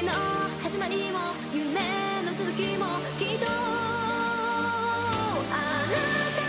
始まりも夢の続きもきっとあなた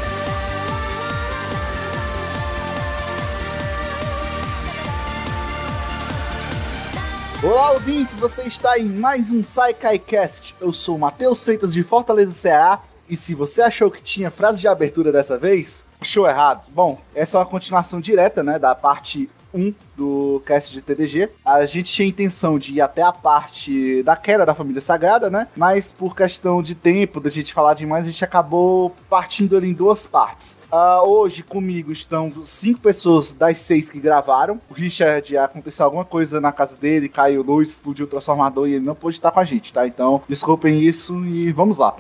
Olá, ouvintes! Você está em mais um SaiKaiCast. Eu sou o Matheus Freitas de Fortaleza, Ceará. E se você achou que tinha frase de abertura dessa vez, achou errado. Bom, essa é uma continuação direta, né, da parte 1 do cast de TDG. A gente tinha a intenção de ir até a parte da queda da família sagrada, né? Mas por questão de tempo, da gente falar demais, a gente acabou partindo ali em duas partes. Hoje comigo estão 5 pessoas das 6 que gravaram. O Richard, aconteceu alguma coisa na casa dele, caiu luz, explodiu o transformador e ele não pôde estar com a gente, tá? Então, desculpem isso e vamos lá.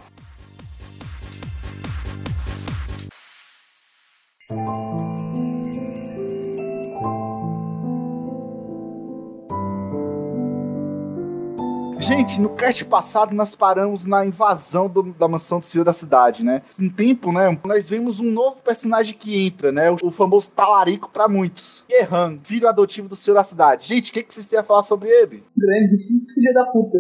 Gente, no cast passado nós paramos na invasão da mansão do Senhor da Cidade, né? Em tempo, né, nós vemos um novo personagem que entra, né? O famoso talarico pra muitos. Yehan, filho adotivo do Senhor da Cidade. Gente, o que vocês têm a falar sobre ele? Grandíssimo filho da puta.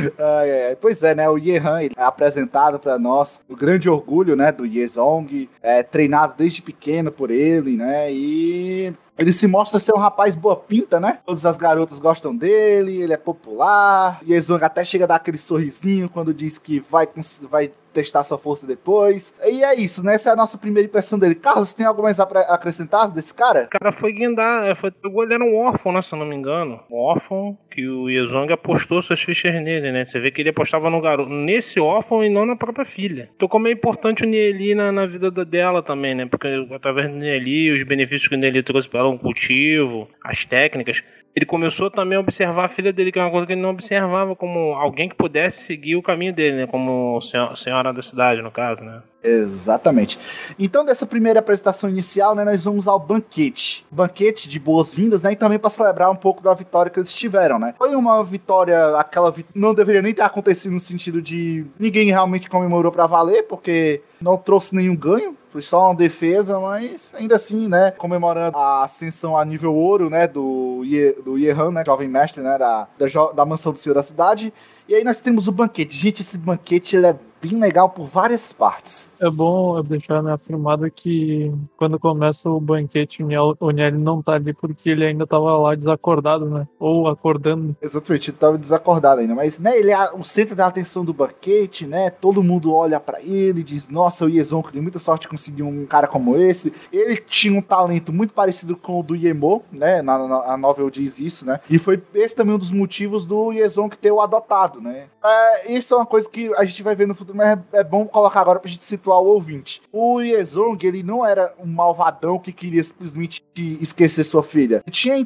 Pois é, né? O Yehan ele é apresentado pra nós, o grande orgulho, né, do Yezong, treinado desde pequeno por ele, né? E ele se mostra ser um rapaz boa pinta, né? Todas as garotas gostam dele, ele é popular. Yezong até chega a dar aquele sorrisinho quando diz que vai testar sua força depois. E é isso, né? Essa é a nossa primeira impressão dele. Carlos, tem algo mais a acrescentar desse cara? O cara foi guindar, ele era um órfão, né, se eu não me engano. Um órfão que o Yezong apostou suas fichas nele, né? Você vê que ele apostava no garoto, nesse órfão e não na própria filha. Então como é importante o Nieli na vida dela também, né? Porque através do Nieli, os benefícios que o Nieli trouxe para ela, o cultivo, as técnicas, ele começou também a observar a filha dele, que é uma coisa que ele não observava como alguém que pudesse seguir o caminho dele, né? Como senhora da cidade, no caso, né? Exatamente. Então, dessa primeira apresentação inicial, né, nós vamos ao banquete. Banquete de boas-vindas, né? E também para celebrar um pouco da vitória que eles tiveram, né? Foi uma vitória, não deveria nem ter acontecido no sentido de ninguém realmente comemorou para valer, porque não trouxe nenhum ganho. Foi só uma defesa, mas ainda assim, né, comemorando a ascensão a nível ouro, né, do Yehan, né, jovem mestre, né, da mansão do Senhor da Cidade. E aí nós temos o banquete. Gente, esse banquete, ele é bem legal por várias partes. É bom deixar afirmado que quando começa o banquete, o Nieli não tá ali porque ele ainda tava lá desacordado, né? Ou acordando. Exatamente, ele tava desacordado ainda, mas, né, ele é o centro da atenção do banquete, né? Todo mundo olha pra ele e diz, nossa, o Yezong tem muita sorte de conseguir um cara como esse. Ele tinha um talento muito parecido com o do Yemo, né? A novel diz isso, né? E foi esse também um dos motivos do Yezong ter o adotado, né? Isso é uma coisa que a gente vai ver no futuro, mas é bom colocar agora pra gente situar o ouvinte. O Yezong, ele não era um malvadão que queria simplesmente esquecer sua filha. Ele tinha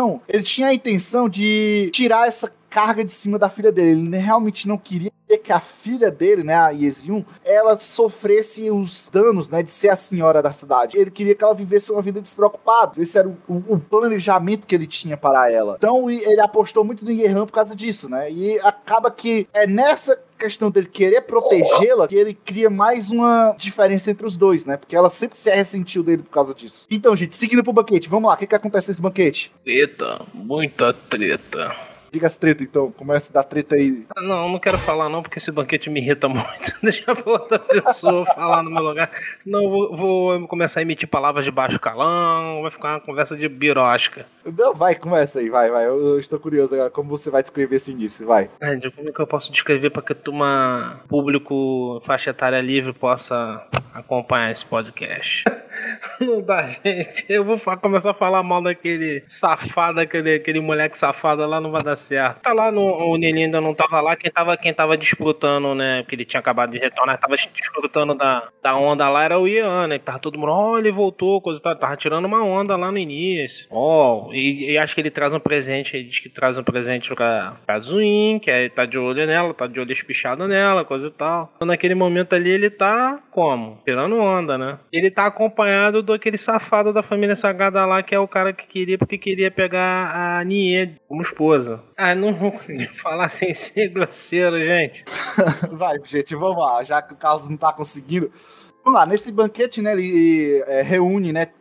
a intenção de tirar essa carga de cima da filha dele. Ele realmente não queria que a filha dele, né, a Yeziun, ela sofresse os danos, né, de ser a senhora da cidade. Ele queria que ela vivesse uma vida despreocupada. Esse era o planejamento que ele tinha para ela. Então ele apostou muito no Yehan por causa disso, né, e acaba que é nessa questão dele querer protegê-la que ele cria mais uma diferença entre os dois, né, porque ela sempre se ressentiu dele por causa disso. Então, gente, seguindo pro banquete, vamos lá, o que acontece nesse banquete? Treta, muita treta. Diga as treta, então. Começa a dar treta aí. Não quero falar não, porque esse banquete me irrita muito. Deixa pra outra pessoa falar no meu lugar. Não, vou começar a emitir palavras de baixo calão, vai ficar uma conversa de birosca. Não, vai, começa aí, vai. Eu estou curioso agora, como você vai descrever esse início, vai. Como é que eu posso descrever para que a público faixa etária livre possa acompanhar esse podcast? Não dá, gente. Eu vou começar a falar mal daquele safado, aquele moleque safado lá, não vai dar certo. Tá lá, o Nieli ainda não tava lá, quem tava desfrutando, né, porque ele tinha acabado de retornar, tava desfrutando da onda lá, era o Ian, né, que tava todo mundo, ele voltou, coisa e tal, tava tirando uma onda lá no início. E acho que ele traz um presente, ele diz que traz um presente pra Zuin, que tá de olho nela, tá de olho espichado nela, coisa e tal. Então, naquele momento ali, ele tá como? Tirando onda, né? Ele tá acompanhando daquele safado da família sagrada lá, que é o cara porque queria pegar a Nie como esposa. Não vou conseguir falar sem ser grosseiro, gente. Vai, gente, vamos lá, já que o Carlos não tá conseguindo. Vamos lá, nesse banquete, né, ele reúne, né,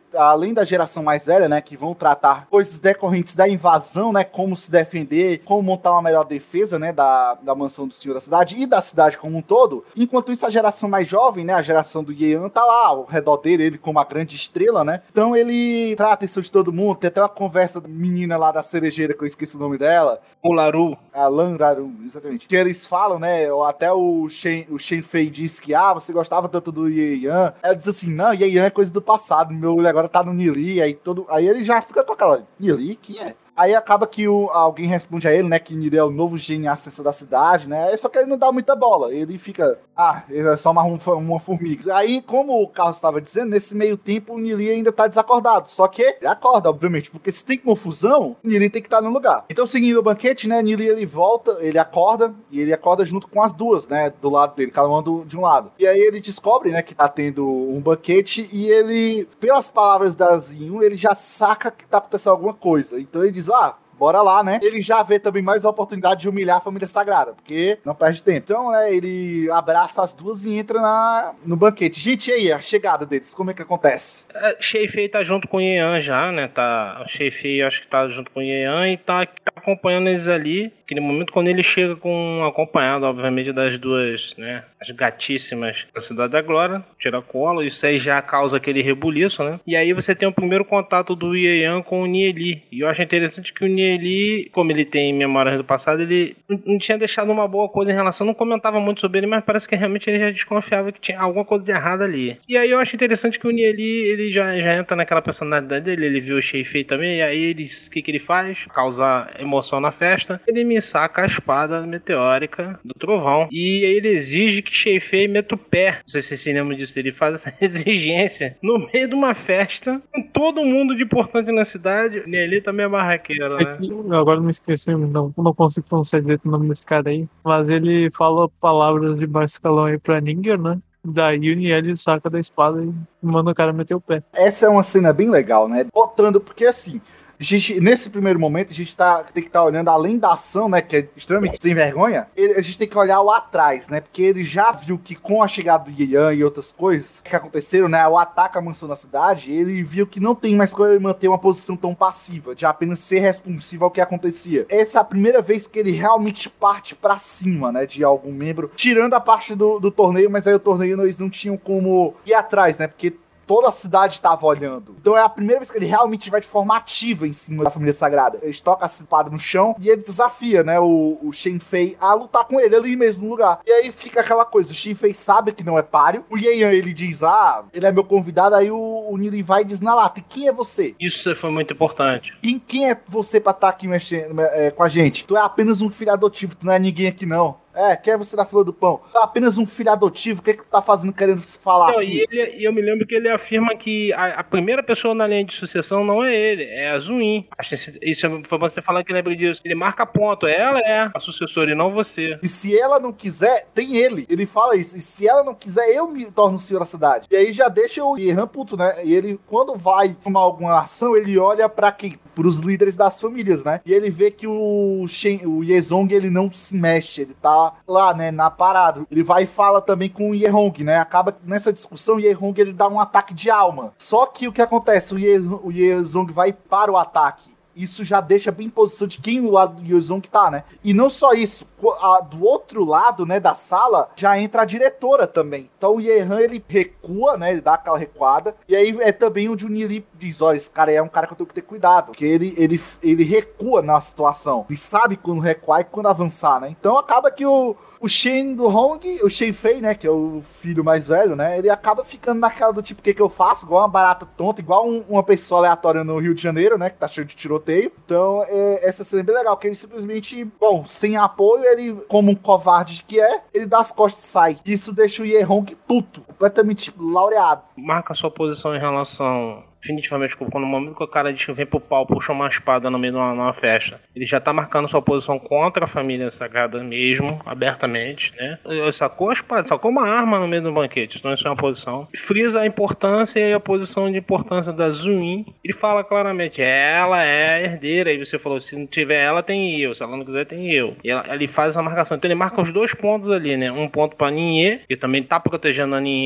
além da geração mais velha, né, que vão tratar coisas decorrentes da invasão, né, como se defender, como montar uma melhor defesa, né, da mansão do Senhor da Cidade e da cidade como um todo. Enquanto isso, a geração mais jovem, né, a geração do Yeon tá lá ao redor dele, ele como a grande estrela, né. Então ele trata a atenção de todo mundo. Tem até uma conversa da menina lá da cerejeira, que eu esqueci o nome dela. O Laru. A Lanraru, exatamente. Que eles falam, né, até o Shen Fei diz que, você gostava tanto do Yeon. Ela diz assim, não, Yeon é coisa do passado, meu olho agora tá no Nili, aí ele já fica com aquela, Nili, quem é? Aí acaba que alguém responde a ele, né, que Nili é o novo gênio ascensor da cidade, né, só que ele não dá muita bola, ele fica, ele é só uma formiga. Aí, como o Carlos estava dizendo, nesse meio tempo o Nili ainda tá desacordado, só que ele acorda, obviamente, porque se tem confusão, o Nili tem que estar no lugar. Então, seguindo o banquete, né, Nili ele volta, ele acorda, e ele acorda junto com as duas, né, do lado dele, cada uma de um lado. E aí ele descobre, né, que tá tendo um banquete, e ele, pelas palavras da Zinho, ele já saca que tá acontecendo alguma coisa. Então ele diz, bora lá, né? Ele já vê também mais a oportunidade de humilhar a família sagrada, porque não perde tempo. Então, né, ele abraça as duas e entra no banquete. Gente, e aí, a chegada deles, como é que acontece? Shen Fei tá junto com o Yeon já, né? O Shen Fei acho que tá junto com o Yeon e tá acompanhando eles ali. Aquele momento quando ele chega acompanhado, obviamente, das duas, né? As gatíssimas da Cidade da Glória, Tiracolo, isso aí já causa aquele rebuliço, né? E aí você tem o primeiro contato do Yeon com o Nieli. E eu acho interessante que o Nieli, como ele tem memórias do passado, ele não tinha deixado uma boa coisa em relação, não comentava muito sobre ele, mas parece que realmente ele já desconfiava que tinha alguma coisa de errado ali. E aí eu acho interessante que o Nieli, ele já entra naquela personalidade dele, ele viu o Shen Fei também, e aí o que ele faz? Causar emoção na festa. Ele me saca a espada meteórica do trovão. E aí ele exige que Shen Fei meta o pé. Não sei se vocês se lembram disso. Ele faz essa exigência no meio de uma festa, com todo mundo de importante na cidade. E ele também é barraqueiro, né? Agora me esqueci, não consigo pronunciar direito o nome desse cara aí. Mas ele fala palavras de baixo escalão aí pra Ninger, né? Daí o Niel saca da espada e manda o cara meter o pé. Essa é uma cena bem legal, né? Botando, porque assim, nesse primeiro momento, a gente tem que estar olhando além da ação, né, que é extremamente sem vergonha, a gente tem que olhar o atrás, né, porque ele já viu que com a chegada do Yeon e outras coisas que aconteceram, né, o ataque à mansão da cidade, ele viu que não tem mais como ele manter uma posição tão passiva, de apenas ser responsivo ao que acontecia. Essa é a primeira vez que ele realmente parte pra cima, né, de algum membro, tirando a parte do torneio, mas aí o torneio eles não tinham como ir atrás, né, porque toda a cidade estava olhando. Então é a primeira vez que ele realmente vai de forma ativa em cima da família sagrada. Ele toca a espada no chão e ele desafia, né, o Shen Fei a lutar com ele ali mesmo no lugar. E aí fica aquela coisa, o Shen Fei sabe que não é páreo. O Yeon, ele diz, ele é meu convidado, aí o Nili vai e diz na lata, quem é você? Isso foi muito importante. Quem é você pra estar aqui mexendo com a gente? Tu é apenas um filho adotivo, tu não é ninguém aqui não. Quem é você da fila do pão? É apenas um filho adotivo, o que é que tu tá fazendo querendo se falar aqui? E eu me lembro que ele afirma que a primeira pessoa na linha de sucessão não é ele, é a Zuin. Acho que isso foi bom você falar que lembra disso. Ele marca ponto, ela é a sucessora e não você. E se ela não quiser, tem ele. Ele fala isso. E se ela não quiser, eu me torno o senhor da cidade. E aí já deixa o Yeon puto, né? E ele, quando vai tomar alguma ação, ele olha pra quem? Pros líderes das famílias, né? E ele vê que o Yezong, ele não se mexe, ele tá lá, né, na parada. Ele vai e fala também com o Yehong, né? Acaba nessa discussão, o Yehong, ele dá um ataque de alma. Só que o que acontece? O Yezong vai para o ataque. Isso já deixa bem em posição de quem o lado do Yezong tá, né? E não só isso, do outro lado, né, da sala, já entra a diretora também. Então o Yehan, ele recua, né, ele dá aquela recuada, e aí é também onde o Nili diz, olha, esse cara aí é um cara que eu tenho que ter cuidado, porque ele recua na situação, ele sabe quando recuar e quando avançar, né? Então acaba que o Shen do Hong, o Shen Fei, né, que é o filho mais velho, né, ele acaba ficando naquela do tipo, o que eu faço? Igual uma barata tonta, igual uma pessoa aleatória no Rio de Janeiro, né, que tá cheio de tiroteio. Então, essa cena é bem legal, que ele simplesmente, bom, sem apoio, ele, como um covarde que é, ele dá as costas e sai. Isso deixa o Yehong puto, completamente laureado. Marca sua posição em relação... definitivamente, quando no momento que o cara diz que vem pro pau, puxa uma espada no meio de uma festa, ele já tá marcando sua posição contra a família sagrada mesmo, abertamente, né? Ele sacou a espada, sacou uma arma no meio do banquete, então isso é uma posição. Frisa a importância e a posição de importância da Zuin. Ele fala claramente, ela é a herdeira, e você falou, se não tiver ela, tem eu, se ela não quiser, tem eu. E ele faz essa marcação, então ele marca os dois pontos ali, né? Um ponto pra Ninhe, que também tá protegendo a Ninhe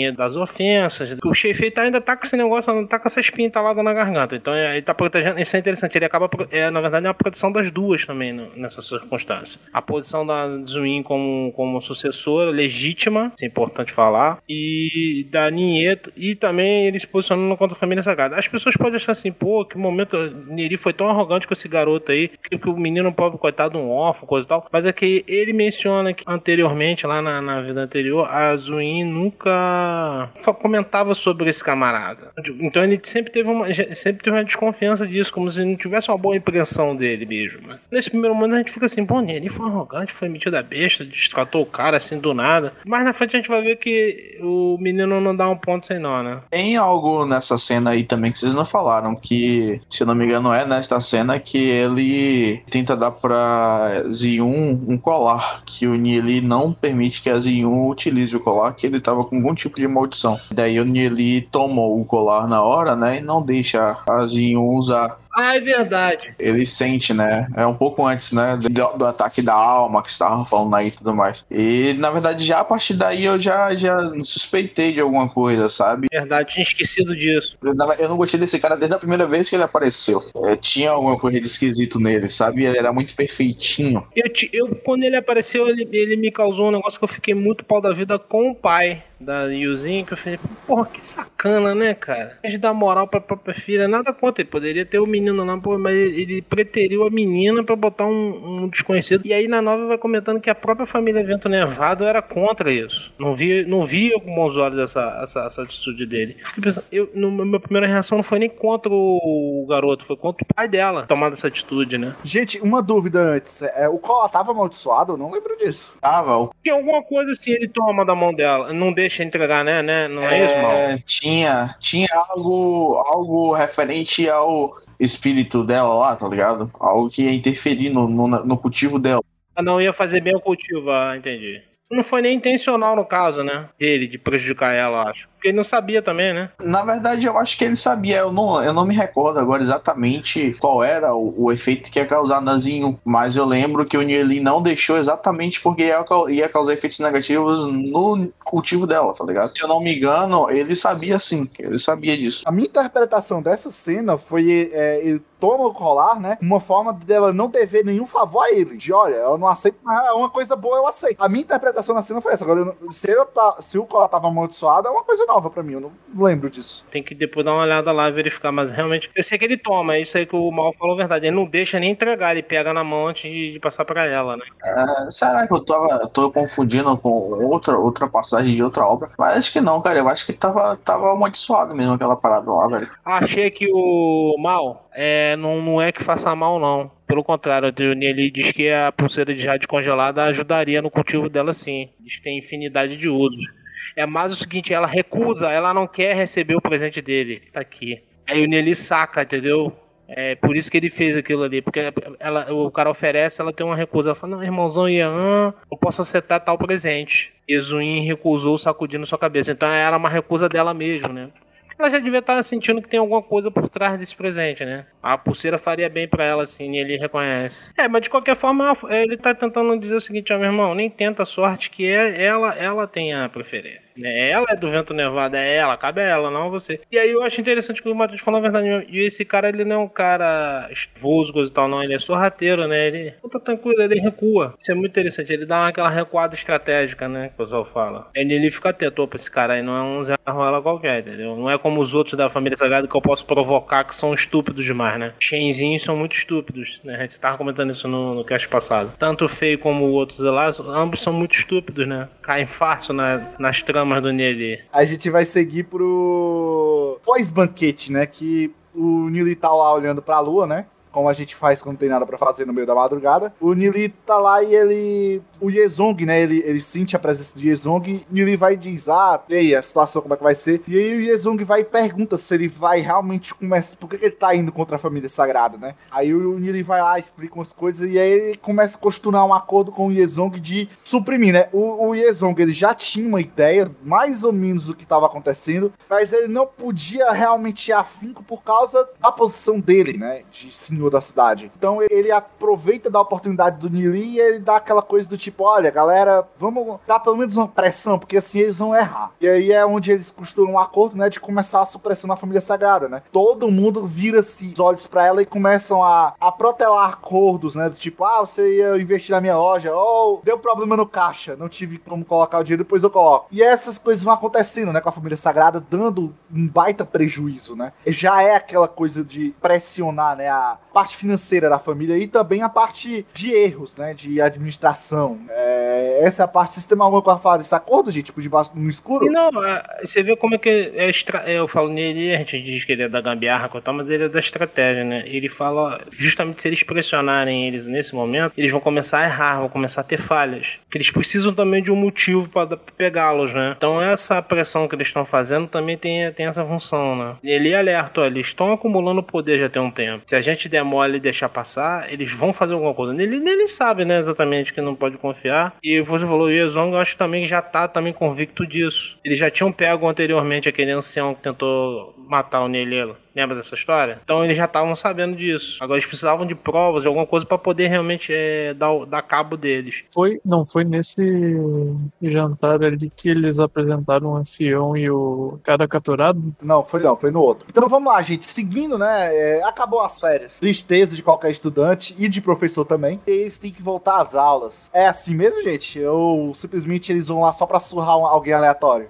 Ninhe das ofensas. O Shenfei ainda tá com esse negócio, tá com essa espinha entalada na garganta. Então ele tá protegendo. Isso é interessante. Ele acaba, na verdade, é uma proteção das duas também nessa circunstância. A posição da Zuin como sucessora legítima, isso é importante falar, e da Ninhe, e também ele se posicionando contra a família sagrada. As pessoas podem achar assim, pô, que momento Neri foi tão arrogante com esse garoto aí, que o menino pobre, coitado, um órfão, coisa e tal. Mas é que ele menciona que anteriormente, lá na vida anterior, a Zuin nunca comentava sobre esse camarada. Então ele sempre teve uma desconfiança disso, como se não tivesse uma boa impressão dele mesmo. Né? Nesse primeiro momento a gente fica assim, pô, Neri foi arrogante, foi metido a besta, destratou o cara assim do nada. Mas na frente a gente vai ver que o menino não dá um ponto sem nó, né? Tem algo nessa cena aí também que vocês não falaram, que, se eu não me engano, é nesta cena que ele tenta dar pra Zi-Yun um colar, que o Nieli não permite que a Zi-Yun utilize o colar, que ele tava com algum tipo de maldição. Daí o Nieli tomou o colar na hora, né, e não deixa a Zi-Yun usar. Ah, é verdade. Ele sente, né? É um pouco antes, né? Do ataque da alma que estavam falando aí e tudo mais. E, na verdade, já a partir daí eu já suspeitei de alguma coisa, sabe? Verdade, tinha esquecido disso. Eu não gostei desse cara desde a primeira vez que ele apareceu. Tinha alguma coisa de esquisito nele, sabe? Ele era muito perfeitinho. Quando ele apareceu, ele me causou um negócio que eu fiquei muito pau da vida com o pai da Yuzinho, que eu falei, porra, que sacana, né, cara? Em vez de dar moral pra própria filha, nada contra, ele poderia ter o menino lá, pô, mas ele preteriu a menina pra botar um desconhecido. E aí na nova vai comentando que a própria família Vento Nevado era contra isso. Não via com bons olhos essa atitude dele. Eu fiquei pensando, minha primeira reação não foi nem contra o garoto, foi contra o pai dela tomar essa atitude, né? Gente, uma dúvida antes. O colar tava amaldiçoado? Eu não lembro disso. Tinha alguma coisa assim, ele toma da mão dela, não deixa entregar, né? Não é isso, mal? Tinha algo referente ao espírito dela lá, tá ligado? Algo que ia interferir no cultivo dela. Não ia fazer bem o cultivo, entendi. Não foi nem intencional no caso, né? Dele, de prejudicar ela, acho. Porque ele não sabia também, né? Na verdade, eu acho que ele sabia. Eu não me recordo agora exatamente qual era o efeito que ia causar na Zinho. Mas eu lembro que o Nieli não deixou exatamente porque ia causar efeitos negativos no cultivo dela, tá ligado? Se eu não me engano, ele sabia sim. Ele sabia disso. A minha interpretação dessa cena foi ele toma o colar, né? Uma forma dela não dever nenhum favor a ele. De olha, eu não aceito, mas é uma coisa boa, eu aceito. A minha interpretação na cena foi essa. Agora, se o colar tava amaldiçoado, é uma coisa nova pra mim. Eu não lembro disso. Tem que depois dar uma olhada lá e verificar, mas realmente. Eu sei que ele toma, é isso aí que o Mal falou a verdade. Ele não deixa nem entregar, ele pega na mão antes de passar pra ela, né? Será que eu tô confundindo com outra passagem de outra obra? Mas acho que não, cara. Eu acho que tava amaldiçoado mesmo aquela parada lá, velho. Achei que o Mal não é que faça mal, não. Pelo contrário, ele diz que a pulseira de jade congelada ajudaria no cultivo dela, sim. Diz que tem infinidade de usos. É mais o seguinte, ela recusa, ela não quer receber o presente dele. Tá aqui. Aí o Nelly saca, entendeu? É por isso que ele fez aquilo ali. Porque o cara oferece, ela tem uma recusa. Ela fala, não, irmãozão Ian, não posso aceitar tal presente. E Zuin recusou, sacudindo sua cabeça. Então era uma recusa dela mesmo, né? Ela já devia estar sentindo que tem alguma coisa por trás desse presente, né? A pulseira faria bem pra ela, assim, e ele reconhece. Mas de qualquer forma, ele tá tentando dizer o seguinte, meu irmão, nem tenta a sorte que ela tem a preferência. Ela é do Vento Nevado, é ela, cabe a ela, não a você. E aí eu acho interessante que o Matheus falou a verdade, e esse cara, ele não é um cara esvosgo e tal, não, ele é sorrateiro, né? Ele tá tranquilo, ele recua. Isso é muito interessante, ele dá aquela recuada estratégica, né? Que o pessoal fala. Ele fica atento pra esse cara aí, não é um Zé Ruela qualquer, entendeu? Não é como os outros da família Sagrada que eu posso provocar, que são estúpidos demais, né? Shenzinhos são muito estúpidos, né? A gente tava comentando isso no cast passado. Tanto o Fei como o outro lá, ambos são muito estúpidos, né? Caem fácil nas tramas do Nieli. A gente vai seguir pro pós-banquete, né? Que o Nieli tá lá olhando pra lua, né? Como a gente faz quando tem nada pra fazer no meio da madrugada. O Nieli tá lá e o Yezong, né? Ele sente a presença do Yezong. E Nieli vai e diz, e aí, a situação como é que vai ser? E aí o Yezong vai e pergunta se ele vai realmente começar... Por que ele tá indo contra a família sagrada, né? Aí o Nieli vai lá, explica umas coisas. E aí ele começa a costurar um acordo com o Yezong de suprimir, né? O Yezong, ele já tinha uma ideia, mais ou menos, do que estava acontecendo. Mas ele não podia realmente ir afinco por causa da posição dele, né? De senhor senhor da cidade. Então ele aproveita da oportunidade do Nili e ele dá aquela coisa do tipo, olha, galera, vamos dar pelo menos uma pressão, porque assim eles vão errar. E aí é onde eles costuram um acordo, né, de começar a supressão na família sagrada, né? Todo mundo vira-se os olhos pra ela e começam a protelar acordos, né, do tipo, você ia investir na minha loja, ou deu problema no caixa, não tive como colocar o dinheiro, depois eu coloco. E essas coisas vão acontecendo, né, com a família sagrada, dando um baita prejuízo, né? Já é aquela coisa de pressionar, né, a parte financeira da família e também a parte de erros, né, de administração. Essa é a parte. Vocês têm alguma coisa a falar desse acordo, gente? Tipo, debaixo no escuro? E não, você vê como é que eu falo nele, a gente diz que ele é da gambiarra, mas ele é da estratégia, né? Ele fala, justamente se eles pressionarem eles nesse momento, eles vão começar a errar, vão começar a ter falhas. Que eles precisam também de um motivo para pegá-los, né? Então essa pressão que eles estão fazendo também tem essa função, né? Ele alerta, olha, eles estão acumulando poder já tem um tempo. Se a gente der mole e deixar passar, eles vão fazer alguma coisa. Ele sabe, né, exatamente que não pode confiar. E você falou, o Yezong, eu acho que também já tá também convicto disso. Eles já tinham pego anteriormente aquele ancião que tentou matar o Nelelo. Lembra dessa história? Então eles já estavam sabendo disso. Agora eles precisavam de provas, de alguma coisa pra poder realmente dar cabo deles. Não foi nesse jantar ali que eles apresentaram o ancião e o cara capturado? Não, foi no outro. Então vamos lá, gente. Seguindo, né? Acabou as férias. Tristeza de qualquer estudante e de professor também. Eles têm que voltar às aulas. É assim mesmo, gente? Ou simplesmente eles vão lá só pra surrar alguém aleatório?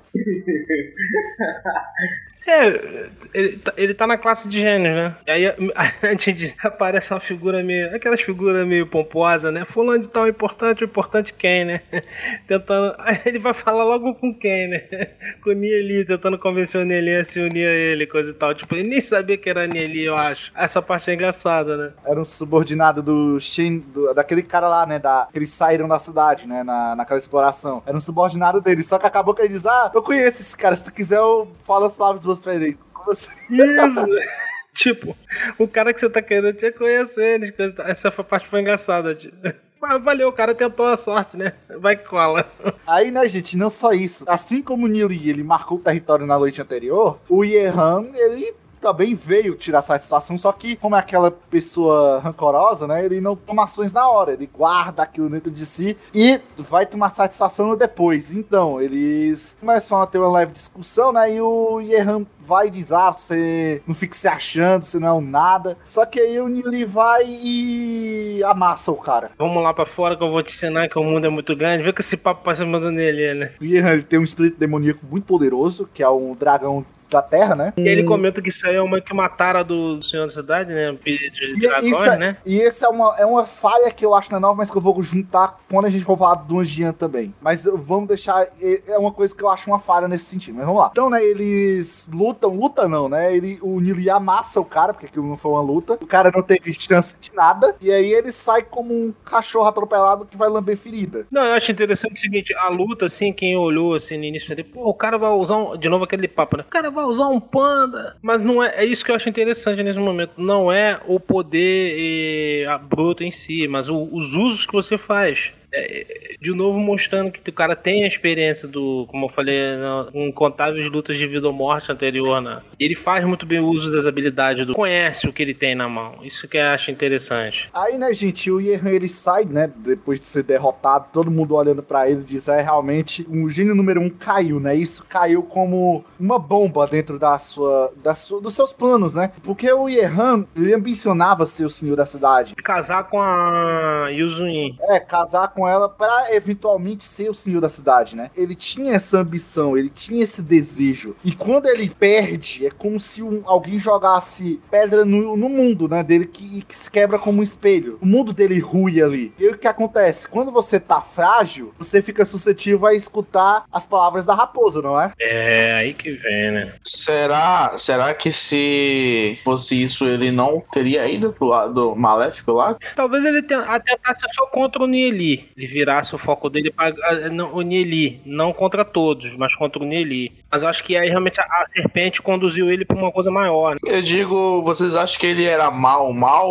Ele tá na classe de gênios, né? E aí a gente aparece uma figura meio... Aquelas figuras meio pomposas, né? Fulano de tal, importante, o importante quem, né? Tentando... Aí ele vai falar logo com quem, né? Com o Nieli, tentando convencer o Nieli a se unir a ele, coisa e tal. Tipo, ele nem sabia que era Nieli, eu acho. Essa parte é engraçada, né? Era um subordinado do Shin... daquele cara lá, né? Que eles saíram da cidade, né? Naquela exploração. Era um subordinado dele. Só que acabou que ele diz, eu conheço esse cara. Se tu quiser, eu falo as palavras boas pra ele. Como assim? Isso! Tipo, o cara que você tá querendo te conhecer, né? Essa parte foi engraçada, tipo. Mas valeu, o cara tentou a sorte, né? Vai que cola. Aí, né, gente, não só isso. Assim como o Nili, ele marcou o território na noite anterior, o Yehan, ele também veio tirar satisfação, só que como é aquela pessoa rancorosa, né, ele não toma ações na hora, ele guarda aquilo dentro de si e vai tomar satisfação depois. Então, eles começam a ter uma leve discussão, né, e o Yehan vai e diz, você não fique se achando, você não é um nada. Só que aí o Nili vai e amassa o cara. Vamos lá pra fora que eu vou te ensinar que o mundo é muito grande. Vê que esse papo passa mandando nele, né? O Yehan, ele tem um espírito demoníaco muito poderoso, que é um dragão da Terra, né? E ele comenta que isso aí é uma que mataram do Senhor da Cidade, né? De dragões, né? E essa é uma falha que eu acho na nova, mas que eu vou juntar quando a gente for falar do Anjian também. Mas vamos deixar... É uma coisa que eu acho uma falha nesse sentido. Mas vamos lá. Então, né, eles luta não, né? O Nili amassa o cara, porque aquilo não foi uma luta. O cara não teve chance de nada. E aí ele sai como um cachorro atropelado que vai lamber ferida. Não, eu acho interessante o seguinte, a luta, assim, quem olhou assim no início, o cara vai usar de novo aquele papo, né? O cara vai usar um panda, mas não é isso que eu acho interessante nesse momento, não é o poder bruto em si, mas os usos que você faz. De novo mostrando que o cara tem a experiência como eu falei, em incontáveis lutas de vida ou morte anterior, né? Ele faz muito bem o uso das habilidades, conhece o que ele tem na mão. Isso que eu acho interessante. Aí, né, gente, o Yehan, ele sai, né, depois de ser derrotado, todo mundo olhando pra ele, diz, realmente, o gênio número 1 caiu, né? Isso caiu como uma bomba dentro dos seus planos, né? Porque o Yehan, ele ambicionava ser o senhor da cidade. Casar com a Yuzuin. Casar com ela pra eventualmente ser o senhor da cidade, né? Ele tinha essa ambição, ele tinha esse desejo. E quando ele perde, é como se alguém jogasse pedra no mundo, né? Dele que se quebra como um espelho. O mundo dele rui ali. E aí o que acontece? Quando você tá frágil, você fica suscetível a escutar as palavras da raposa, não é? É, aí que vem, né? Será que se fosse isso, ele não teria ido pro lado maléfico lá? Talvez ele atentasse só contra o Nieli. Ele virasse o foco dele para o Nieli. Não contra todos, mas contra o Nieli. Mas eu acho que aí realmente a serpente conduziu ele pra uma coisa maior, né? Eu digo, vocês acham que ele era mal,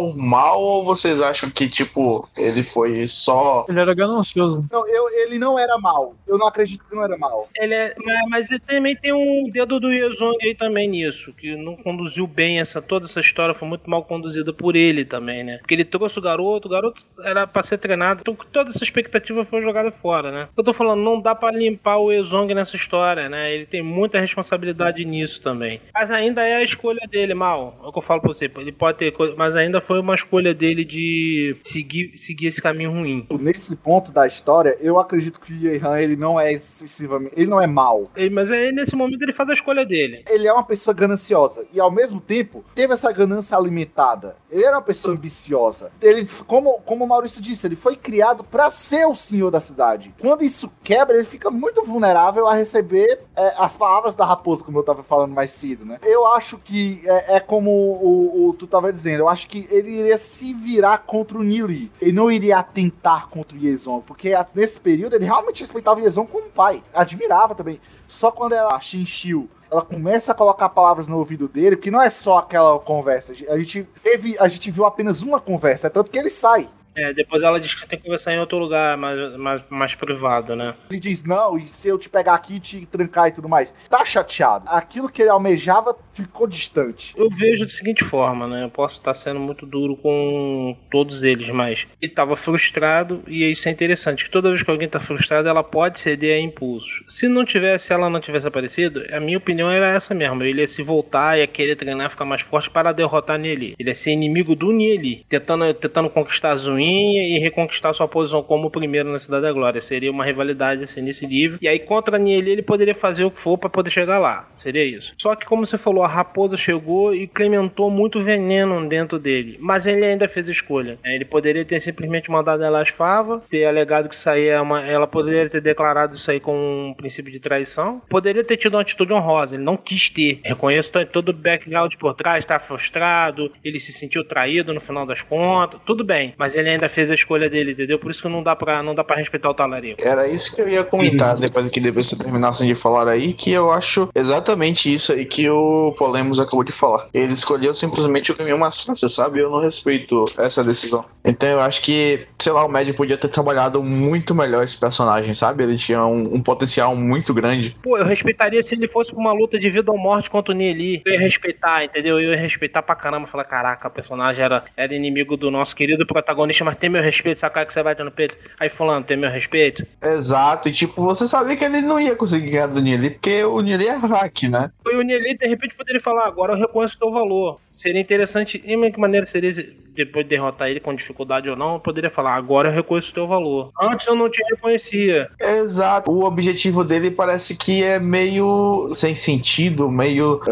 ou vocês acham que, tipo, ele foi só... Ele era ganancioso. Não, ele não era mal. Eu não acredito que não era mal. Mas ele também tem um dedo do Yezong aí também nisso, que não conduziu bem toda essa história, foi muito mal conduzida por ele também, né? Porque ele trouxe o garoto era pra ser treinado, então toda essa expectativa foi jogada fora, né? Eu tô falando, não dá pra limpar o Yezong nessa história, né? Ele tem muita responsabilidade nisso também. Mas ainda é a escolha dele, Mal. É o que eu falo pra você, ele pode ter, mas ainda foi uma escolha dele de seguir esse caminho ruim. Nesse ponto da história, eu acredito que o Yehan, ele não é excessivamente, ele não é mal. Mas aí, nesse momento, ele faz a escolha dele. Ele é uma pessoa gananciosa e, ao mesmo tempo, teve essa ganância alimentada. Ele era uma pessoa ambiciosa. Ele, como o Maurício disse, ele foi criado pra ser o senhor da cidade. Quando isso quebra, ele fica muito vulnerável a receber as palavras da raposa, como eu tava falando mais cedo, né? Eu acho que é como o tu tava dizendo, eu acho que ele iria se virar contra o Nieli. Ele não iria atentar contra o Yezong, porque nesse período ele realmente respeitava o Yezong como pai. Admirava também. Só quando a Shinshio, ela começa a colocar palavras no ouvido dele, porque não é só aquela conversa. A gente viu apenas uma conversa, é tanto que ele sai. Depois ela diz que tem que conversar em outro lugar, mais privado, né? Ele diz, não, e se eu te pegar aqui e te trancar e tudo mais? Tá chateado. Aquilo que ele almejava ficou distante. Eu vejo da seguinte forma, né? Eu posso estar sendo muito duro com todos eles, mas ele estava frustrado e isso é interessante. Que toda vez que alguém está frustrado, ela pode ceder a impulsos. Se ela não tivesse aparecido, a minha opinião era essa mesmo. Ele ia se voltar, ia querer treinar, ficar mais forte para derrotar Nieli. Ele ia ser inimigo do Nieli, tentando conquistar Zuin e reconquistar sua posição como o primeiro na Cidade da Glória. Seria uma rivalidade assim, nesse nível. E aí contra Nieli ele poderia fazer o que for para poder chegar lá. Seria isso. Só que como você falou, a raposa chegou e incrementou muito veneno dentro dele. Mas ele ainda fez a escolha. Ele poderia ter simplesmente mandado ela às favas, ter alegado que isso aí ela poderia ter declarado isso aí com um princípio de traição. Poderia ter tido uma atitude honrosa. Ele não quis ter. Reconheço todo o background por trás, tá frustrado, ele se sentiu traído no final das contas. Tudo bem. Mas ele ainda fez a escolha dele, entendeu? Por isso que não dá pra respeitar o talarico. Era isso que eu ia comentar depois que você terminasse de falar aí, que eu acho exatamente isso aí que o Polemos acabou de falar. Ele escolheu simplesmente o caminho mais fácil, sabe? Eu não respeito essa decisão. Então eu acho que, sei lá, o Mad podia ter trabalhado muito melhor esse personagem, sabe? Ele tinha um potencial muito grande. Pô, eu respeitaria se ele fosse pra uma luta de vida ou morte contra o Nieli. Eu ia respeitar, entendeu? Eu ia respeitar pra caramba. Falar, caraca, o personagem era inimigo do nosso querido protagonista, mas tem meu respeito, sacar que você vai ter no peito. Aí fulano, tem meu respeito? Exato, e tipo, você sabia que ele não ia conseguir ganhar do Nieli, porque o Nieli é hack, né? E o Nieli, de repente, poderia falar, agora eu reconheço o teu valor. Seria interessante, em que maneira seria, depois de derrotar ele com dificuldade ou não, eu poderia falar, agora eu reconheço o teu valor. Antes eu não te reconhecia. Exato, o objetivo dele parece que é meio sem sentido, meio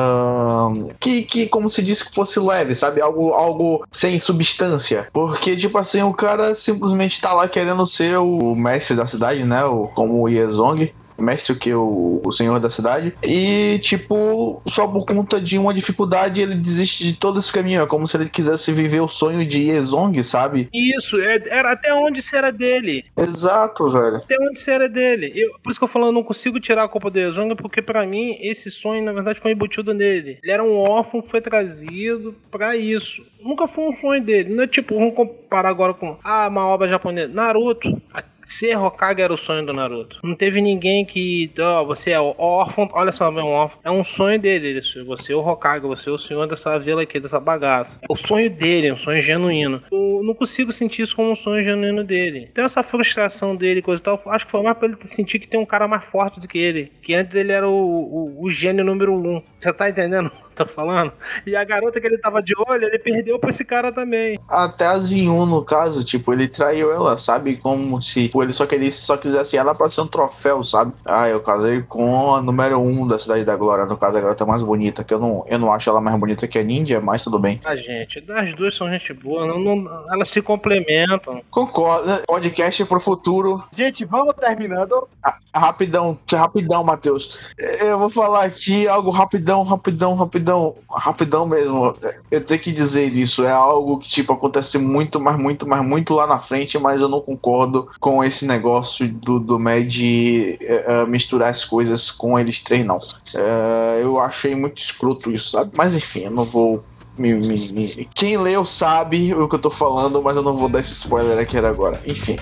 que como se disse que fosse leve, sabe? Algo sem substância. Porque, tipo assim, o cara simplesmente tá lá querendo ser o mestre da cidade, né? Como o Yezong. Mestre que o senhor da cidade, e tipo, só por conta de uma dificuldade ele desiste de todo esse caminho. É como se ele quisesse viver o sonho de Yezong, sabe? Isso, era até onde isso era dele. Exato, velho. Até onde isso era dele. Por isso que eu falo, eu não consigo tirar a culpa do Yezong, porque pra mim esse sonho na verdade foi embutido nele. Ele era um órfão que foi trazido pra isso. Nunca foi um sonho dele. Não é tipo, vamos comparar agora com uma obra japonesa. Naruto. Ser Hokage era o sonho do Naruto. Não teve ninguém que... você é órfão... Olha só, meu órfão. É um sonho dele. Você é o Hokage. Você é o senhor dessa vila aqui, dessa bagaça. É o sonho dele. É um sonho genuíno. Eu não consigo sentir isso como um sonho genuíno dele. Então essa frustração dele, coisa e tal, acho que foi mais pra ele sentir que tem um cara mais forte do que ele. Que antes ele era o gênio número 1. Você tá entendendo o que eu tô falando? E a garota que ele tava de olho, ele perdeu pra esse cara também. Até a Zinyu, no caso, tipo, ele traiu ela, sabe? Como se ele só quisesse ela pra ser um troféu, sabe? Eu casei com a número 1 da Cidade da Glória. No caso, a garota mais bonita, que eu não acho ela mais bonita que a Ninja, mas tudo bem. Gente, as duas são gente boa, elas se complementam. Concordo. Podcast pro futuro. Gente, vamos terminando. Rapidão, Matheus. Eu vou falar aqui algo rapidão. rapidão mesmo. Eu tenho que dizer isso. É algo que, tipo, acontece muito, mas muito lá na frente, mas eu não concordo com esse negócio do Mad misturar as coisas com eles três, não. Eu achei muito escroto isso, sabe? Mas enfim, eu não vou. Quem leu sabe o que eu tô falando, mas eu não vou dar esse spoiler aqui agora. Enfim.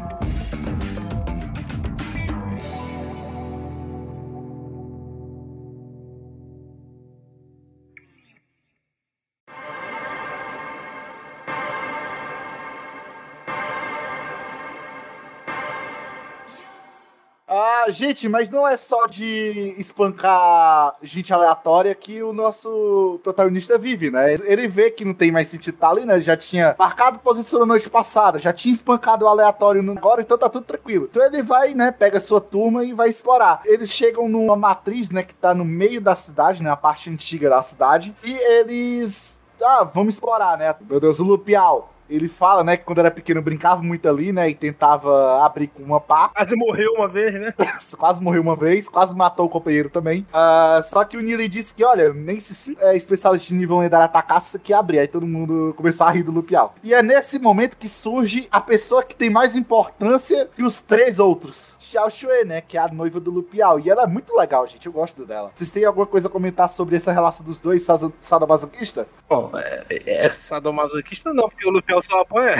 Gente, mas não é só de espancar gente aleatória que o nosso protagonista vive, né? Ele vê que não tem mais sentido estar ali, né? Ele já tinha marcado posição na noite passada, já tinha espancado o aleatório agora, então tá tudo tranquilo. Então ele vai, né, pega a sua turma e vai explorar. Eles chegam numa matriz, né, que tá no meio da cidade, né, a parte antiga da cidade, e eles... vamos explorar, né? Meu Deus, o Lupial. Ele fala, né, que quando era pequeno brincava muito ali, né, e tentava abrir com uma pá. Quase morreu uma vez, né? Quase morreu uma vez, quase matou o companheiro também. Só que o Neely disse que, olha, nem se especialistas de nível lendário atacasse, isso aqui abrir. Aí todo mundo começou a rir do Lupial. E é nesse momento que surge a pessoa que tem mais importância que os três outros. Xiao Shui, né, que é a noiva do Lupial. E ela é muito legal, gente, eu gosto dela. Vocês têm alguma coisa a comentar sobre essa relação dos dois, sadomasoquista? Bom, sadomasoquista não, porque o Lupial só apoia.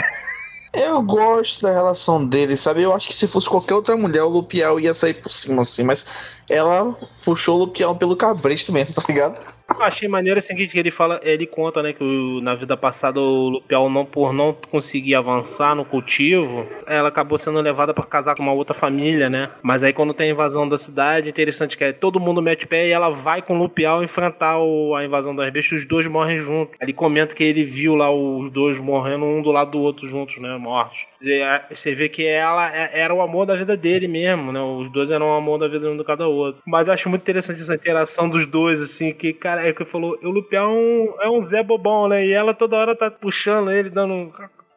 Eu gosto da relação dele, sabe? Eu acho que se fosse qualquer outra mulher, o Lupial ia sair por cima, assim, mas ela puxou o Lupial pelo cabresto mesmo, tá ligado? Eu achei maneiro assim que ele conta, né, que na vida passada o Lupial, por não conseguir avançar no cultivo, ela acabou sendo levada pra casar com uma outra família, né? Mas aí quando tem a invasão da cidade, interessante que todo mundo mete pé e ela vai com o Lupial enfrentar a invasão das bestas, os dois morrem juntos. Ele comenta que ele viu lá os dois morrendo um do lado do outro juntos, né, mortos. Você vê que ela era o amor da vida dele mesmo, né? Os dois eram o amor da vida um de cada outro. Mas eu acho muito interessante essa interação dos dois, assim, que, cara, é o que falou, o Lupial é um Zé bobão, né? E ela toda hora tá puxando ele, dando...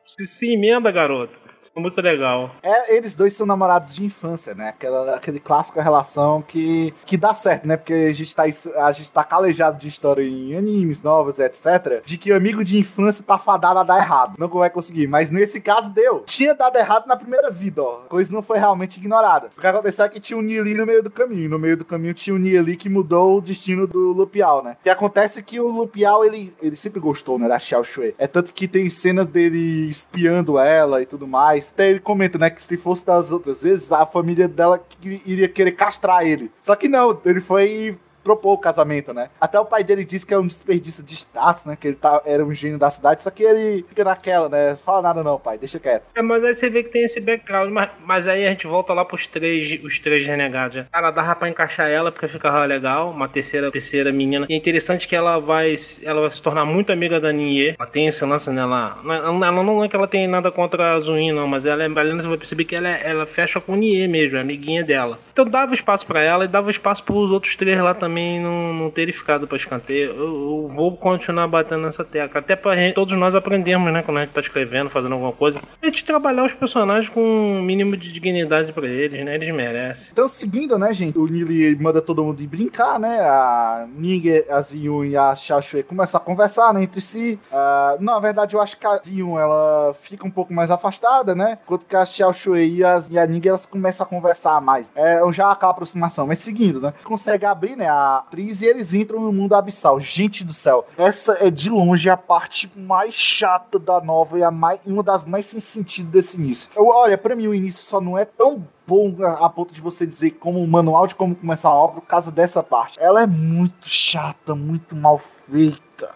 Se emenda, garoto. Isso é muito legal. Eles dois são namorados de infância, né? Aquele clássico relação que dá certo, né? Porque a gente tá calejado de história em animes novos, etc. De que amigo de infância tá fadado a dar errado. Não vai conseguir. Mas nesse caso deu. Tinha dado errado na primeira vida, ó. A coisa não foi realmente ignorada. O que aconteceu é que tinha o Neely no meio do caminho. No meio do caminho tinha o Neely que mudou o destino do Lupial, né? O que acontece é que o Lupial, ele sempre gostou, né? Da Xiao Shui. É tanto que tem cenas dele espiando ela e tudo mais. Até ele comenta, né, que se fosse das outras vezes, a família dela iria querer castrar ele. Só que não, ele foi propor o casamento, né? Até o pai dele disse que é um desperdício de status, né? Que ele era um gênio da cidade, só que ele fica naquela, né? Fala nada não, pai, deixa quieto. Mas aí você vê que tem esse background, mas aí a gente volta lá pros os três renegados. Cara, dava pra encaixar ela porque ficava legal, uma terceira menina. E é interessante que ela vai se tornar muito amiga da Ninhe. Ela tem esse lance nela. Ela não é que ela tem nada contra a Zuin, não, mas ela você vai perceber que ela fecha com a Ninhe mesmo, é amiguinha dela. Então dava espaço pra ela e dava espaço pros outros três lá também não terem ficado pra escanteio. Eu vou continuar batendo nessa tecla. Até pra todos nós aprendermos, né? Quando a gente tá escrevendo, fazendo alguma coisa. A gente trabalhar os personagens com um mínimo de dignidade pra eles, né? Eles merecem. Então, seguindo, né, gente? O Neely manda todo mundo ir brincar, né? A Ning, a Ziyun e a Xiao Shui começam a conversar, né, entre si. Não, na verdade, eu acho que a Ziyun, ela fica um pouco mais afastada, né? Enquanto que a Xiao Shui e a Ning, elas começam a conversar mais. Já aquela aproximação. Mas seguindo, né? Consegue abrir, né, a atriz e eles entram no mundo abissal. Gente do céu, essa é de longe a parte mais chata da novela e uma das mais sem sentido desse início. Olha, pra mim o início só não é tão bom a ponto de você dizer como um manual de como começar a obra por causa dessa parte. Ela é muito chata, muito mal feita.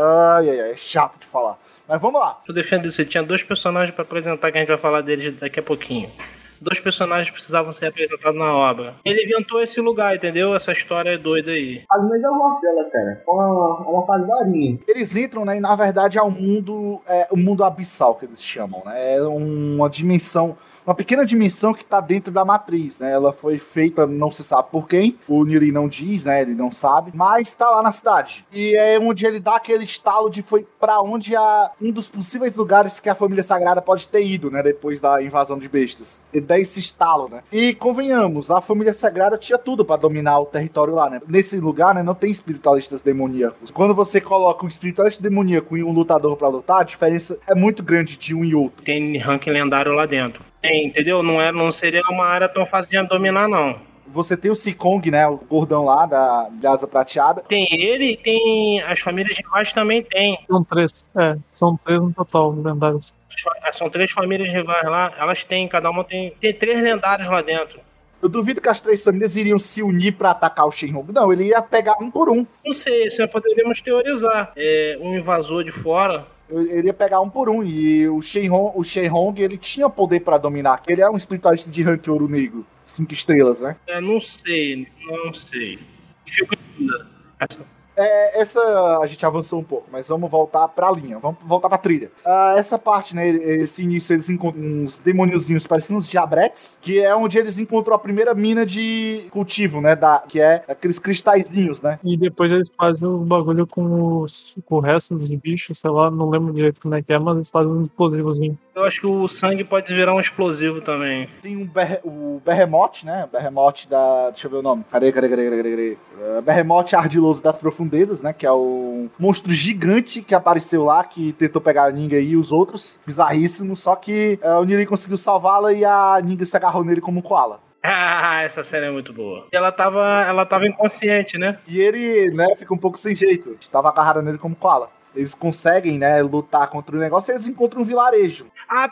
É chato de falar. Mas vamos lá. Eu defendo isso. Você tinha dois personagens pra apresentar que a gente vai falar deles daqui a pouquinho. Dois personagens precisavam ser apresentados na obra. Ele inventou esse lugar, entendeu? Essa história é doida aí. Mas eu gosto dela, cara. É uma fase daorinha. Eles entram, né, e na verdade é o mundo abissal que eles chamam, né? É uma dimensão uma pequena dimensão que tá dentro da matriz, né? Ela foi feita, não se sabe por quem, o Niri não diz, né? Ele não sabe, mas tá lá na cidade. E é onde ele dá aquele estalo de foi pra onde um dos possíveis lugares que a família sagrada pode ter ido, né? Depois da invasão de bestas. Ele dá esse estalo, né? E convenhamos, a família sagrada tinha tudo pra dominar o território lá, né? Nesse lugar, né? Não tem espiritualistas demoníacos. Quando você coloca um espiritualista demoníaco e um lutador pra lutar, a diferença é muito grande de um e outro. Tem ranking lendário lá dentro. Entendeu? Não seria uma área tão fácil de dominar, não. Você tem o Sikong, né? O gordão lá de asa prateada. Tem ele e tem as famílias rivais também tem. São três no total, lendários. São 3 famílias rivais lá, elas têm, cada uma tem 3 lendários lá dentro. Eu duvido que as 3 famílias iriam se unir pra atacar o Shenron. Não, ele ia pegar um por um. Não sei, isso poderíamos teorizar. Um invasor de fora. Ele ia pegar um por um. E o Shenron, ele tinha poder pra dominar. Ele é um espiritualista de rank ouro negro. 5 estrelas, né? Não sei. Fico em dúvida. Essa a gente avançou um pouco, mas vamos voltar pra linha, vamos voltar pra trilha. Essa parte, né, esse início, eles encontram uns demôniozinhos parecendo uns diabretes, que é onde eles encontram a primeira mina de cultivo, né, que é aqueles cristalzinhos, né. E depois eles fazem o bagulho com o resto dos bichos, sei lá, não lembro direito como é que é, mas eles fazem um explosivozinho. Eu acho que o sangue pode virar um explosivo também. Tem o Behemoth, né, Behemoth deixa eu ver o nome, cadê? Behemoth Ardiloso das Profundezas, né, que é o monstro gigante que apareceu lá, que tentou pegar a Ninga e os outros, bizarríssimo, só que o Niri conseguiu salvá-la e a Ninga se agarrou nele como um koala. Essa cena é muito boa. Ela tava inconsciente, né? E ele, né, fica um pouco sem jeito, estava agarrada nele como koala. Eles conseguem, né, lutar contra o negócio e eles encontram um vilarejo.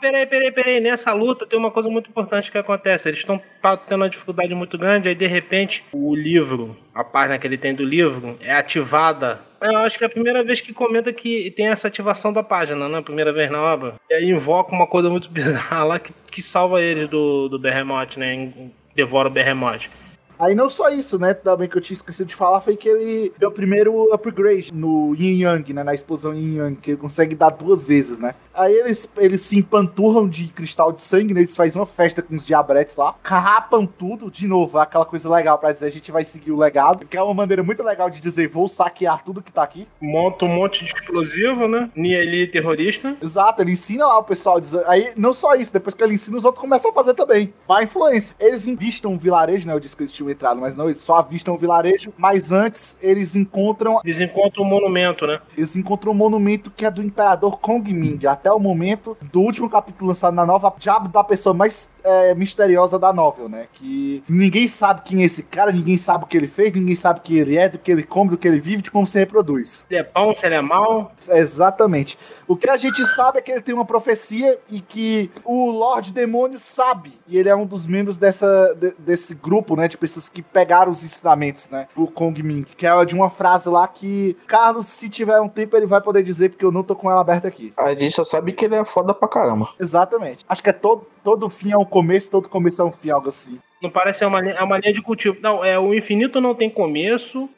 Peraí. Nessa luta tem uma coisa muito importante que acontece. Eles estão tendo uma dificuldade muito grande, aí de repente o livro, a página que ele tem do livro, é ativada. Eu acho que é a primeira vez que comenta que tem essa ativação da página, né? Primeira vez na obra. E aí invoca uma coisa muito bizarra lá que salva eles do Behemoth, né? Devora o Behemoth. Aí não só isso, né, também que eu tinha esquecido de falar, foi que ele deu o primeiro upgrade no Yin Yang, né, na explosão Yin Yang, que ele consegue dar 2 vezes, né. Aí eles se empanturram de cristal de sangue, né, eles fazem uma festa com os diabretes lá, carrapam tudo, de novo, aquela coisa legal pra dizer, a gente vai seguir o legado, que é uma maneira muito legal de dizer, vou saquear tudo que tá aqui. Monta um monte de explosivo, né, Nieli terrorista. Exato, ele ensina lá o pessoal, aí não só isso, depois que ele ensina, os outros começam a fazer também, má influência. Eles investam um vilarejo, né, eu disse que eles tinham entrado, mas não, eles só avistam o vilarejo, mas antes eles encontram um monumento, né? Eles encontram um monumento que é do Imperador Kong Ming, até o momento do último capítulo lançado na nova, diabo da pessoa mais misteriosa da novel, né? Que ninguém sabe quem é esse cara, ninguém sabe o que ele fez, ninguém sabe quem ele é, do que ele come, do que ele vive, de como se reproduz. Se ele é bom, se ele é mau. Exatamente. O que a gente sabe é que ele tem uma profecia e que o Lorde Demônio sabe. E ele é um dos membros desse grupo, né? De pessoas que pegaram os ensinamentos, né? Do Kong Ming. Que é de uma frase lá que, Carlos, se tiver um tempo, ele vai poder dizer, porque eu não tô com ela aberta aqui. A gente só sabe que ele é foda pra caramba. Exatamente. Acho que todo fim é um começo, todo começo é um fim, algo assim. Não parece uma linha de cultivo. Não, o infinito não tem começo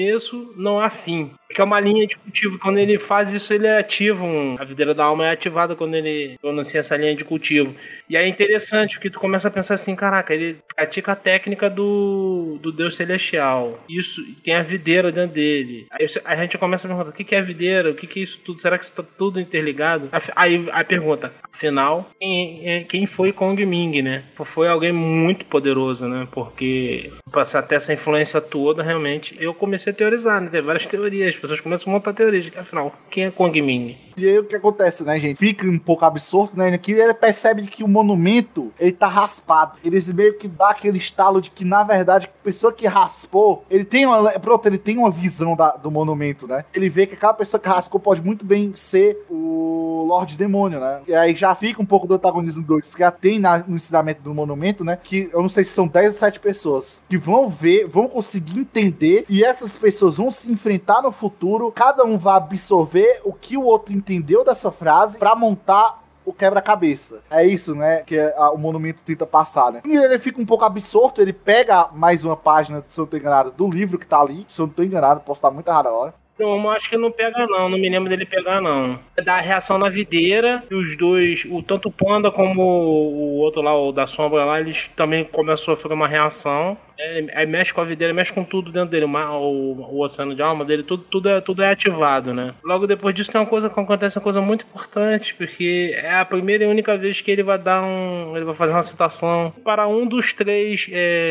não há fim. Que é uma linha de cultivo. Quando ele faz isso, ele ativa a videira da alma é ativada quando ele pronuncia essa linha de cultivo. E aí é interessante, porque tu começa a pensar assim, caraca, ele pratica a técnica do Deus Celestial. Isso, tem a videira dentro dele. Aí a gente começa a perguntar, o que é a videira? O que é isso tudo? Será que isso tá tudo interligado? Aí a pergunta, afinal, quem foi Kong Ming, né? Foi alguém muito poderoso, né? Porque passar até essa influência toda, realmente, eu comecei a teorizar, né? Tem várias teorias, as pessoas começam a montar teorias de que, afinal, quem é Kong Ming? E aí o que acontece, né, gente? Fica um pouco absurdo, né? Que ele percebe que o monumento, ele tá raspado. Eles meio que dá aquele estalo de que, na verdade, a pessoa que raspou, ele tem uma visão do monumento, né? Ele vê que aquela pessoa que raspou pode muito bem ser o Lorde Demônio, né? E aí já fica um pouco do antagonismo 2, porque já tem no ensinamento do monumento, né? Que eu não sei se são 10 ou 7 pessoas que vão conseguir entender, e essas pessoas vão se enfrentar no futuro, cada um vai absorver o que o outro entendeu dessa frase pra montar o quebra-cabeça. É isso, né, que o monumento tenta passar, né? E ele fica um pouco absorto, ele pega mais uma página, se eu não tô enganado, do livro que tá ali, se eu não tô enganado, posso estar muito errado agora. Não, eu acho que não pega não me lembro dele pegar não. Dá a reação na videira e os dois, tanto o Panda como o outro lá, o da sombra lá, eles também começam a sofrer uma reação. Aí mexe com a videira, mexe com tudo dentro dele, o oceano de alma dele, tudo é ativado, né? Logo depois disso tem uma coisa que acontece, uma coisa muito importante, porque é a primeira e única vez que ele vai fazer uma citação para um dos 3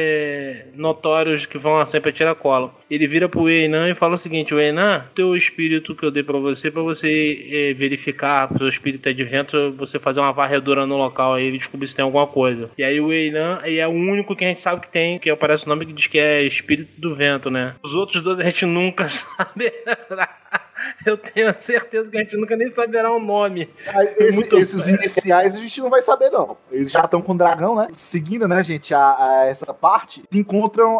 notórios que vão sempre a tiracolo. Ele vira pro Einan e fala o seguinte: o Einan, teu espírito que eu dei pra você verificar, seu espírito é de vento, você fazer uma varredura no local aí e descobrir se tem alguma coisa. E aí o Einan é o único que a gente sabe que tem, que aparece o nome que diz que é espírito do vento, né? Os outros 2 a gente nunca saberá. Eu tenho certeza que a gente nunca nem saberá o nome. Esses iniciais a gente não vai saber, não. Eles já estão com o dragão, né? Seguindo, né, gente, essa parte, encontram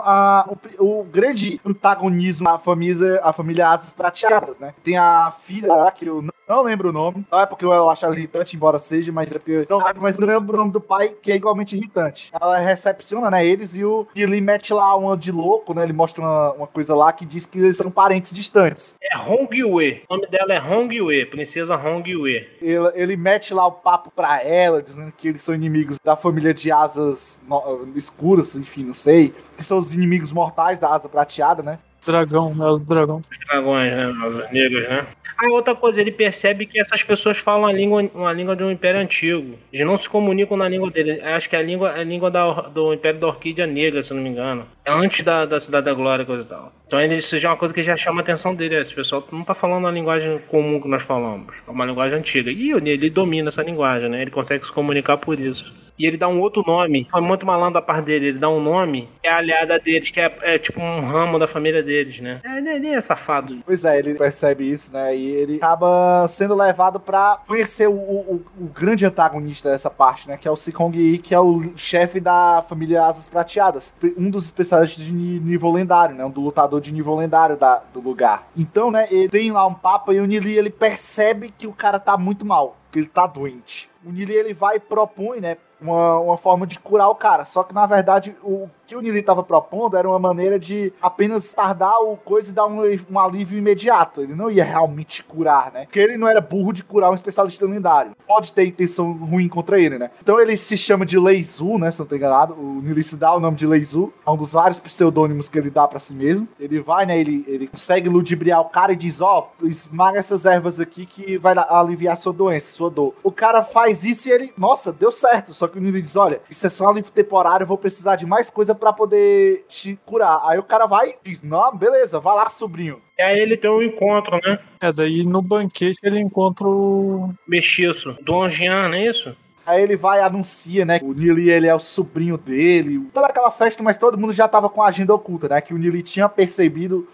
o grande antagonismo da família Asas Prateadas, né? Tem a filha lá, que eu não lembro o nome. Não é porque eu acho ela irritante, embora seja, mas é porque não lembro o nome do pai, que é igualmente irritante. Ela recepciona, né, eles, e ele mete lá uma de louco, né? Ele mostra uma coisa lá que diz que eles são parentes distantes. É Hong Yue. O nome dela é Hong Yue, princesa Hong Yue. Ele mete lá o papo pra ela, dizendo que eles são inimigos da família de asas escuras, enfim, não sei. Que são os inimigos mortais da asa prateada, né? Dragão, né? Os dragões. Os dragões, né? Os negros, né? Aí outra coisa, ele percebe que essas pessoas falam uma língua de um império antigo. Eles não se comunicam na língua dele. Acho que é a língua do Império da Orquídea Negra, se não me engano. É antes da Cidade da Glória e coisa e tal. Então isso já é uma coisa que já chama a atenção dele. Esse pessoal não tá falando a linguagem comum que nós falamos. É uma linguagem antiga. E ele domina essa linguagem, né? Ele consegue se comunicar por isso. E ele dá um outro nome. Foi muito malandro da parte dele. Ele dá um nome que é a aliada deles, que é tipo um ramo da família deles, né? Ele é safado. Pois é, ele percebe isso, né? E ele acaba sendo levado pra conhecer o grande antagonista dessa parte, né? Que é o Sikong Yi, que é o chefe da família Asas Prateadas. Um dos especialistas de nível lendário, né? Um do lutador de nível lendário do lugar. Então, né? Ele tem lá um papo e o Nili, ele percebe que o cara tá muito mal. Que ele tá doente. O Nili, ele vai e propõe, né? Uma forma de curar o cara. Só que, na verdade, o que o Nili estava propondo era uma maneira de apenas tardar o coisa e dar um alívio imediato. Ele não ia realmente curar, né? Porque ele não era burro de curar um especialista lendário. Pode ter intenção ruim contra ele, né? Então ele se chama de Leizu, né? Se não tô enganado. O Nili se dá o nome de Leizu. É um dos vários pseudônimos que ele dá pra si mesmo. Ele vai, né? Ele consegue ludibriar o cara e diz: ó, esmaga essas ervas aqui que vai aliviar sua doença, sua dor. O cara faz isso e ele, nossa, deu certo. Só que o Nili diz: olha, isso é só um alívio temporário, eu vou precisar de mais coisa pra poder te curar. Aí o cara vai e diz: não, beleza, vai lá, sobrinho. E aí ele tem um encontro, né? Daí no banquete ele encontra o Mestiço, do Anjian, não é isso? Aí ele vai e anuncia, né? O Nili, ele é o sobrinho dele. Toda aquela festa, mas todo mundo já tava com a agenda oculta, né? Que o Nili tinha percebido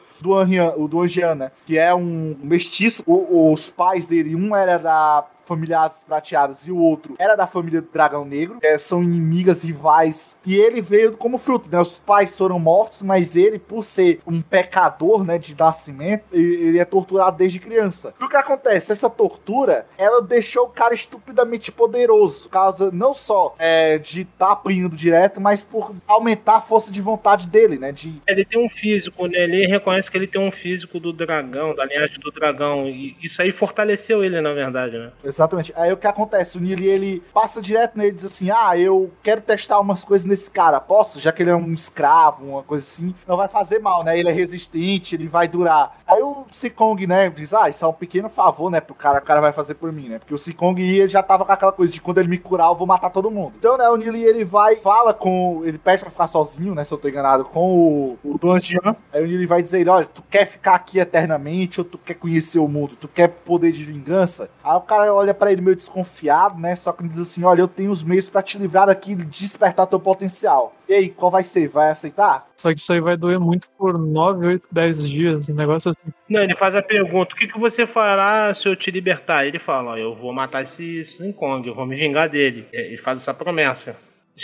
do Anjian, né? Que é um mestiço. Os pais dele, um era da família Asas Prateadas e o outro era da família Dragão Negro, são inimigas, rivais, e ele veio como fruto, né? Os pais foram mortos, mas ele, por ser um pecador, né, de nascimento, ele é torturado desde criança. O que acontece? Essa tortura, ela deixou o cara estupidamente poderoso, por causa não só de estar apanhando direto, mas por aumentar a força de vontade dele, né? Ele tem um físico, né? Ele reconhece que ele tem um físico do dragão, da linhagem do dragão, e isso aí fortaleceu ele, na verdade, né? Exatamente. Aí o que acontece? O Nili, ele passa direto nele e diz assim: ah, eu quero testar umas coisas nesse cara, posso? Já que ele é um escravo, uma coisa assim, não vai fazer mal, né? Ele é resistente, ele vai durar. Aí o Sikong, né, diz: ah, isso é um pequeno favor, né, pro cara, o cara vai fazer por mim, né? Porque o Sikong, ele já tava com aquela coisa de quando ele me curar, eu vou matar todo mundo. Então, né, o Nili, ele vai, ele pede pra ficar sozinho, né, se eu tô enganado, com o Duanjian. Aí o Nili vai dizer: olha, tu quer ficar aqui eternamente ou tu quer conhecer o mundo? Tu quer poder de vingança? Aí o cara olha pra ele meio desconfiado, né? Só que ele diz assim: olha, eu tenho os meios pra te livrar daqui e despertar teu potencial. E aí, qual vai ser? Vai aceitar? Só que isso aí vai doer muito por 9, 8, 10 dias, um negócio assim. Não, ele faz a pergunta: o que você fará se eu te libertar? Ele fala: ó, eu vou matar esse Kong, eu vou me vingar dele. Ele faz essa promessa.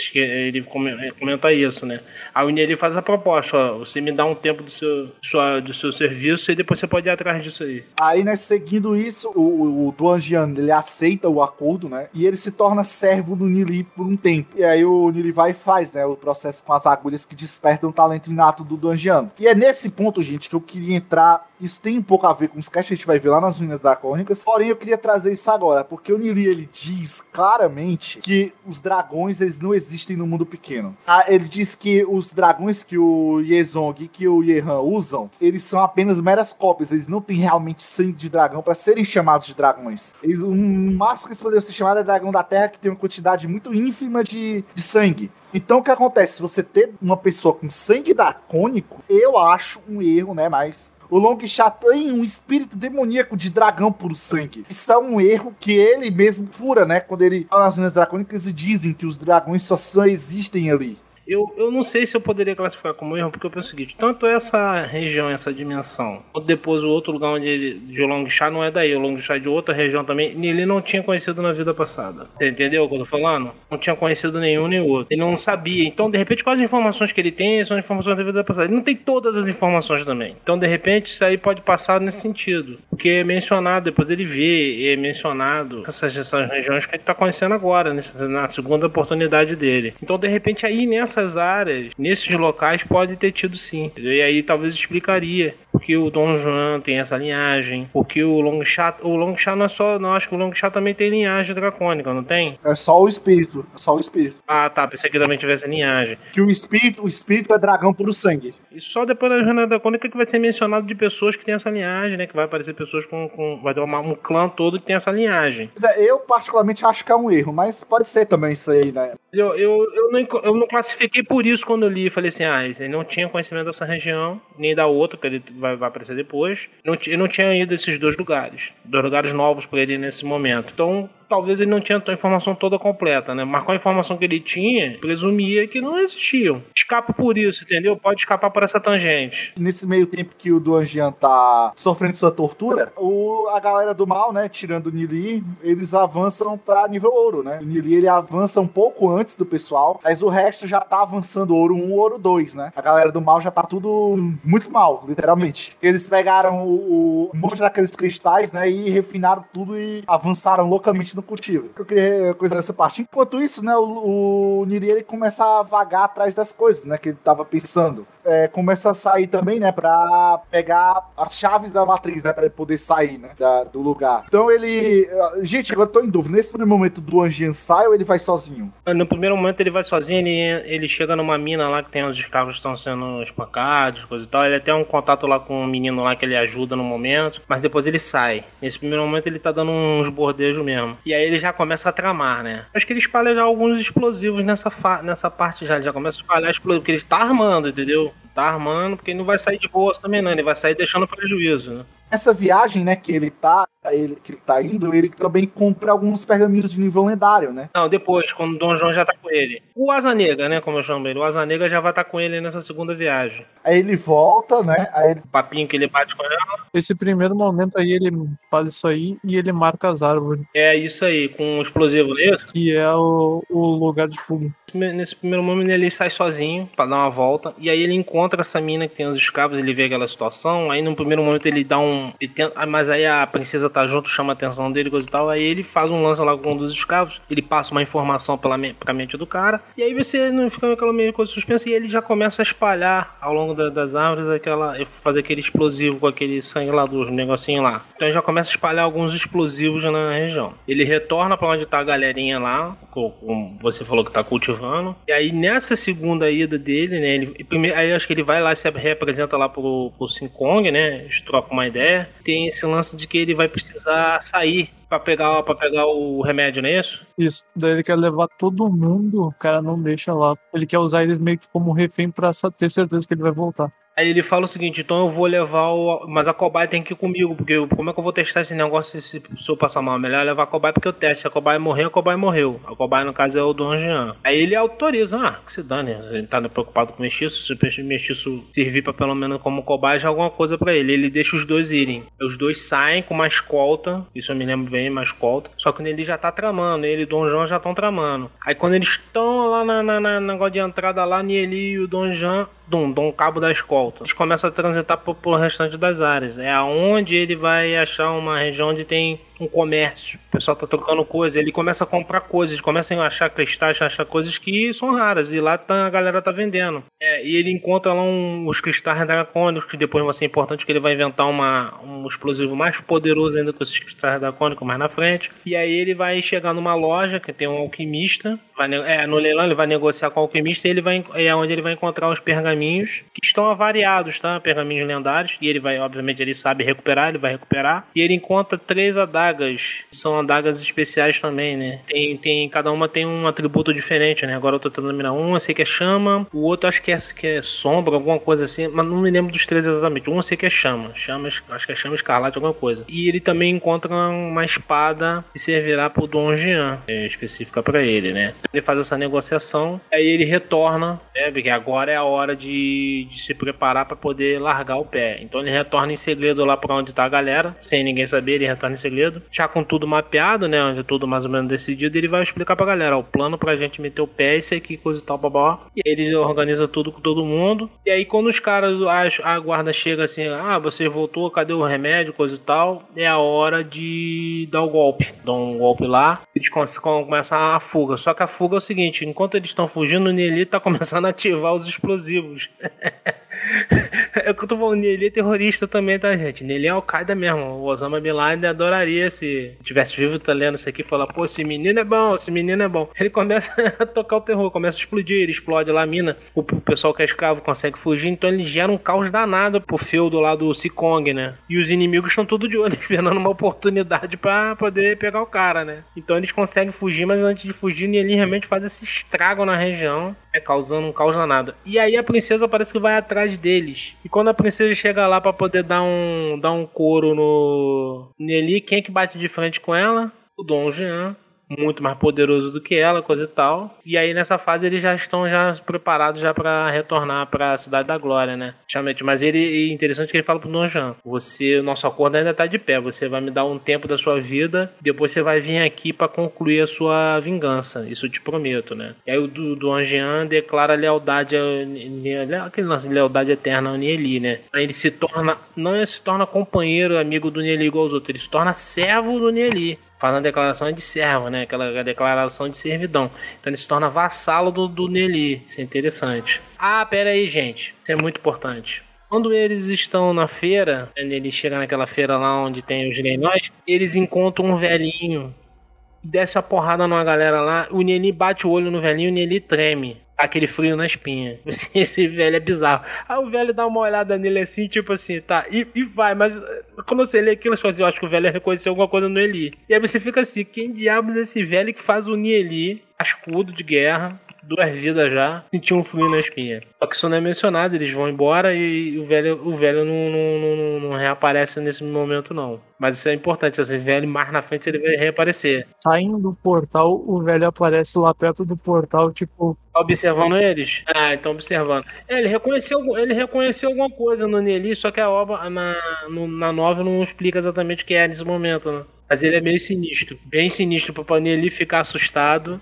Ele comenta isso, né? Aí o Nili faz a proposta: ó, você me dá um tempo do seu serviço e depois você pode ir atrás disso aí. Aí, né, seguindo isso, o Duanjian, ele aceita o acordo, né? E ele se torna servo do Nili por um tempo. E aí o Nili vai e faz, né, o processo com as agulhas que despertam o talento inato do Duanjian. E é nesse ponto, gente, que eu queria entrar Isso tem um pouco a ver com os que a gente vai ver lá nas Ruínas Dracônicas. Porém, eu queria trazer isso agora, porque o Nili, ele diz claramente que os dragões, eles não existem no mundo pequeno. Ele diz que os dragões que o Yezong e que o Yehan usam, eles são apenas meras cópias. Eles não têm realmente sangue de dragão para serem chamados de dragões. O máximo que eles poderiam ser chamados é dragão da terra, que tem uma quantidade muito ínfima de sangue. Então o que acontece? Se você ter uma pessoa com sangue dracônico, eu acho um erro, né? Mas o Longshot tem um espírito demoníaco de dragão puro sangue. Isso é um erro que ele mesmo fura, né? Quando ele fala nas Ruínas Dracônicas e dizem que os dragões só existem ali. Eu não sei se eu poderia classificar como erro, porque eu penso o seguinte, tanto essa região, essa dimensão, quanto depois o outro lugar onde de Longshot não é daí, o Longshot é de outra região também, ele não tinha conhecido na vida passada. Você entendeu o que eu tô falando? Não tinha conhecido nenhum nem outro. Ele não sabia. Então, de repente, quais as informações que ele tem são informações da vida passada. Ele não tem todas as informações também. Então, de repente, isso aí pode passar nesse sentido. Porque é mencionado, depois ele vê, é mencionado essas regiões que ele tá conhecendo agora, na segunda oportunidade dele. Então, de repente, aí nessas áreas, nesses locais, pode ter tido sim. Entendeu? E aí talvez explicaria porque o Don Juan tem essa linhagem, porque o Longshot não é só, não, acho que o Longshot também tem linhagem dracônica, não tem? É só o espírito, Ah, tá, pensei que também tivesse linhagem. Que o espírito é dragão puro sangue. E só depois da jornada dracônica que vai ser mencionado de pessoas que tem essa linhagem, né, que vai aparecer pessoas vai ter um clã todo que tem essa linhagem. Eu particularmente acho que é um erro, mas pode ser também isso aí, né? Eu não classifiquei por isso quando eu li, falei assim, ele não tinha conhecimento dessa região, nem da outra, que ele vai aparecer depois. Eu não tinha ido a esses dois lugares novos para ele nesse momento. Então, talvez ele não tinha a informação toda completa, né? Mas com a informação que ele tinha, presumia que não existiam. Escapa por isso, entendeu? Pode escapar por essa tangente. Nesse meio tempo que o Duan Jian tá sofrendo sua tortura, a galera do mal, né, tirando o Nili, eles avançam pra nível ouro, né? O Nili, ele avança um pouco antes do pessoal, mas o resto já tá avançando ouro 1, ouro 2, né? A galera do mal já tá tudo muito mal, literalmente. Eles pegaram um monte daqueles cristais, né, e refinaram tudo e avançaram loucamente no cultivo. Eu queria coisa dessa parte. Enquanto isso, né, o Nili, ele começa a vagar atrás das coisas, né, que ele tava pensando. Começa a sair também, né, pra pegar as chaves da matriz, né, pra ele poder sair, né, do lugar. Então ele... Gente, agora eu tô em dúvida. Nesse primeiro momento, do Anjian sai ou ele vai sozinho? No primeiro momento ele vai sozinho, ele chega numa mina lá que tem os escravos que estão sendo espancados, coisa e tal. Ele tem um contato lá com um menino lá que ele ajuda no momento, mas depois ele sai. Nesse primeiro momento ele tá dando uns bordejos mesmo. E aí ele já começa a tramar, né? Acho que ele espalha já alguns explosivos nessa parte já. Ele já começa a espalhar explosivos, porque ele tá armando, entendeu? Tá armando, porque ele não vai sair de boa também não, ele vai sair deixando prejuízo, né? Essa viagem, né, que ele tá indo, ele também compra alguns pergaminhos de nível lendário, né? Não, depois, quando o Don João já tá com ele. O Asa Negra, né, como eu chamo ele. O Asa Negra já vai estar com ele nessa segunda viagem. Aí ele volta, né? O papinho que ele bate com ela. Esse primeiro momento aí, ele faz isso aí e ele marca as árvores. É isso aí, com um explosivo, não é isso? Que é o lugar de fuga. Nesse primeiro momento ele sai sozinho pra dar uma volta. E aí ele encontra essa mina que tem os escravos, ele vê aquela situação. Aí no primeiro momento ele dá mas aí a princesa tá junto, chama a atenção dele, coisa e tal. Aí ele faz um lance lá com um dos escravos. Ele passa uma informação pra mente do cara. E aí você não fica naquela meio coisa suspensa. E ele já começa a espalhar ao longo das árvores fazer aquele explosivo com aquele sangue lá do negocinho lá. Então ele já começa a espalhar alguns explosivos na região. Ele retorna pra onde tá a galerinha lá, como você falou que tá cultivando. E aí nessa segunda ida dele, né, aí acho que ele vai lá e se representa lá pro Sinkong, né, eles trocam uma ideia. Tem esse lance de que ele vai precisar sair pra pegar o remédio, não é isso? Isso, daí ele quer levar todo mundo, o cara não deixa lá. Ele quer usar eles meio que como refém pra ter certeza que ele vai voltar. Aí ele fala o seguinte, então eu vou levar mas a cobaia tem que ir comigo, porque como é que eu vou testar esse negócio se eu passar mal? Melhor levar a cobaia porque eu testo. Se a cobaia morrer, a cobaia morreu. A cobaia, no caso, é o Don Jian. Aí ele autoriza, que se dane, ele tá preocupado com o mestiço, se o mestiço servir pra pelo menos como cobaia, já é alguma coisa pra ele. Ele deixa os dois irem. Os dois saem com uma escolta, isso eu me lembro bem, uma escolta, só que ele já tá tramando, ele e o Don Jian já estão tramando. Aí quando eles estão lá na negócio de entrada lá, ele e o Don Jian dão um cabo da escolta. Eles começam a transitar pro restante das áreas. É aonde ele vai achar uma região onde tem um comércio. O pessoal tá trocando coisas, ele começa a comprar coisas, começa a achar cristais, achar coisas que são raras, e lá a galera tá vendendo. E ele encontra lá os cristais dracônicos, que depois vai ser importante que ele vai inventar um explosivo mais poderoso ainda com esses cristais dracônicos mais na frente. E aí ele vai chegar numa loja que tem um alquimista, no leilão ele vai negociar com o alquimista e é onde ele vai encontrar os pergaminhos que estão avariados, tá? Pergaminhos lendários, e ele vai, obviamente, ele sabe recuperar, ele vai recuperar, e ele encontra 3 adagas, que são adagas especiais também, né? Cada uma tem um atributo diferente, né? Agora eu tô tentando mirar eu sei que é chama, o outro acho que é sombra, alguma coisa assim, mas não me lembro dos 3 exatamente. Eu sei que é chama, acho que é chama escarlate, alguma coisa. E ele também encontra uma espada que servirá pro Don Juan, específica pra ele, né? Ele faz essa negociação, aí ele retorna, porque agora é a hora de se preparar pra poder largar o pé. Então ele retorna em segredo lá pra onde tá a galera, sem ninguém saber, ele retorna em segredo, já com tudo mapeado, né? Onde tudo mais ou menos decidido, ele vai explicar pra galera, o plano pra gente meter o pé é esse aqui, coisa e tal, babá. E aí ele organiza tudo com todo mundo. E aí quando os caras, a guarda chega assim, você voltou, cadê o remédio, coisa e tal, é a hora de dar o golpe. Dá um golpe lá, eles começam a fuga. Só que a fuga é o seguinte, enquanto eles estão fugindo, o Nili tá começando a ativar os explosivos. É o que eu tô falando, Nili é terrorista também, tá, gente? Nili é Al-Qaeda mesmo. O Osama Bin Laden adoraria se tivesse vivo, tá lendo isso aqui e falar, pô, esse menino é bom, esse menino é bom. Ele começa a tocar o terror, começa a explodir, ele explode lá a mina. O pessoal que é escravo consegue fugir, então ele gera um caos danado pro feudo lá do Sikong, né? E os inimigos estão tudo de olho, esperando uma oportunidade pra poder pegar o cara, né? Então eles conseguem fugir, mas antes de fugir, Nili realmente faz esse estrago na região, causando um caos danado. E aí a princesa parece que vai atrás deles. E quando a princesa chega lá pra poder dar um couro no Nili, quem é que bate de frente com ela? O Don Juan. Muito mais poderoso do que ela, coisa e tal. E aí nessa fase eles já estão preparados já para retornar para a Cidade da Glória, né? Mas ele é interessante que ele fala pro Don Juan, o nosso acordo ainda tá de pé, você vai me dar um tempo da sua vida, depois você vai vir aqui para concluir a sua vingança, isso eu te prometo, né? E aí o Don Juan declara lealdade aquele lance de lealdade eterna ao Nili, né? Aí ele não se torna companheiro, amigo do Nili igual aos outros, ele se torna servo do Nili. Faz uma declaração de servo, né? Aquela declaração de servidão. Então ele se torna vassalo do Nili. Isso é interessante. Pera aí, gente. Isso é muito importante. Quando eles estão na feira, ele chega naquela feira lá onde tem os leilões, eles encontram um velhinho. Desce a porrada numa galera lá. O Nili bate o olho no velhinho e o Nili treme. Aquele frio na espinha. Esse velho é bizarro. Aí o velho dá uma olhada nele assim, tipo assim, tá, e vai, mas quando você lê aquilo, eu acho que o velho reconheceu alguma coisa no Eli. E aí você fica assim, quem diabos é esse velho que faz unir Eli, escudo de guerra, 2 vidas já, sentiu um frio na espinha. Só que isso não é mencionado, eles vão embora e o velho não reaparece nesse momento não. Mas isso é importante, esse velho mais na frente ele vai reaparecer. Saindo do portal, o velho aparece lá perto do portal, tipo... Tá observando eles? Então observando. Ele reconheceu alguma coisa no Nili, só que a obra na novela não explica exatamente o que é nesse momento, né? Mas ele é meio sinistro, bem sinistro pro Nili ficar assustado.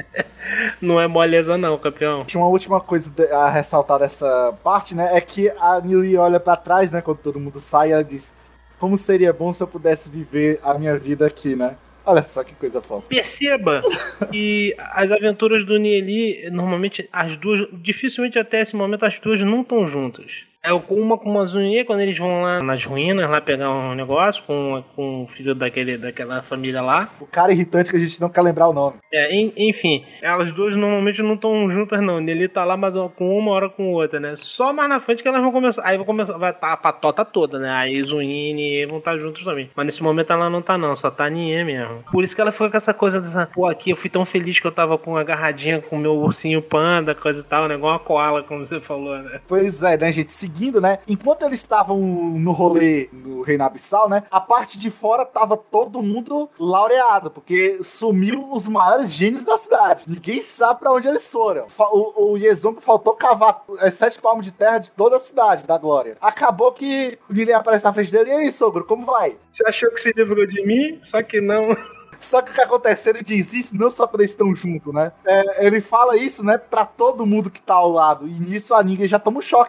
Não é moleza não, campeão. Uma última coisa a ressaltar dessa parte, né, é que a Nili olha pra trás, né, quando todo mundo sai, ela diz, como seria bom se eu pudesse viver a minha vida aqui, né? Olha só que coisa fofa. Perceba que as aventuras do Nili, normalmente as duas, dificilmente até esse momento as duas não estão juntas. É uma com uma Zunhê, quando eles vão lá nas ruínas, lá pegar um negócio com o filho daquela família lá. O cara irritante que a gente não quer lembrar o nome. Enfim, elas duas normalmente não estão juntas não. Ele tá lá mais com uma hora com outra, né? Só mais na frente que elas vão começar. Aí vai estar a patota toda, né? Aí Zunhê e Niê vão estar juntos também. Mas nesse momento ela não tá não, só tá Niê mesmo. Por isso que ela foi com essa coisa dessa... Pô, aqui eu fui tão feliz que eu tava com agarradinha com o meu ursinho panda, coisa e tal, né? Igual uma koala, como você falou, né? Pois é, né, gente? Seguindo, né? Enquanto eles estavam no rolê no Reino Abissal, né? A parte de fora tava todo mundo laureado, porque sumiu os maiores gênios da cidade. Ninguém sabe pra onde eles foram. O Yezongo faltou cavar 7 palmos de terra de toda a cidade da Glória. Acabou que o Nili aparece na frente dele. E aí, sogro, como vai? Você achou que se livrou de mim? Só que não... Só que o que acontece, ele diz isso não só quando eles estão juntos, né? Ele fala isso, né, pra todo mundo que tá ao lado. E nisso a Ninguém já toma um choque, né?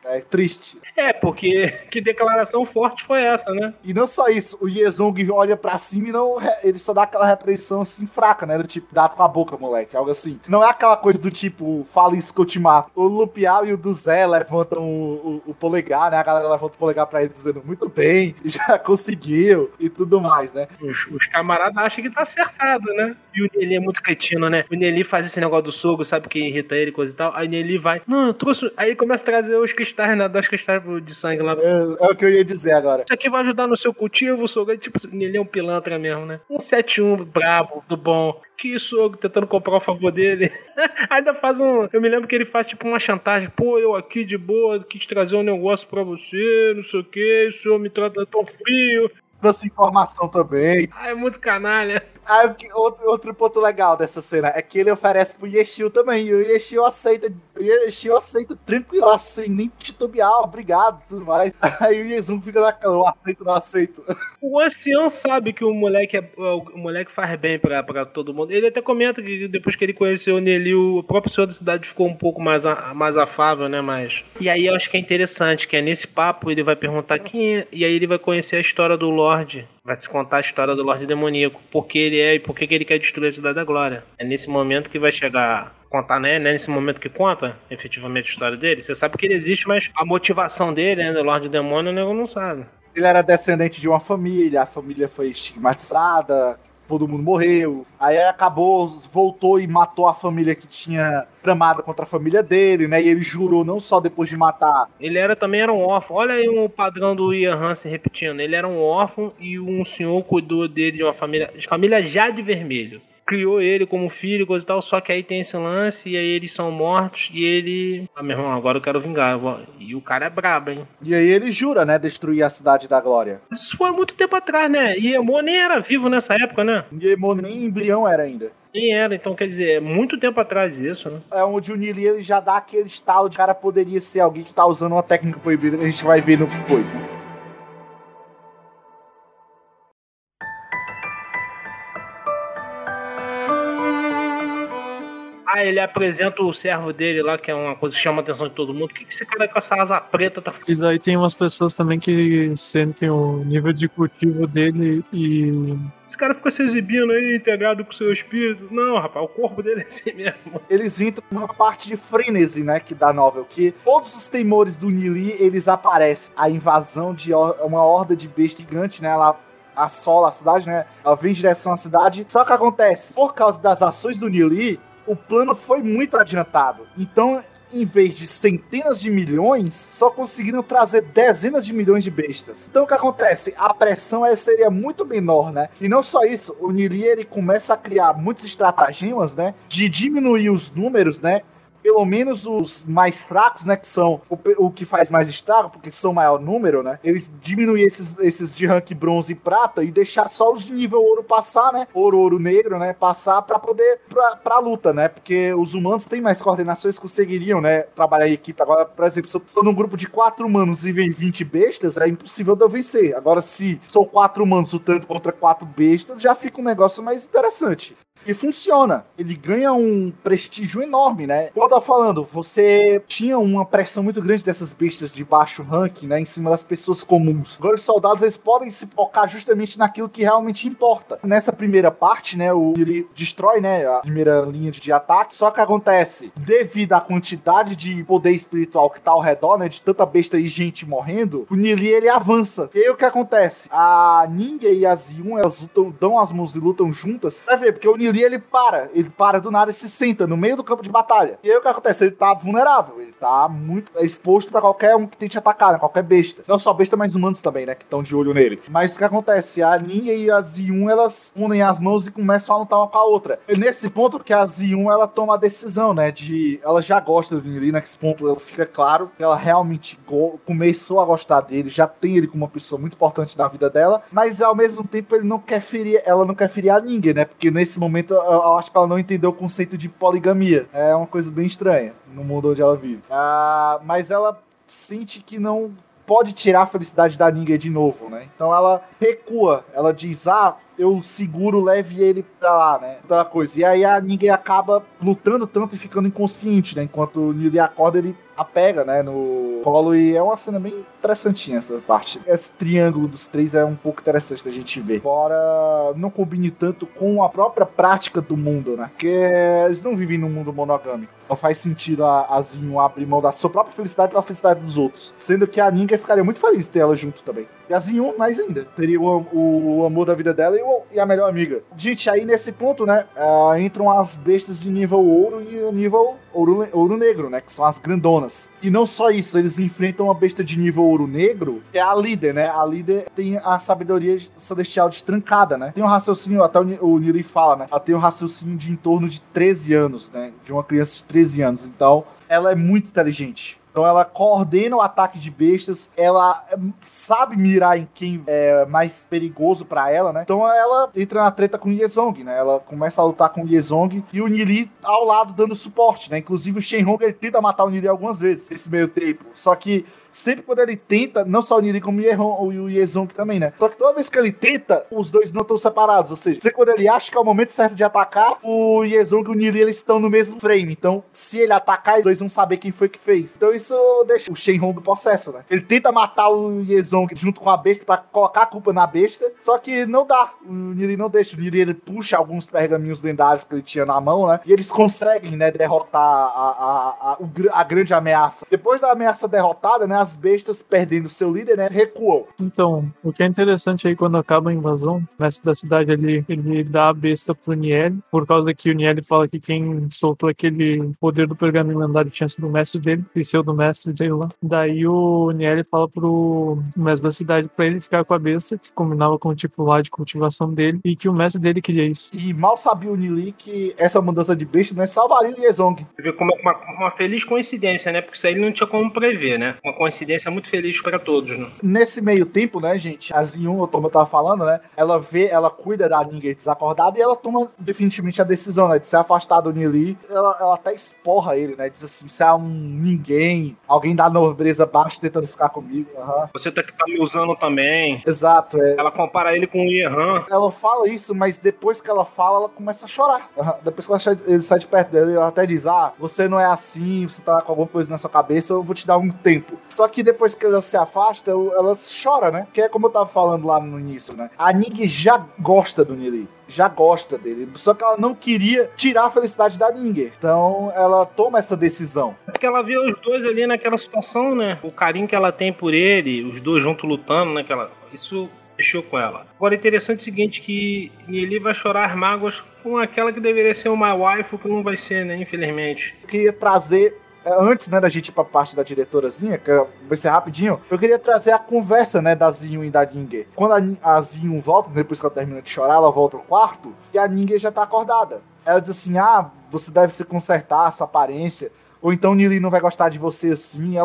É triste. Porque que declaração forte foi essa, né? E não só isso, o Yezong olha pra cima e não, ele só dá aquela repreensão assim fraca, né? Do tipo, dá com a boca, moleque, algo assim. Não é aquela coisa do tipo, fala isso que eu te mato. O Lupial e o Duzé levantam o polegar, né? A galera levanta o polegar pra ele dizendo, muito bem, já conseguiu e tudo mais, né? Os camaradas acham que tá acertado, né? E o Nelly é muito cretino, né? O Nelly faz esse negócio do sogro, sabe que irrita ele, coisa e tal. Aí o Nelly vai, não, eu trouxe... Aí ele começa a trazer os cristais, né? Das cristais de sangue lá. É o que eu ia dizer agora. Isso aqui vai ajudar no seu cultivo, sogro. Aí, tipo, o Nelly é um pilantra mesmo, né? Um 7-1 brabo, do bom. Que sogro, tentando comprar o favor dele. Ainda faz um... Eu me lembro que ele faz, tipo, uma chantagem. Pô, eu aqui de boa, quis trazer um negócio pra você, não sei o que, o senhor me trata tão frio. Trouxe informação também. É muito canalha. Aí, outro ponto legal dessa cena é que ele oferece pro Yeshio também. E o Yeshio aceita tranquilo, sem nem titubear, obrigado e tudo mais. Aí o Yezung fica naquela, eu aceito, não aceito. O ancião sabe que o moleque faz bem pra todo mundo. Ele até comenta que depois que ele conheceu o Nelly, o próprio senhor da cidade ficou um pouco mais afável, né? E aí eu acho que é interessante, que é nesse papo ele vai perguntar quem é, e aí ele vai conhecer a história do Lorde. Vai se contar a história do Lorde Demoníaco. Por que ele é e por que ele quer destruir a Cidade da Glória. É nesse momento que vai chegar... Contar, né? Não é nesse momento que conta efetivamente a história dele. Você sabe que ele existe, mas a motivação dele, né? Do Lorde Demônio, o nego não sabe. Ele era descendente de uma família, a família foi estigmatizada, todo mundo morreu. Aí acabou, voltou e matou a família que tinha tramado contra a família dele, né? E ele jurou não só depois de matar. Ele também era um órfão. Olha aí o padrão do Ian Hansen repetindo. Ele era um órfão e um senhor cuidou dele de uma família já de vermelho. Criou ele como filho, coisa e tal, só que aí tem esse lance, e aí eles são mortos, e ele... Ah, meu irmão, agora eu quero vingar. E o cara é brabo, hein? E aí ele jura, né, destruir a Cidade da Glória. Isso foi muito tempo atrás, né? E Emo nem era vivo nessa época, né? E Emo nem embrião era ainda. Nem era, então quer dizer, é muito tempo atrás isso, né? É onde o Nili ele já dá aquele estalo de cara poderia ser alguém que tá usando uma técnica proibida, que a gente vai ver depois, né? Ele apresenta o servo dele lá, que é uma coisa que chama a atenção de todo mundo. O que esse cara com essa asa preta tá fazendo? E daí tem umas pessoas também que sentem o nível de cultivo dele e... Esse cara fica se exibindo aí, integrado com o seu espírito. Não, rapaz, o corpo dele é assim mesmo. Eles entram numa parte de frenesi, né, que da novel, que todos os temores do Nili, eles aparecem. A invasão de uma horda de besta gigante, né, ela assola a cidade, né, ela vem em direção à cidade. Só que acontece, por causa das ações do Nili, o plano foi muito adiantado. Então, em vez de centenas de milhões, só conseguiram trazer dezenas de milhões de bestas. Então, o que acontece? A pressão seria muito menor, né? E não só isso, o Nili, ele começa a criar muitos estratagemas, né? De diminuir os números, né? Pelo menos os mais fracos, né, que são o que faz mais estrago, porque são maior número, né, eles diminuem esses de rank bronze e prata e deixar só os de nível ouro passar, né, ouro negro, né, passar pra poder pra luta, né, porque os humanos têm mais coordenações, conseguiriam, né, trabalhar em equipe. Agora, por exemplo, se eu tô num grupo de 4 humanos e vem 20 bestas, é impossível de eu vencer. Agora, se são 4 humanos lutando contra 4 bestas, já fica um negócio mais interessante. E funciona. Ele ganha um prestígio enorme, né? Como eu tava falando, você tinha uma pressão muito grande dessas bestas de baixo ranking, né? Em cima das pessoas comuns. Agora os soldados, eles podem se focar justamente naquilo que realmente importa. Nessa primeira parte, né? Ele destrói, né? A primeira linha de ataque. Só que acontece, devido à quantidade de poder espiritual que tá ao redor, né? De tanta besta e gente morrendo, o Nili, ele avança. E aí o que acontece? A Ninja e a Zyun, elas dão as mãos e lutam juntas. Vai ver, porque o Nili, ele para do nada e se senta no meio do campo de batalha. E aí o que acontece? Ele tá vulnerável, ele tá muito exposto pra qualquer um que tente atacar, né? Qualquer besta. Não só besta, mas humanos também, né? Que estão de olho nele. Mas o que acontece? A Ninja e a Zyun, elas unem as mãos e começam a lutar uma com a outra. É nesse ponto que a Zyun, ela toma a decisão, né? Ela já gosta do Nili, nesse ponto fica claro que ela realmente começou a gostar dele, já tem ele como uma pessoa muito importante na vida dela, mas ao mesmo tempo ela não quer ferir a ninguém, né? Porque nesse momento eu acho que ela não entendeu o conceito de poligamia. É uma coisa bem estranha no mundo onde ela vive. Mas ela sente que não pode tirar a felicidade da Ninja de novo, né? Então ela recua. Ela diz, eu seguro, leve ele pra lá, né? Toda coisa. E aí a Ninja acaba lutando tanto e ficando inconsciente, né? Enquanto o Nili acorda, ele apega, né, no colo, e é uma cena bem interessantinha essa parte. Esse triângulo dos três é um pouco interessante da gente ver. Embora não combine tanto com a própria prática do mundo, né? Porque eles não vivem num mundo monogâmico. Não faz sentido a Zinho abrir mão da sua própria felicidade pela felicidade dos outros. Sendo que a Ninger ficaria muito feliz de ter ela junto também. E a Zinho mais ainda. Teria o amor da vida dela e a melhor amiga. Gente, aí nesse ponto, né, entram as bestas de nível ouro e nível ouro negro, né, que são as grandonas. E não só isso, eles enfrentam uma besta de nível ouro negro, que é a líder, né? A líder tem a sabedoria celestial destrancada, né? Tem um raciocínio, até o Nili fala, né? Ela tem um raciocínio de em torno de 13 anos, né? De uma criança de 13 anos. Então, ela é muito inteligente. Então ela coordena o ataque de bestas, ela sabe mirar em quem é mais perigoso pra ela, né? Então ela entra na treta com o Yezong, né? Ela começa a lutar com o Yezong e o Nili ao lado dando suporte, né? Inclusive o Shenhong, ele tenta matar o Nili algumas vezes nesse meio tempo. Só que sempre quando ele tenta, não só o Nili como o Yezong também, né? Só que toda vez que ele tenta, os dois não estão separados. Ou seja, quando ele acha que é o momento certo de atacar, o Yezong e o Nili, eles estão no mesmo frame. Então, se ele atacar, os dois vão saber quem foi que fez. Então isso deixa o Shenhong possesso, né? Ele tenta matar o Yezong junto com a besta pra colocar a culpa na besta, só que não dá. O Nili não deixa. O Nili, ele puxa alguns pergaminhos lendários que ele tinha na mão, né? E eles conseguem, né, derrotar a grande ameaça. Depois da ameaça derrotada, né, as bestas, perdendo seu líder, né, recuam. Então, o que é interessante aí, quando acaba a invasão, o mestre da cidade ali, ele dá a besta pro Niele, por causa que o Niele fala que quem soltou aquele poder do pergaminho lendário tinha sido o mestre dele, e seu do mestre dele lá. Daí o Niele fala pro mestre da cidade pra ele ficar com a besta, que combinava com o tipo lá de cultivação dele, e que o mestre dele queria isso. E mal sabia o Nili que essa mudança de besta, né, salvaria o Yezong. Você vê como é uma feliz coincidência, né? Porque isso aí ele não tinha como prever, né? Uma coincidência muito feliz pra todos, né? Nesse meio tempo, né, gente, a Zinyu, como eu tava falando, né, ela cuida da Ninger desacordada e ela toma definitivamente a decisão, né, de se afastar do Nili. Ela até esporra ele, né, diz assim, se é um ninguém, alguém da nobreza baixa tentando ficar comigo. Você tá me usando também. Exato, Ela compara ele com o Yehan. Ela fala isso, mas depois que ela fala, ela começa a chorar. Depois que ele sai de perto dele, ela até diz, você não é assim, você tá com alguma coisa na sua cabeça, eu vou te dar um tempo. Só que depois que ela se afasta, ela chora, né? Que é como eu tava falando lá no início, né? A Ning já gosta do Nili. Já gosta dele, só que ela não queria tirar a felicidade da Ninger. Então ela toma essa decisão. Porque ela vê os dois ali naquela situação, né? O carinho que ela tem por ele, os dois juntos lutando, né? Isso mexeu com ela. Agora é interessante o seguinte, que ele vai chorar as mágoas com aquela que deveria ser uma waifu, que não vai ser, né? Infelizmente. Eu queria trazer, antes, né, da gente ir pra parte da diretorazinha, que vai ser rapidinho, eu queria trazer a conversa, né, da Zinyu e da Ninger. Quando a Zinyu volta, depois que ela termina de chorar, ela volta ao quarto e a Ninger já tá acordada. Ela diz assim, você deve se consertar, essa aparência, ou então o Nili não vai gostar de você assim.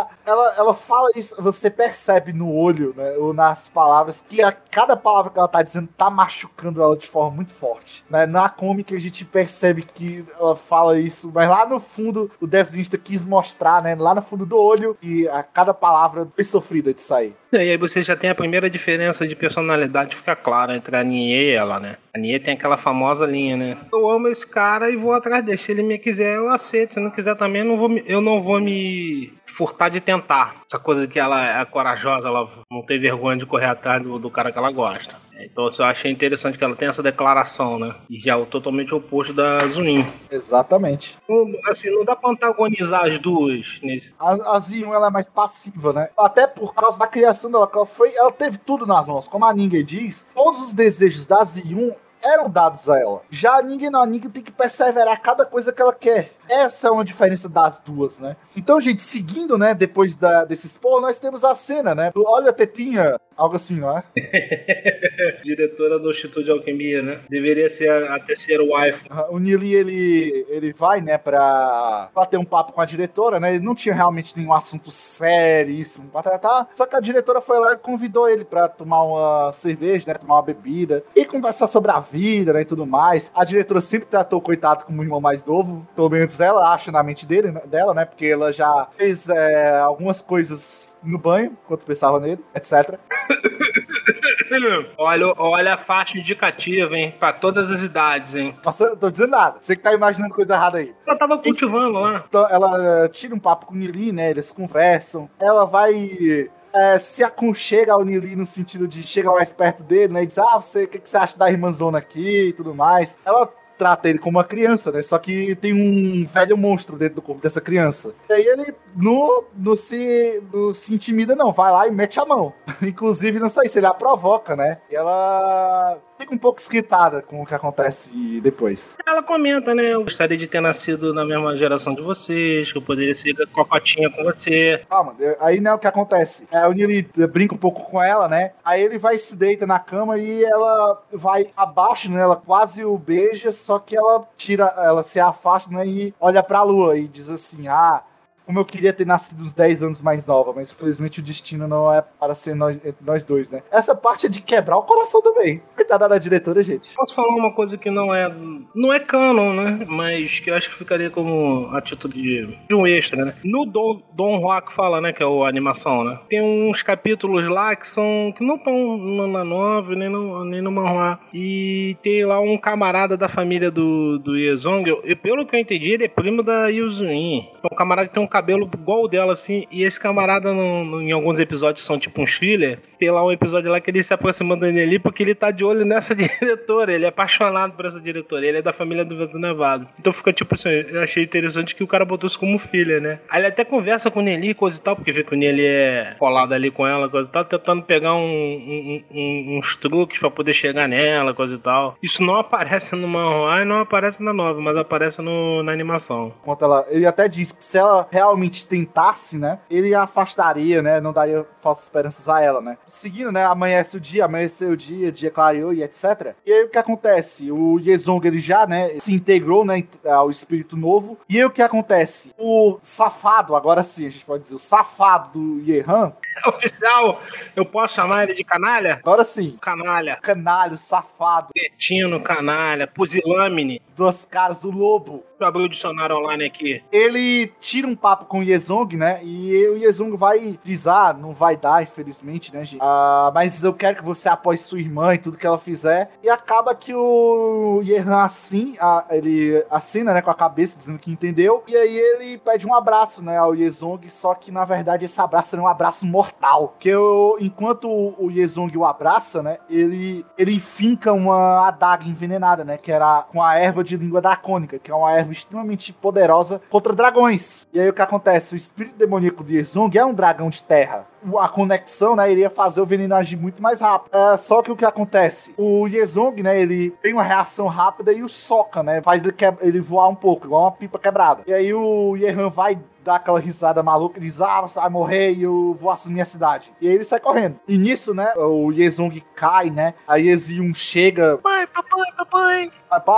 Ela fala isso, você percebe no olho, né, ou nas palavras, que cada palavra que ela tá dizendo tá machucando ela de forma muito forte, né? Na comic a gente percebe que ela fala isso, mas lá no fundo o desenhista quis mostrar, né, lá no fundo do olho, e a cada palavra foi sofrida de sair. E aí você já tem a primeira diferença de personalidade fica clara entre a Nie e ela, né? A Nie tem aquela famosa linha, né? Eu amo esse cara e vou atrás dele. Se ele me quiser, eu aceito. Se não quiser também, eu não vou me furtar de tentar. Essa coisa que ela é corajosa, ela não tem vergonha de correr atrás do cara que ela gosta. Então eu achei interessante que ela tem essa declaração, né? E já é o totalmente oposto da Zunin. Exatamente. Assim, não dá pra antagonizar as duas nesse. A Zinyu, ela é mais passiva, né? Até por causa da criação dela, que ela teve tudo nas mãos. Como a Ninger diz, todos os desejos da Zinyu eram dados a ela. Já a Ninger não, a Ninger tem que perseverar cada coisa que ela quer. Essa é uma diferença das duas, né? Então, gente, seguindo, né, depois desse spoiler, nós temos a cena, né, do Olha a Tetinha, algo assim, não é? Diretora do Instituto de Alquimia, né? Deveria ser a terceira wife. O Nili, ele vai, né, pra ter um papo com a diretora, né? Ele não tinha realmente nenhum assunto seríssimo pra tratar, só que a diretora foi lá e convidou ele pra tomar uma cerveja, né, tomar uma bebida e conversar sobre a vida, né, e tudo mais. A diretora sempre tratou o coitado como um irmão mais novo, pelo menos ela acha na mente dela, né, porque ela já fez algumas coisas no banho, enquanto pensava nele, etc. Olha a faixa indicativa, hein? Pra todas as idades, hein? Nossa, eu não tô dizendo nada. Você que tá imaginando coisa errada aí. Eu tava cultivando lá. Então, ela tira um papo com o Nili, né? Eles conversam. Ela vai... se aconchega ao Nili no sentido de chegar mais perto dele, né? E diz, o que você acha da irmãzona aqui e tudo mais. Ela trata ele como uma criança, né? Só que tem um velho monstro dentro do corpo dessa criança. E aí ele não se intimida, não. Vai lá e mete a mão. Inclusive, não só isso, ele a provoca, né? E ela fica um pouco excitada com o que acontece depois. Ela comenta, né? Eu gostaria de ter nascido na mesma geração de vocês, que eu poderia ser cocotinha com você. Calma, aí né, o que acontece? O Nili brinca um pouco com ela, né? Aí ele vai se deita na cama e ela vai abaixo, né? Ela quase o beija, só que ela se afasta, né? E olha pra lua e diz assim, como eu queria ter nascido uns 10 anos mais nova, mas infelizmente o destino não é para ser nós dois, né? Essa parte é de quebrar o coração também. Coitada da diretora, gente. Posso falar uma coisa que não é canon, né? Mas que eu acho que ficaria como a título de um extra, né? No Don Rock fala, né? Que é a animação, né? Tem uns capítulos lá que não estão na 9, nem no manhwa. E tem lá um camarada da família do Yezong. E pelo que eu entendi, ele é primo da Yuzuin. É um camarada que tem um cabelo igual o dela, assim, e esse camarada em alguns episódios são tipo uns filler. Tem lá um episódio lá que ele se aproximando dele ali porque ele tá de olho nessa diretora, ele é apaixonado por essa diretora, ele é da família do Vento Nevado. Então fica tipo assim, eu achei interessante que o cara botou isso como filha, né? Aí ele até conversa com o Nelly, coisa e tal, porque vê que o Nelly é colado ali com ela, coisa e tal, tentando pegar uns truques pra poder chegar nela, coisa e tal. Isso não aparece no manhwa e não aparece na nova, mas aparece na animação. Ele até diz que se ela realmente tentasse, né, ele afastaria, né, não daria falsas esperanças a ela, né. Seguindo, né, amanheceu o dia clareou e etc. E aí o que acontece? O Yezong, ele já, né, se integrou, né, ao espírito novo. E aí o que acontece? O safado, agora sim, a gente pode dizer, o safado do Yehan. Oficial, eu posso chamar ele de canalha? Agora sim. Canalha. Canalho, safado. Cretino, canalha, pusilâmine. Duas caras, o lobo. Eu abri o dicionário online aqui. Ele tira um papo com o Yezong, né? E o Yezong vai dizer, não vai dar, infelizmente, né, gente? Mas eu quero que você apoie sua irmã e tudo que ela fizer. E acaba que o Yehan ele assina, né, com a cabeça, dizendo que entendeu. E aí ele pede um abraço, né, ao Yezong, só que, na verdade, esse abraço era um abraço mortal. Que enquanto o Yezong o abraça, né, ele finca uma adaga envenenada, né, que era com a erva de língua dracônica, que é uma erva extremamente poderosa contra dragões. E aí o que acontece? O espírito demoníaco de Yezong é um dragão de terra. A conexão, né, iria fazer o veneno agir muito mais rápido. Só que o que acontece? O Yezong, né, ele tem uma reação rápida e o soca, né, faz ele voar um pouco, igual uma pipa quebrada. E aí o Yehan vai dar aquela risada maluca e diz, você vai morrer e eu vou assumir a cidade. E aí ele sai correndo. E nisso, né, o Yezong cai, né, aí Ezion chega... Papai!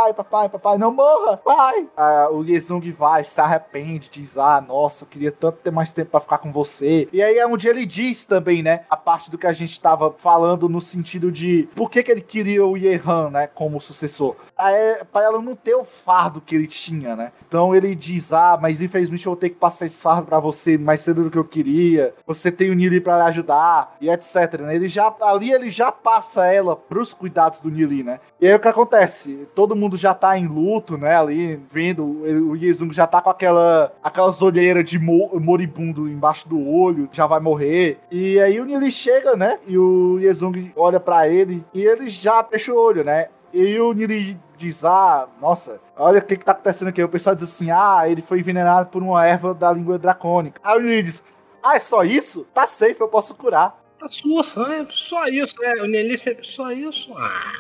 Papai, não morra, pai! O Yezong vai, se arrepende, diz, nossa, eu queria tanto ter mais tempo pra ficar com você. E aí é onde ele diz também, né, a parte do que a gente tava falando no sentido de por que ele queria o Yehan, né, como sucessor. Pra ela não ter o fardo que ele tinha, né. Então ele diz, mas infelizmente eu vou ter que passar esse fardo pra você mais cedo do que eu queria. Você tem o Nili pra lhe ajudar, e etc, né. Ele já passa ela pros cuidados do Nili, né. E aí o que acontece? Todo mundo já tá em luto, né, ali, vendo, o Yezong já tá com aquelas olheiras de moribundo embaixo do olho, já vai morrer. E aí o Nili chega, né, e o Yezong olha pra ele, e ele já fecha o olho, né. E o Nili diz, nossa, olha o que tá acontecendo aqui. O pessoal diz assim, ele foi envenenado por uma erva da língua dracônica. Aí o Nili diz, é só isso? Tá safe, eu posso curar. Tá sussa, né? Só isso, né? O Nili sempre, só isso?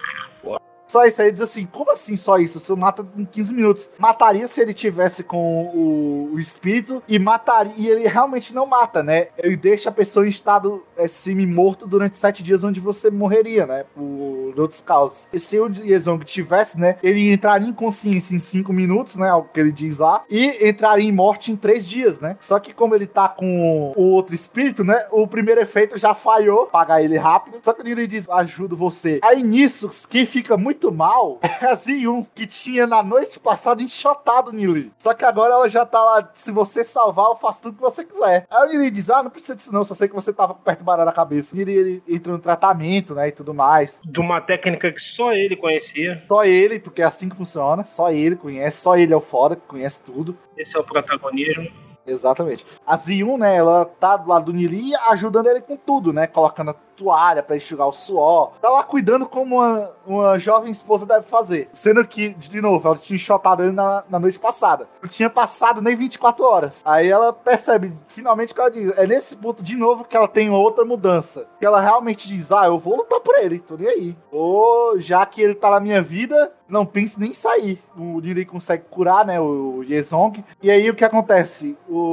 Pô. Só isso aí, diz assim, como assim só isso? Você mata em 15 minutos. Mataria se ele tivesse com o espírito e mataria, e ele realmente não mata, né? Ele deixa a pessoa em estado semi-morto durante 7 dias, onde você morreria, né? Por outros causas. E se o Yezong tivesse, né? Ele entraria em consciência em 5 minutos, né? O que ele diz lá, e entraria em morte em 3 dias, né? Só que como ele tá com o outro espírito, né? O primeiro efeito já falhou, pagar ele rápido. Só que ele diz, ajudo você. Aí nisso, que fica muito muito mal é a Z1, que tinha na noite passada enxotado o Nili. Só que agora ela já tá lá, se você salvar, eu faço tudo que você quiser. Aí o Nili diz, não precisa disso não, só sei que você tava perturbado na cabeça. O Nili, ele entra no tratamento, né, e tudo mais. De uma técnica que só ele conhecia. Só ele, porque é assim que funciona, só ele conhece, só ele é o foda, que conhece tudo. Esse é o protagonismo. Exatamente. A Z1, né, ela tá do lado do Nili ajudando ele com tudo, né, colocando a toalha pra enxugar o suor. Tá lá cuidando como uma jovem esposa deve fazer. Sendo que, de novo, ela tinha enxotado ele na noite passada. Não tinha passado nem 24 horas. Aí ela percebe, finalmente, que ela diz, é nesse ponto, de novo, que ela tem outra mudança. Que ela realmente diz, eu vou lutar por ele, tô nem aí. Ou, já que ele tá na minha vida, não pense nem em sair. O Nili consegue curar, né, o Yezong. E aí, o que acontece?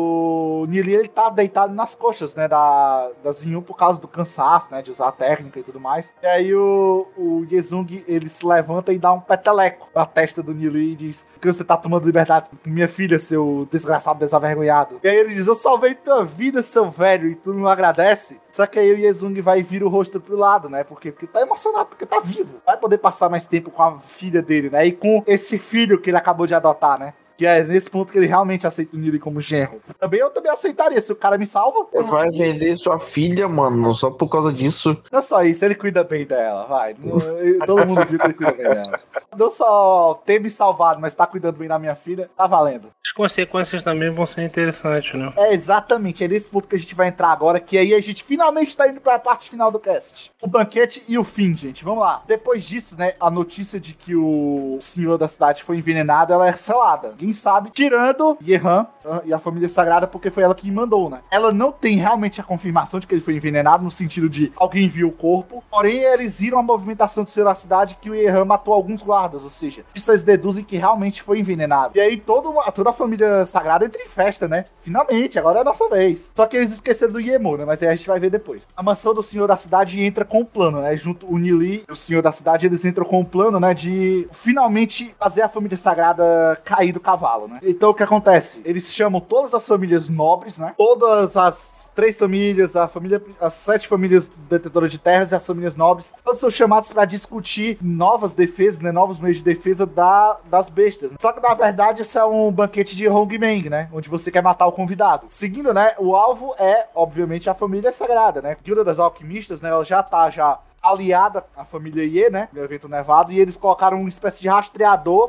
O Nili, ele tá deitado nas coxas, né, da Zinyu por causa do cansaço, né, de usar a técnica e tudo mais. E aí o Yezong, ele se levanta e dá um peteleco na testa do Nili e diz, que você tá tomando liberdade com minha filha, seu desgraçado desavergonhado. E aí ele diz, eu salvei tua vida, seu velho, e tu não agradece? Só que aí o Yezong vai vir o rosto pro lado, né, porque tá emocionado, porque tá vivo. Vai poder passar mais tempo com a filha dele, né, e com esse filho que ele acabou de adotar, né. Que é nesse ponto que ele realmente aceita o Nili como genro. Eu também aceitaria, se o cara me salva. Você vai vender sua filha, mano, só por causa disso. Não só isso, ele cuida bem dela, vai. Todo mundo viu que ele cuida bem dela. Não só ter me salvado, mas tá cuidando bem da minha filha, tá valendo. As consequências também vão ser interessantes, né? É, exatamente, é nesse ponto que a gente vai entrar agora, que aí a gente finalmente tá indo pra parte final do cast. O banquete e o fim, gente, vamos lá. Depois disso, né, a notícia de que o senhor da cidade foi envenenado, ela é selada. Ninguém sabe, tirando Yehan e a família sagrada, porque foi ela que mandou, né? Ela não tem realmente a confirmação de que ele foi envenenado, no sentido de alguém viu o corpo, porém eles viram a movimentação do senhor da cidade que o Yehan matou alguns guardas, ou seja, isso eles deduzem que realmente foi envenenado. E aí toda a família sagrada entra em festa, né? Finalmente, agora é a nossa vez. Só que eles esqueceram do Yemo, né? Mas aí a gente vai ver depois. A mansão do senhor da cidade entra com o plano, né? Junto o Nili e o senhor da cidade, eles entram com o plano, né? De finalmente fazer a família sagrada cair do cavalo, né? Então o que acontece? Eles chamam todas as famílias nobres, né? Todas as 3 famílias, as 7 famílias detentoras de terras e as famílias nobres, todos são chamados para discutir novas defesas, né? Novos meios de defesa das bestas. Só que na verdade isso é um banquete de Hongmeng, né? Onde você quer matar o convidado. Seguindo, né? O alvo é, obviamente, a família sagrada, né? Guilda das Alquimistas, né? Ela já tá aliada à família Ye, né? No evento nevado, e eles colocaram uma espécie de rastreador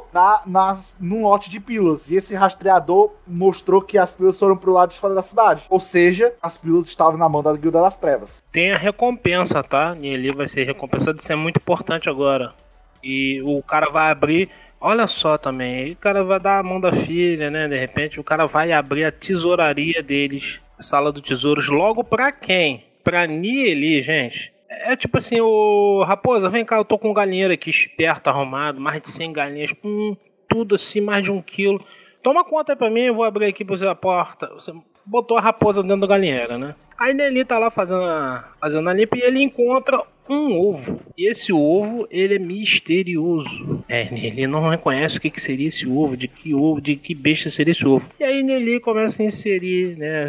num lote de pílulas. E esse rastreador mostrou que as pílulas foram pro lado de fora da cidade. Ou seja, as pílulas estavam na mão da Guilda das Trevas. Tem a recompensa, tá? E ali vai ser recompensado. Isso é muito importante agora. E o cara vai abrir. Olha só também, o cara vai dar a mão da filha, né? De repente, o cara vai abrir a tesouraria deles, a sala dos tesouros, logo pra quem? Pra Nieli, gente. É tipo assim, ô Raposa, vem cá, eu tô com um galinheiro aqui, esperto, arrumado, mais de 100 galinhas, tudo assim, mais de 1 quilo. Toma conta aí pra mim, eu vou abrir aqui pra você a porta. Você botou a raposa dentro da galinheira, né? Aí Nelly tá lá fazendo a limpa e ele encontra um ovo. E esse ovo, ele é misterioso. Nelly não reconhece o que seria esse ovo, de que besta seria esse ovo. E aí Nelly começa a inserir, né,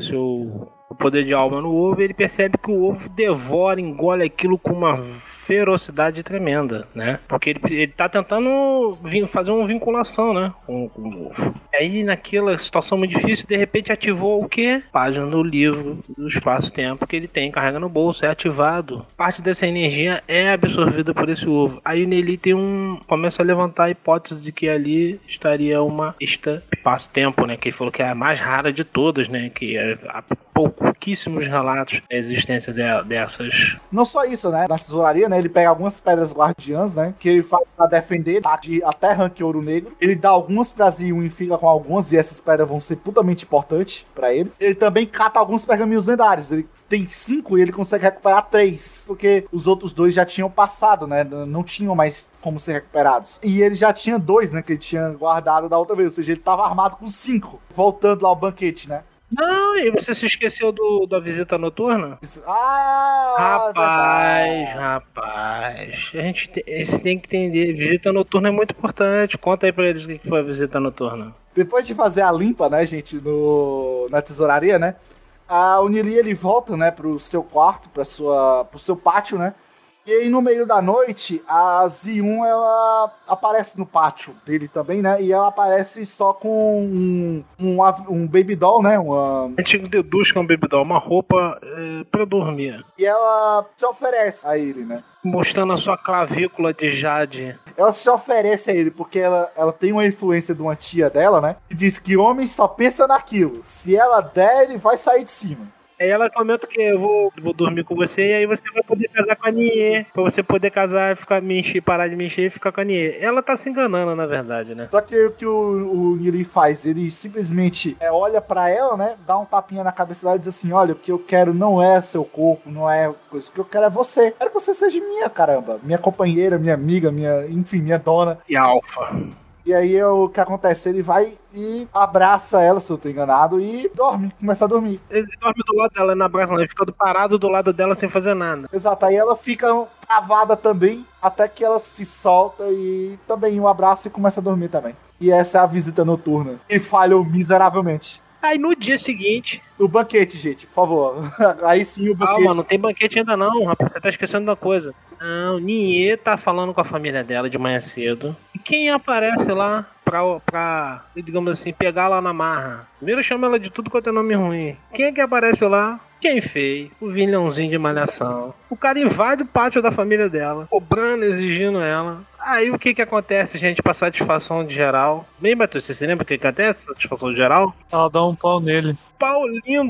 o poder de alma no ovo, e ele percebe que o ovo devora, engole aquilo com uma ferocidade tremenda, né? Porque ele tá tentando fazer uma vinculação, né, com o ovo. E aí, naquela situação muito difícil, de repente ativou o quê? Página do livro do espaço-tempo que ele tem, carrega no bolso, é ativado. Parte dessa energia é absorvida por esse ovo. Aí o Nelly começa a levantar a hipótese de que ali estaria uma espaço-tempo, né? Que ele falou que é a mais rara de todas, né? Que há pouquíssimos relatos da existência dessas. Não só isso, né? Na tesouraria, né? Ele pega algumas pedras guardiãs, né? Que ele faz pra defender, tá? Até rank ouro negro. Ele dá algumas pra Zinyu e fica com algumas, e essas pedras vão ser putamente importantes pra ele. Ele também cata alguns pergaminhos lendários. Ele tem 5 e ele consegue recuperar 3, porque os outros 2 já tinham passado, né? Não tinham mais como ser recuperados. E ele já tinha 2, né? Que ele tinha guardado da outra vez, ou seja, ele tava armado com 5, voltando lá ao banquete, né? Não, e você se esqueceu da visita noturna? Rapaz, a gente tem que entender, visita noturna é muito importante. Conta aí pra eles o que foi a visita noturna. Depois de fazer a limpa, né, gente, na tesouraria, né, o Nili, ele volta, né, pro seu quarto, pro seu pátio, né, E aí, no meio da noite, a Z1, ela aparece no pátio dele também, né? E ela aparece só com um baby doll, né? A gente deduz que é um baby doll, uma roupa pra dormir. E ela se oferece a ele, né? Mostrando a sua clavícula de jade. Ela se oferece a ele porque ela tem uma influência de uma tia dela, né? Que diz que homem só pensa naquilo. Se ela der, ele vai sair de cima. Aí ela comenta que eu vou dormir com você e aí você vai poder casar com a Nie. Pra você poder casar, parar de me encher e ficar com a Nie. Ela tá se enganando, na verdade, né? Só que o que o Nili faz? Ele simplesmente olha pra ela, né? Dá um tapinha na cabeça dela e diz assim, olha, o que eu quero não é seu corpo, não é coisa. O que eu quero é você. Quero que você seja minha, caramba. Minha companheira, minha amiga, minha dona. E alfa. E aí o que acontece? Ele vai e abraça ela, se eu tô enganado, e dorme, começa a dormir. Ele dorme do lado dela, não abraça não, ele fica parado do lado dela sem fazer nada. Exato, aí ela fica travada também, até que ela se solta e também um abraço e começa a dormir também. E essa é a visita noturna. E falhou miseravelmente. Aí no dia seguinte... O banquete, gente, por favor. Aí sim o banquete. Calma, não tem banquete ainda não, rapaz. Você tá esquecendo da coisa. Não, Nie tá falando com a família dela de manhã cedo. E quem aparece lá pra digamos assim, pegar lá na marra? Primeiro chama ela de tudo quanto é nome ruim. Quem é que aparece lá? Quem fez? O vilãozinho de malhação. O cara invade o pátio da família dela, cobrando, exigindo ela. Aí o que acontece, gente, pra satisfação de geral? Bem, Batu, você se lembra o que acontece? Satisfação de geral? Ela dá um pau nele. Pau lindo!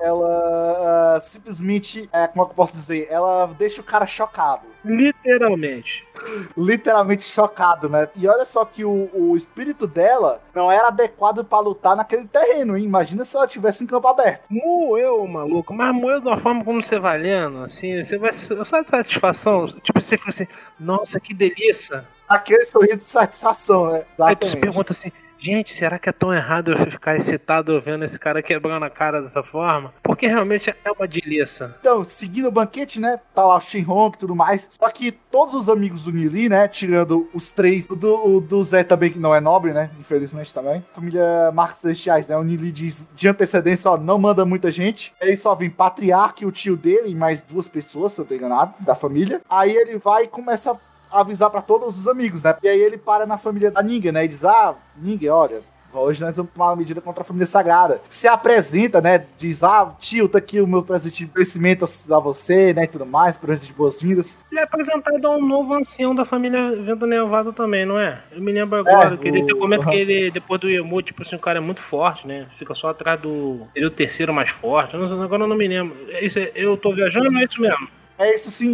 Ela simplesmente, como é que eu posso dizer? Ela deixa o cara chocado. Literalmente. Literalmente chocado, né? E olha só que o espírito dela não era adequado pra lutar naquele terreno, hein? Imagina se ela tivesse em campo aberto. Moeu, maluco, mas moeu de uma forma como você vai lendo, assim, você vai só de satisfação, tipo, você fica assim, nossa, que delícia. Aquele sorriso de satisfação, né? Aí tu se Exatamente. pergunta assim, gente, será que é tão errado eu ficar excitado vendo esse cara quebrando a cara dessa forma? Porque realmente é uma delícia. Então, seguindo o banquete, né? Tá lá o Shenron e tudo mais. Só que todos os amigos do Nili, né? Tirando os três, o do Zé também, que não é nobre, né? Infelizmente também. Família Marcos Celestiais, né? O Nili diz de antecedência, ó, não manda muita gente. Aí só vem Patriarca e o tio dele e mais 2 pessoas, se eu tô enganado, da família. Aí ele vai e começa a avisar pra todos os amigos, né? E aí ele para na família da Ningen, né? E diz, Ningen, olha... Hoje nós vamos tomar uma medida contra a família sagrada. Se apresenta, né? Diz, tio, tá aqui o meu presente de crescimento a você, né? E tudo mais, presente de boas-vindas. Ele é apresentado a um novo ancião da família Vento Nevado também, não é? Eu me lembro agora, que ele comenta que ele, depois do Emu, tipo assim, o cara é muito forte, né? Fica só atrás do... Ele é o terceiro mais forte. Agora eu não me lembro. Eu tô viajando, é isso mesmo? É isso sim,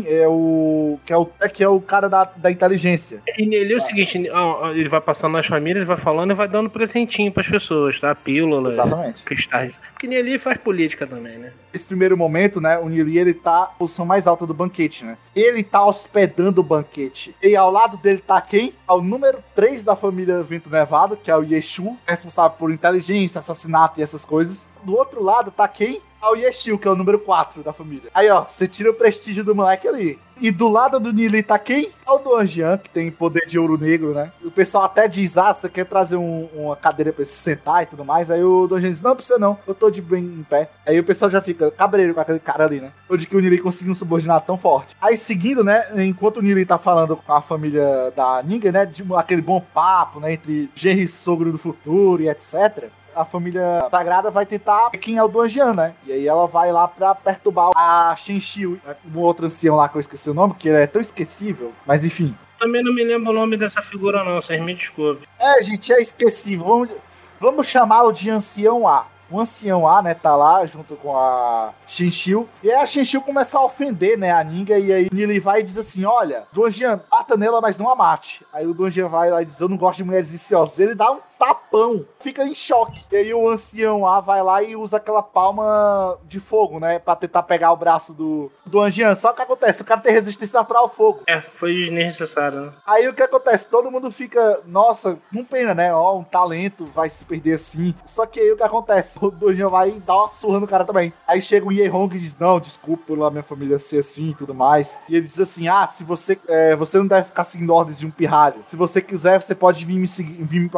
que é o cara da inteligência. E nele é o seguinte, ele vai passando nas famílias, vai falando e vai dando presentinho pras pessoas, tá? Pílulas, exatamente, cristais. Porque nele faz política também, né? Nesse primeiro momento, né, o Nili, ele tá na posição mais alta do banquete, né? Ele tá hospedando o banquete. E ao lado dele tá quem? O número 3 da família Vento Nevado, que é o Yeshu, responsável por inteligência, assassinato e essas coisas. Do outro lado tá quem? O Yeshil, que é o número 4 da família. Aí, ó, você tira o prestígio do moleque ali. E do lado do Nili tá quem? O Duan Jian, que tem poder de ouro negro, né? O pessoal até diz, você quer trazer uma cadeira pra ele se sentar e tudo mais? Aí o Duan Jian diz, não precisa não, eu tô de bem em pé. Aí o pessoal já fica cabreiro com aquele cara ali, né? Onde que o Nili conseguiu um subordinado tão forte. Aí seguindo, né, enquanto o Nili tá falando com a família da Ningen, né, de aquele bom papo, né, entre genro e sogro do futuro e etc., a família sagrada vai tentar ver quem é o Duan Jian, né? E aí ela vai lá pra perturbar a Shen Xiu, um outro ancião lá que eu esqueci o nome, que ele é tão esquecível, mas enfim. Também não me lembro o nome dessa figura não, vocês me desculpem. Gente, é esquecível. Vamos chamá-lo de Ancião A. O Ancião A, né, tá lá junto com a Shen Xiu. E aí a Shen Xiu começa a ofender, né, a Ningen. E aí Nili vai e diz assim, olha, Duan Jian, bata nela, mas não a mate. Aí o Duan Jian vai lá e diz, eu não gosto de mulheres viciosas. Ele dá um tapão, fica em choque. E aí o Ancião A vai lá e usa aquela palma de fogo, né, pra tentar pegar o braço do Duan Jian. Só que acontece, o cara tem resistência natural ao fogo. Foi desnecessário, né? Aí o que acontece? Todo mundo fica, nossa, com pena, né? Um talento vai se perder assim. Só que aí o que acontece? O Duan Jian vai dar uma surra no cara também. Aí chega o Yehong e diz, não, desculpa pela minha família ser assim e tudo mais. E ele diz assim, se você não deve ficar seguindo ordens de um pirralho. Se você quiser, você pode vir me procurar na família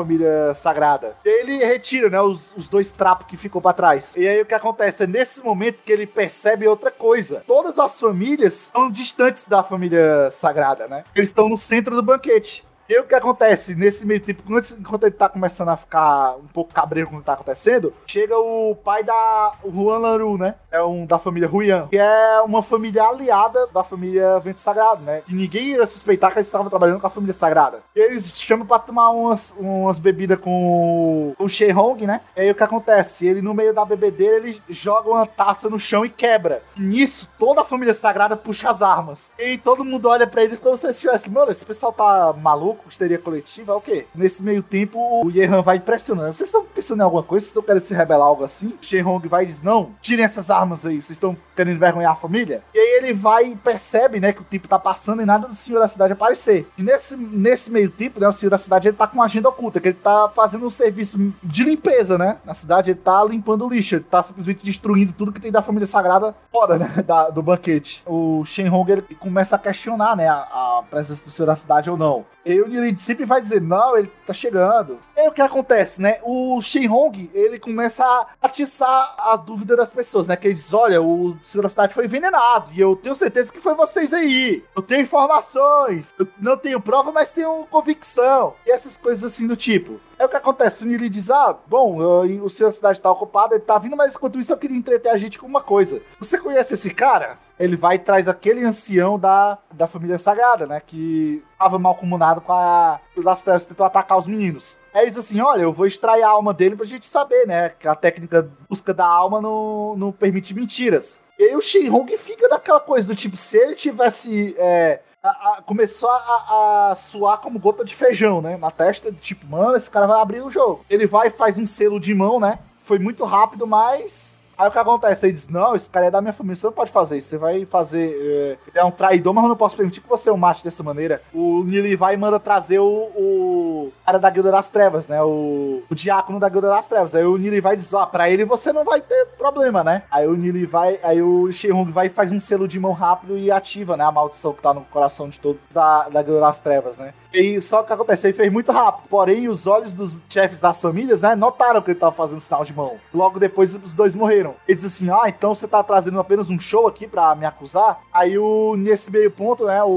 família sagrada. E aí ele retira, né, os dois trapos que ficou pra trás. E aí o que acontece? É nesse momento que ele percebe outra coisa. Todas as famílias são distantes da família sagrada, né? Eles estão no centro do banquete. E aí o que acontece? Nesse meio tempo, enquanto ele tá começando a ficar um pouco cabreiro com o que tá acontecendo, chega o pai da Juan Laru, né? É da família Ruyan, que é uma família aliada da família Vento Sagrado, né? Que ninguém iria suspeitar que eles estavam trabalhando com a família sagrada. E eles chamam pra tomar umas bebidas com o Shenhong, né? E aí o que acontece? Ele, no meio da bebedeira, ele joga uma taça no chão e quebra. E nisso, toda a família sagrada puxa as armas. E todo mundo olha pra eles como se eles tivessem, mano, esse pessoal tá maluco? Histeria coletiva, é o quê? Nesse meio tempo, o Yehan vai pressionando. Vocês estão pensando em alguma coisa? Vocês estão querendo se rebelar, algo assim? O Shenhong vai e diz, não, tirem essas armas aí. Vocês estão querendo envergonhar a família? E aí ele vai e percebe, né, que o tempo tá passando e nada do Senhor da Cidade aparecer. E nesse meio tempo, né, o Senhor da Cidade, ele tá com uma agenda oculta, que ele tá fazendo um serviço de limpeza, né? Na cidade, ele tá limpando o lixo. Ele tá simplesmente destruindo tudo que tem da família sagrada fora, né, do banquete. O Shenhong, ele começa a questionar, né, a presença do Senhor da Cidade ou não. E o Nilin sempre vai dizer, não, ele tá chegando. E aí o que acontece, né? O Shenhong, ele começa a atiçar a dúvida das pessoas, né? Que ele diz, olha, o Senhor da Cidade foi envenenado, e eu tenho certeza que foi vocês aí. Eu tenho informações, eu não tenho prova, mas tenho convicção. E essas coisas assim do tipo. É o que acontece, o Nilin diz, bom, o Senhor da Cidade tá ocupado, ele tá vindo, mas enquanto isso eu queria entreter a gente com uma coisa. Você conhece esse cara? Ele vai e traz aquele ancião da família sagrada, né? Que tava malcomunado com a das trevas, tentou atacar os meninos. Aí ele diz assim, olha, eu vou extrair a alma dele pra gente saber, né? Que a técnica de busca da alma não permite mentiras. E aí o Shenhong fica daquela coisa do tipo, se ele tivesse... começou a suar como gota de feijão, né? Na testa, tipo, mano, esse cara vai abrir o jogo. Ele vai e faz um selo de mão, né? Foi muito rápido, mas... Aí o que acontece? Ele diz, não, esse cara é da minha família, você não pode fazer isso, você vai fazer... Ele é um traidor, mas eu não posso permitir que você o mate dessa maneira. O Nilin vai e manda trazer o cara da Guilda das Trevas, né? O diácono da Guilda das Trevas. Aí o Nilin vai e diz, pra ele você não vai ter problema, né? Aí o Nilin vai, aí o Shenhong vai e faz um selo de mão rápido e ativa, né? A maldição que tá no coração de todos da Guilda das Trevas, né? E só que o que acontece? Ele fez muito rápido. Porém, os olhos dos chefes das famílias, né? Notaram que ele tava fazendo sinal de mão. Logo depois, os dois morreram. Ele diz assim, então você tá trazendo apenas um show aqui pra me acusar? Aí, nesse meio ponto, né?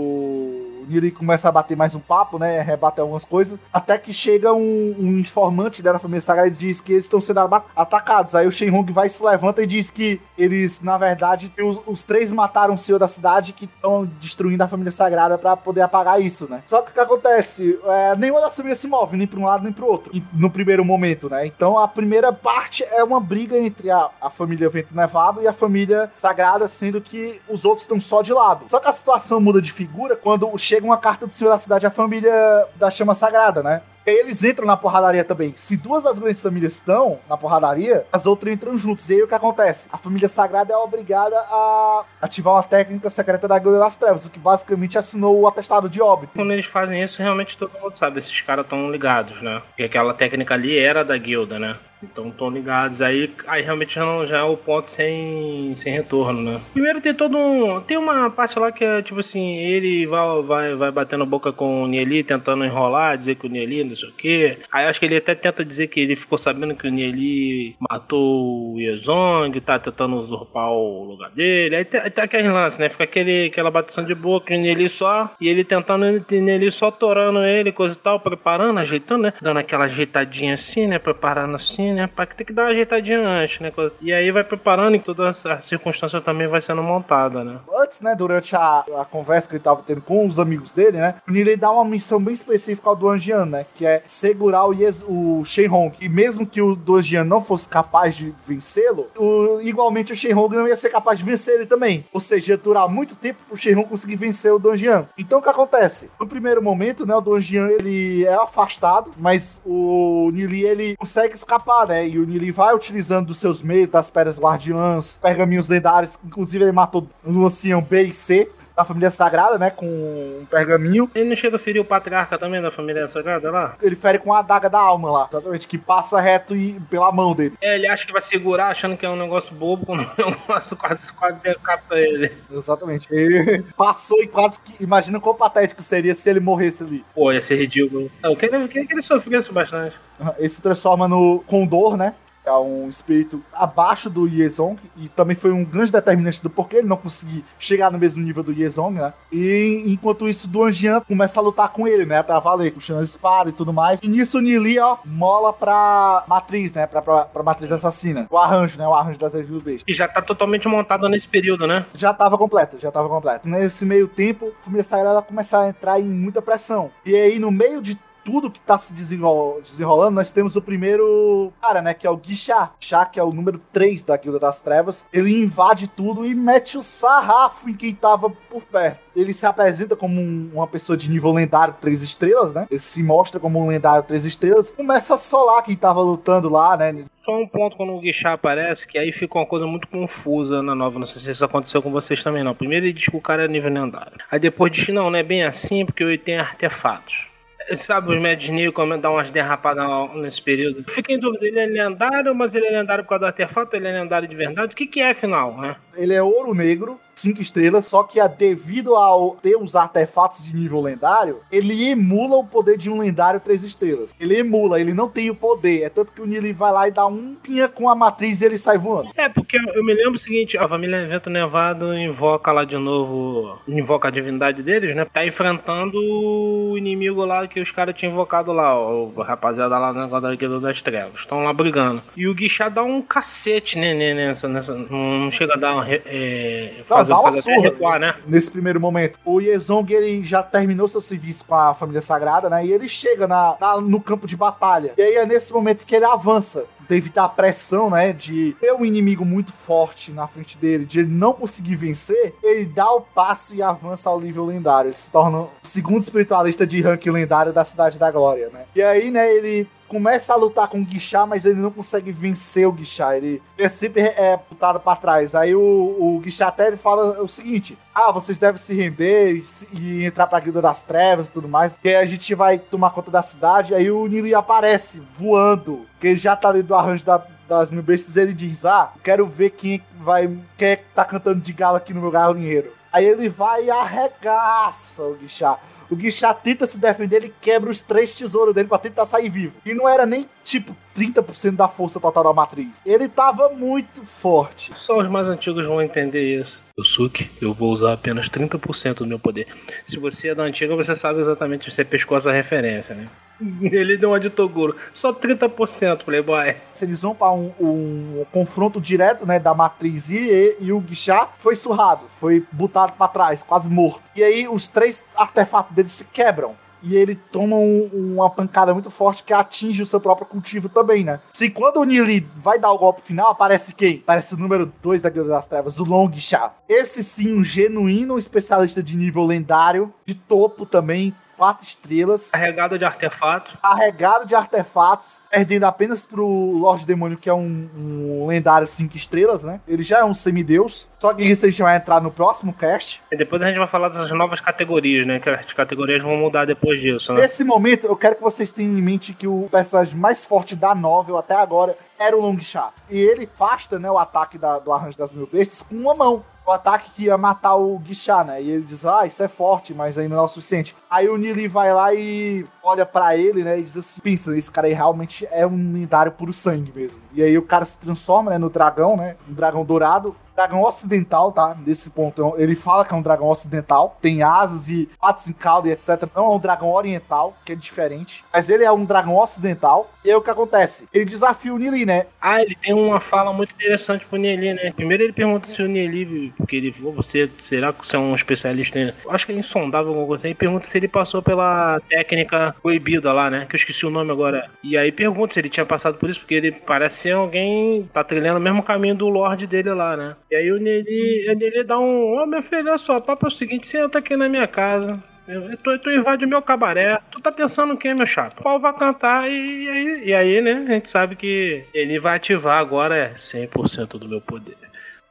O Nilin começa a bater mais um papo, né? Rebate algumas coisas. Até que chega um informante, né, da família sagrada e diz que eles estão sendo atacados. Aí o Shenhong vai, se levanta e diz que eles, na verdade, os três mataram o Senhor da Cidade que estão destruindo a família sagrada pra poder apagar isso, né? Só que o que acontece? Nenhuma das famílias se move, nem pra um lado nem pro outro, no primeiro momento, né? Então a primeira parte é uma briga entre a família Vento Nevado e a família Sagrada, sendo que os outros estão só de lado. Só que a situação muda de figura quando chega uma carta do Senhor da Cidade à família da Chama Sagrada, né? E aí eles entram na porradaria também. Se duas das grandes famílias estão na porradaria, as outras entram juntos. E aí o que acontece? A família sagrada é obrigada a ativar uma técnica secreta da Guilda das Trevas, o que basicamente assinou o atestado de óbito. Quando eles fazem isso, realmente todo mundo sabe. Esses caras estão ligados, né? Porque aquela técnica ali era da guilda, né? Então estão ligados. Aí realmente já é o ponto sem retorno, né? Primeiro tem uma parte lá que é tipo assim, ele vai batendo boca com o Nieli, tentando enrolar, dizer que o Nieli não sei o que. Aí acho que ele até tenta dizer que ele ficou sabendo que o Nieli matou o Yezong, tá tentando usurpar o lugar dele. Aí tem aquele lance, né? Fica aquela bateção de boca, o Nieli só, e ele tentando, o Nieli só torando ele, coisa e tal, preparando, ajeitando, né? Dando aquela ajeitadinha assim, né? Preparando assim, né? Pra que tem que dar uma ajeitadinha antes, né? E aí vai preparando e toda a circunstância também vai sendo montada, né? Antes, né? Durante a conversa que ele tava tendo com os amigos dele, né? O Nilen dá uma missão bem específica ao Duan Jian, né? Que é segurar o Shenhong. E mesmo que o Duan Jian não fosse capaz de vencê-lo, igualmente o Shenhong não ia ser capaz de vencer ele também. Ou seja, ia durar muito tempo pro Shenhong conseguir vencer o Duan Jian. Então o que acontece? No primeiro momento, né? O Duan Jian, ele é afastado, mas o Nilen, ele consegue escapar, né? E o Nilen vai utilizando dos seus meios, das pedras guardiãs, pergaminhos lendários, inclusive ele matou no ancião B e C da família sagrada, né? Com um pergaminho. Ele não chega a ferir o patriarca também da família sagrada lá? Ele fere com a adaga da alma lá, exatamente, que passa reto e pela mão dele. Ele acha que vai segurar, achando que é um negócio bobo, quando é um negócio quase decapita ele. Exatamente. Ele passou e quase que... Imagina quão patético seria se ele morresse ali. Pô, ia ser ridículo. Eu queria que ele sofresse bastante. Ele se transforma no Condor, né? É um espírito abaixo do Yezong, e também foi um grande determinante do porquê ele não conseguir chegar no mesmo nível do Yezong, né? E enquanto isso, Duan Jian começa a lutar com ele, né? Pra valer, puxando a espada e tudo mais. E nisso o Nili, ó, mola pra matriz, né? Pra matriz assassina. O arranjo, né? O arranjo das 10 mil bestas. E já tá totalmente montado nesse período, né? Já tava completa. Nesse meio tempo, a família sagrada começa a entrar em muita pressão. E aí, no meio de tudo que tá se desenrolando, nós temos o primeiro cara, né, que é o Guixá. Guixá, que é o número 3 da Guilda das Trevas. Ele invade tudo e mete o sarrafo em quem tava por perto. Ele se apresenta como uma pessoa de nível lendário 3 estrelas, né? Ele se mostra como um lendário 3 estrelas. Começa a solar quem tava lutando lá, né? Só um ponto quando o Guixá aparece, que aí fica uma coisa muito confusa na nova. Não sei se isso aconteceu com vocês também, não. Primeiro ele diz que o cara é nível lendário. Aí depois diz que não é bem assim, porque ele tem artefatos. Sabe, os Mad Neo como dá umas derrapadas nesse período. Fica em dúvida, ele é lendário, mas ele é lendário por causa do artefato, ele é lendário de verdade. O que é, afinal, né? Ele é ouro negro, 5 estrelas, só que devido ao ter os artefatos de nível lendário, ele emula o poder de um lendário 3 estrelas. Ele emula, ele não tem o poder. É tanto que o Nili vai lá e dá um pinha com a matriz e ele sai voando. É, porque eu me lembro o seguinte, a família Vento Nevado invoca lá de novo, invoca a divindade deles, né? Tá enfrentando o inimigo lá que os caras tinham invocado lá, o rapaziada lá da Guilda das Trevas. Estão lá brigando. E o Guixá dá um cacete, né, nessa não chega a dar uma... Dá uma surra, recuar, né? Nesse primeiro momento. O Yezong, ele já terminou seu serviço com a família sagrada, né? E ele chega no campo de batalha. E aí é nesse momento que ele avança. Devido à pressão, né, de ter um inimigo muito forte na frente dele, de ele não conseguir vencer, ele dá o passo e avança ao nível lendário. Ele se torna o segundo espiritualista de ranking lendário da Cidade da Glória, né? E aí, né, ele começa a lutar com o Guixá, mas ele não consegue vencer o Guixá. Ele é sempre botado pra trás. Aí o Guixá até ele fala o seguinte: vocês devem se render e entrar pra Guilda das Trevas e tudo mais. E aí a gente vai tomar conta da cidade. Aí o Nili aparece voando, que ele já tá ali do arranjo das mil bestas. Ele diz: quero ver quem é que tá cantando de galo aqui no meu galinheiro. Aí ele vai e arregaça o Guixá. O Guixá tenta se defender, ele quebra os 3 tesouros dele pra tentar sair vivo. E não era nem, 30% da força total da matriz. Ele tava muito forte. Só os mais antigos vão entender isso. Yusuke, eu vou usar apenas 30% do meu poder. Se você é da antiga, você sabe exatamente, você pescou essa referência, né? Ele deu uma de Toguro. Só 30%, playboy. Eles vão para um confronto direto, né, da matriz e o Guixá foi surrado, foi botado para trás, quase morto. E aí os 3 artefatos dele se quebram. E ele toma uma pancada muito forte que atinge o seu próprio cultivo também, né? Se quando o Nili vai dar o golpe final, aparece quem? Aparece o número 2 da Guilda das Trevas, o Long Guixá. Esse sim, um genuíno especialista de nível lendário, de topo também, 4 estrelas. Carregado de artefatos, perdendo apenas pro Lorde Demônio, que é um lendário 5 estrelas, né? Ele já é um semideus. Só que isso a gente vai entrar no próximo cast. E depois a gente vai falar das novas categorias, né? Que as categorias vão mudar depois disso, né? Nesse momento, eu quero que vocês tenham em mente que o personagem mais forte da novel até agora era o Long Guixá. E ele afasta, né, o ataque do Arranjo das Mil Bestas com uma mão. O ataque que ia matar o Guixá, né? E ele diz: isso é forte, mas ainda não é o suficiente. Aí o Nili vai lá e olha pra ele, né? E diz assim: pensa, esse cara aí realmente é um lendário puro sangue mesmo. E aí o cara se transforma, né, no dragão, né? Um dragão dourado. Dragão ocidental, tá? Nesse ponto, ele fala que é um dragão ocidental, tem asas e patas em cauda e etc. Não é um dragão oriental, que é diferente. Mas ele é um dragão ocidental. E aí o que acontece? Ele desafia o Nili, né? Ele tem uma fala muito interessante pro Nili, né? Primeiro ele pergunta se o Nili, porque ele falou: será que você é um especialista em... Acho que é insondável alguma coisa assim. E pergunta se ele passou pela técnica proibida lá, né? Que eu esqueci o nome agora. E aí pergunta se ele tinha passado por isso, porque ele parece ser alguém tá trilhando o mesmo caminho do Lorde dele lá, né? E aí o Nili dá meu filho, olha só, papo é o seguinte: senta aqui na minha casa, tu invade o meu cabaré, tu tá pensando o que, meu chapa? O pau vai cantar e aí, né, a gente sabe que ele vai ativar agora 100% do meu poder.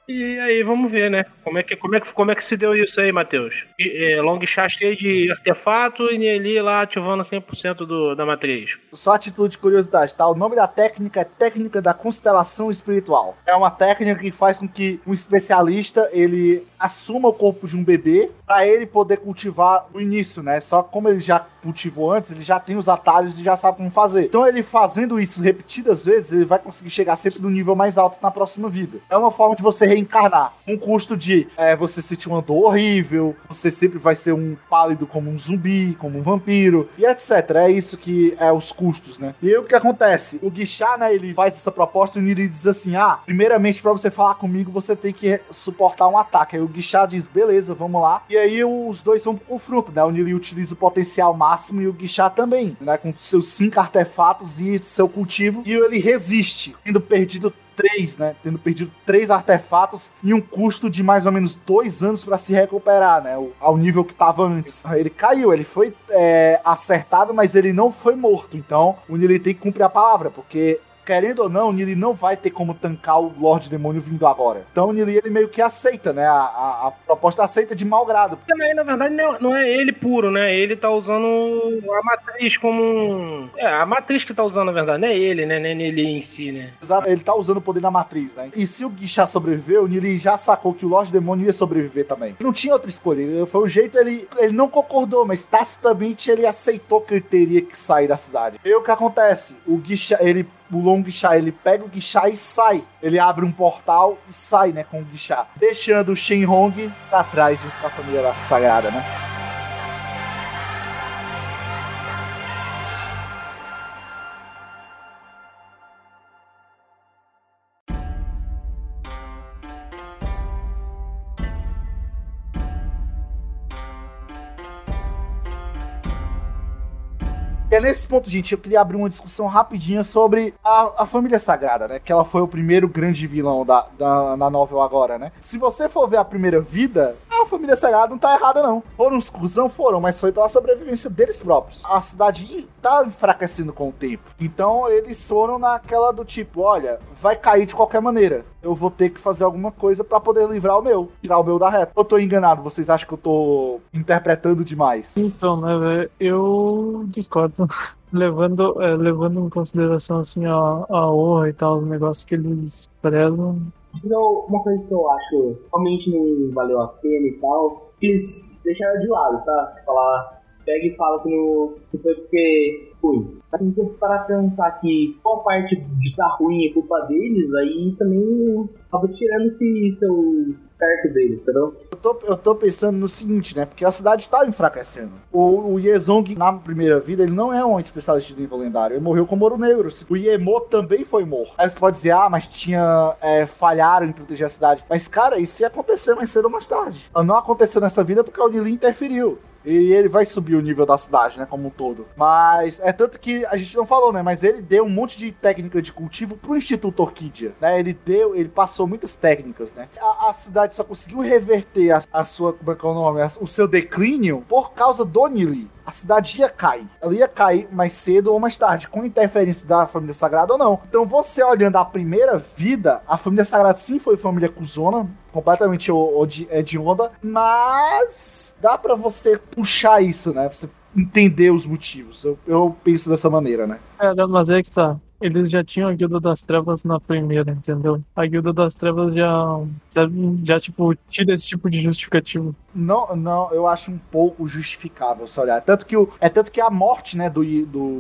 E aí, vamos ver, né? Como é que se deu isso aí, Matheus? Longshot cheio de artefato e Nieli lá ativando 100% da matriz. Só a título de curiosidade, tá? O nome da técnica é técnica da constelação espiritual. É uma técnica que faz com que um especialista, ele assuma o corpo de um bebê para ele poder cultivar o início, né? Só como ele já cultivou antes, ele já tem os atalhos e já sabe como fazer. Então ele fazendo isso repetidas vezes, ele vai conseguir chegar sempre no nível mais alto na próxima vida. É uma forma de você reencarnar. Um custo de você sentir uma dor horrível, você sempre vai ser um pálido como um zumbi, como um vampiro, e etc. É isso que é os custos, né? E aí o que acontece? O Guixá, né, ele faz essa proposta e ele diz assim, primeiramente pra você falar comigo, você tem que suportar um ataque. Aí o Guixá diz, beleza, vamos lá. E aí os dois vão pro confronto, né? O Nili utiliza o potencial máximo e o Guixá também, né? Com seus 5 artefatos e seu cultivo. E ele resiste, tendo perdido 3 artefatos e um custo de mais ou menos 2 anos pra se recuperar, né? Ao nível que tava antes. Ele caiu, ele foi acertado, mas ele não foi morto. Então, o Nili tem que cumprir a palavra, porque querendo ou não, o Nili não vai ter como tancar o Lorde Demônio vindo agora. Então o Nili, ele meio que aceita, né? A proposta aceita de mau grado. Porque na verdade não é ele puro, né? Ele tá usando a matriz como a matriz que tá usando, na verdade, não é ele, né? Nem ele em si, né? Exato, ele tá usando o poder da matriz, né? E se o Guixá sobreviveu, o Nili já sacou que o Lorde Demônio ia sobreviver também. Não tinha outra escolha. Foi o jeito, ele não concordou, mas tacitamente ele aceitou que ele teria que sair da cidade. E o que acontece? O Guixá, o Longshot, ele pega o Guixá e sai. Ele abre um portal e sai, né, com o Guixá, deixando o Shenhong pra trás junto com a família sagrada, né? E é nesse ponto, gente, eu queria abrir uma discussão rapidinha sobre a família sagrada, né? Que ela foi o primeiro grande vilão na novel agora, né? Se você for ver a primeira vida, a família sagrada não tá errada, não. Foram uns cuzão, mas foi pela sobrevivência deles próprios. A cidade tá enfraquecendo com o tempo. Então, eles foram naquela do tipo, olha, vai cair de qualquer maneira. Eu vou ter que fazer alguma coisa pra poder livrar o meu, tirar o meu da reta. Eu tô enganado, vocês acham que eu tô interpretando demais? Então, né, velho, eu discordo. Levando em consideração, assim, a honra e tal, os negócios que eles prezam. Então, uma coisa que eu acho realmente não valeu a pena e tal, eles deixaram de lado, tá? Falar, pega e fala que não foi porque fui. Mas se você parar pra pensar que boa parte de estar ruim é culpa deles, aí também acaba tirando esse seu certo deles, entendeu? Eu tô pensando no seguinte, né? Porque a cidade tá enfraquecendo. O Yezong, na primeira vida, ele não é um especialista de nível lendário. Ele morreu com o Moro Negro. O Yemo também foi morto. Aí você pode dizer, mas falharam em proteger a cidade. Mas, cara, isso ia acontecer mais cedo ou mais tarde. Não aconteceu nessa vida porque o Nili interferiu. E ele vai subir o nível da cidade, né, como um todo. Mas é tanto que a gente não falou, né, mas ele deu um monte de técnica de cultivo pro Instituto Orquídea, né, ele passou muitas técnicas, né. A cidade só conseguiu reverter a sua, como é que é o nome, o seu declínio por causa do Nili. A cidade ia cair. Ela ia cair mais cedo ou mais tarde, com interferência da família sagrada ou não. Então, você olhando a primeira vida, a família sagrada sim foi família cuzona, completamente hedionda, mas dá pra você puxar isso, né? Você entender os motivos. Eu penso dessa maneira, né? Mas é que tá. Eles já tinham a Guilda das Trevas na primeira, entendeu? A Guilda das Trevas já tipo, tira esse tipo de justificativo. Não, eu acho um pouco justificável se olhar. Tanto que a morte, né, do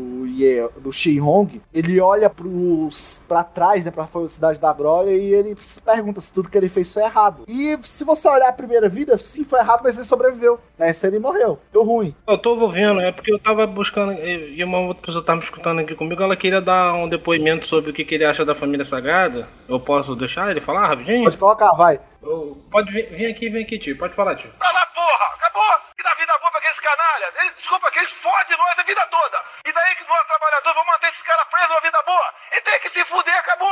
Shenhong, ele olha pra trás, né, pra cidade da glória, e ele se pergunta se tudo que ele fez foi errado. E se você olhar a primeira vida, sim, foi errado, mas ele sobreviveu. Nessa ele morreu. Deu ruim. Eu tô ouvindo, é porque eu tava buscando, e uma outra pessoa tava me escutando aqui comigo, ela queria dar um depoimento sobre o que ele acha da família sagrada. Eu posso deixar ele falar rapidinho? Pode colocar, vai. Pode vem aqui, tio. Pode falar, tio. Vai lá, porra! Acabou! E dá vida boa pra aqueles canalha! Desculpa, que eles fodem nós a vida toda! E daí que nós, trabalhadores, vamos manter esses caras presos uma vida boa! E tem que se fuder, acabou!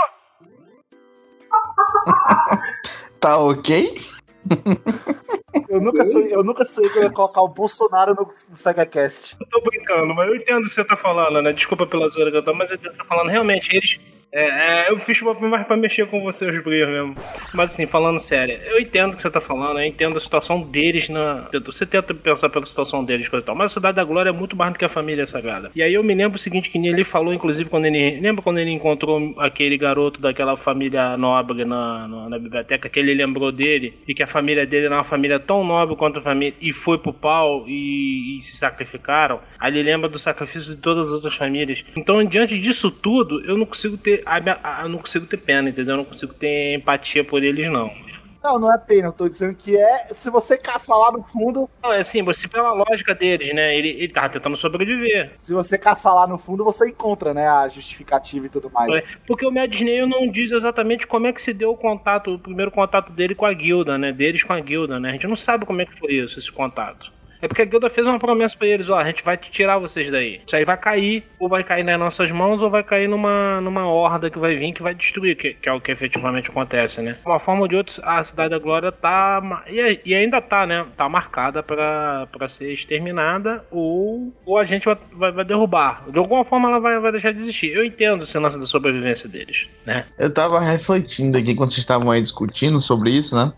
Tá ok? Eu nunca sei quando eu colocar o Bolsonaro no SagaCast. Eu tô brincando, mas eu entendo o que você tá falando, né? Desculpa pela zoeira que eu tô, mas eu tô falando, realmente, Eu fiz mais pra mexer com vocês brilhos mesmo. Mas assim, falando sério, eu entendo o que você tá falando, eu entendo a situação deles Você tenta pensar pela situação deles, coisa e tal, mas a Cidade da Glória é muito mais do que a família sagrada. E aí eu me lembro o seguinte, que ele falou, inclusive, lembra quando ele encontrou aquele garoto daquela família nobre na biblioteca, que ele lembrou dele, e que a família dele era uma família tão nobre quanto a família, e foi pro pau e se sacrificaram. Aí ele lembra do sacrifício de todas as outras famílias. Então, diante disso tudo, eu não consigo ter pena, entendeu? Eu não consigo ter empatia por eles, não. Não é pena, eu tô dizendo que se você caçar lá no fundo... Não, é assim, você pela lógica deles, né, ele tá tentando sobreviver. Se você caçar lá no fundo, você encontra, né, a justificativa e tudo mais. Porque o Mad Snail não diz exatamente como é que se deu o primeiro contato dele com a guilda, né, deles com a guilda, né, a gente não sabe como é que foi esse contato. É porque a guilda fez uma promessa pra eles, a gente vai tirar vocês daí. Isso aí vai cair, ou vai cair nas nossas mãos, ou vai cair numa horda que vai vir, que vai destruir, que é o que efetivamente acontece, né? De uma forma ou de outra, a Cidade da Glória tá, e ainda tá, né? Tá marcada pra ser exterminada, ou a gente vai derrubar. De alguma forma ela vai deixar de existir. Eu entendo esse lance da sobrevivência deles, né? Eu tava refletindo aqui quando vocês estavam aí discutindo sobre isso, né?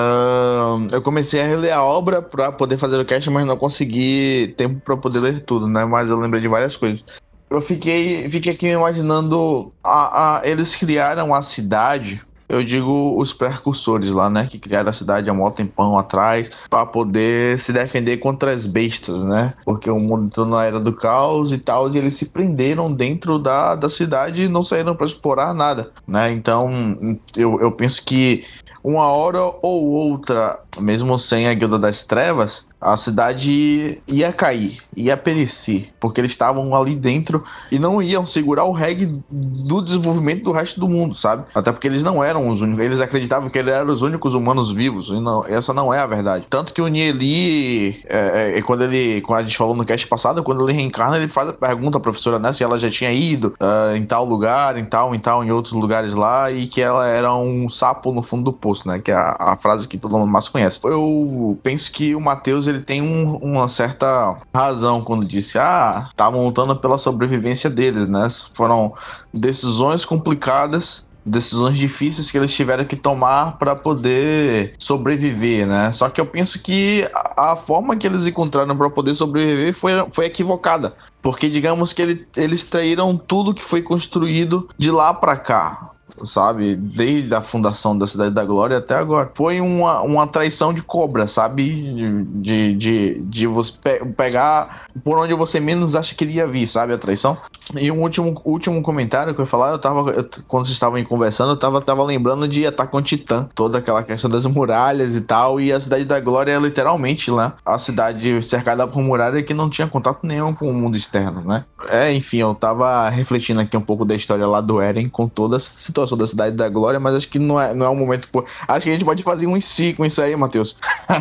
Eu comecei a reler a obra pra poder fazer o cast, mas não consegui tempo pra poder ler tudo, né? Mas eu lembrei de várias coisas. Eu fiquei aqui imaginando eles criaram a cidade, eu digo os precursores lá, né? Que criaram a cidade há um tempão atrás pra poder se defender contra as bestas, né? Porque o mundo entrou na era do caos e tal, e eles se prenderam dentro da cidade e não saíram pra explorar nada, né? Então eu penso que uma hora ou outra, mesmo sem a Guilda das Trevas, a cidade ia cair, ia perecer, porque eles estavam ali dentro e não iam segurar o reggae do desenvolvimento do resto do mundo, sabe? Até porque eles não eram os únicos, eles acreditavam que eles eram os únicos humanos vivos, e não, essa não é a verdade. Tanto que o Nieli, quando a gente falou no cast passado, quando ele reencarna, ele faz a pergunta à professora, né, se ela já tinha ido em tal lugar, em outros lugares lá, e que ela era um sapo no fundo do poço, né, que é a frase que todo mundo mais conhece. Eu penso que o Matheus, ele tem uma certa razão quando disse, estavam lutando pela sobrevivência deles, né? Foram decisões complicadas, decisões difíceis que eles tiveram que tomar para poder sobreviver, né? Só que eu penso que a forma que eles encontraram para poder sobreviver foi equivocada, porque digamos que eles traíram tudo que foi construído de lá para cá, sabe, desde a fundação da Cidade da Glória até agora. Foi uma traição de cobra, sabe, de você pegar por onde você menos acha que iria vir, sabe, a traição. E um último comentário que eu ia falar, quando vocês estavam conversando, eu tava lembrando de Attack on Titan, toda aquela questão das muralhas e tal, e a Cidade da Glória é literalmente lá, a cidade cercada por muralha que não tinha contato nenhum com o mundo externo, né. Enfim, eu tava refletindo aqui um pouco da história lá do Eren, com toda a situação da Cidade da Glória, mas acho que não é o momento. Acho que a gente pode fazer um si com isso aí, Matheus.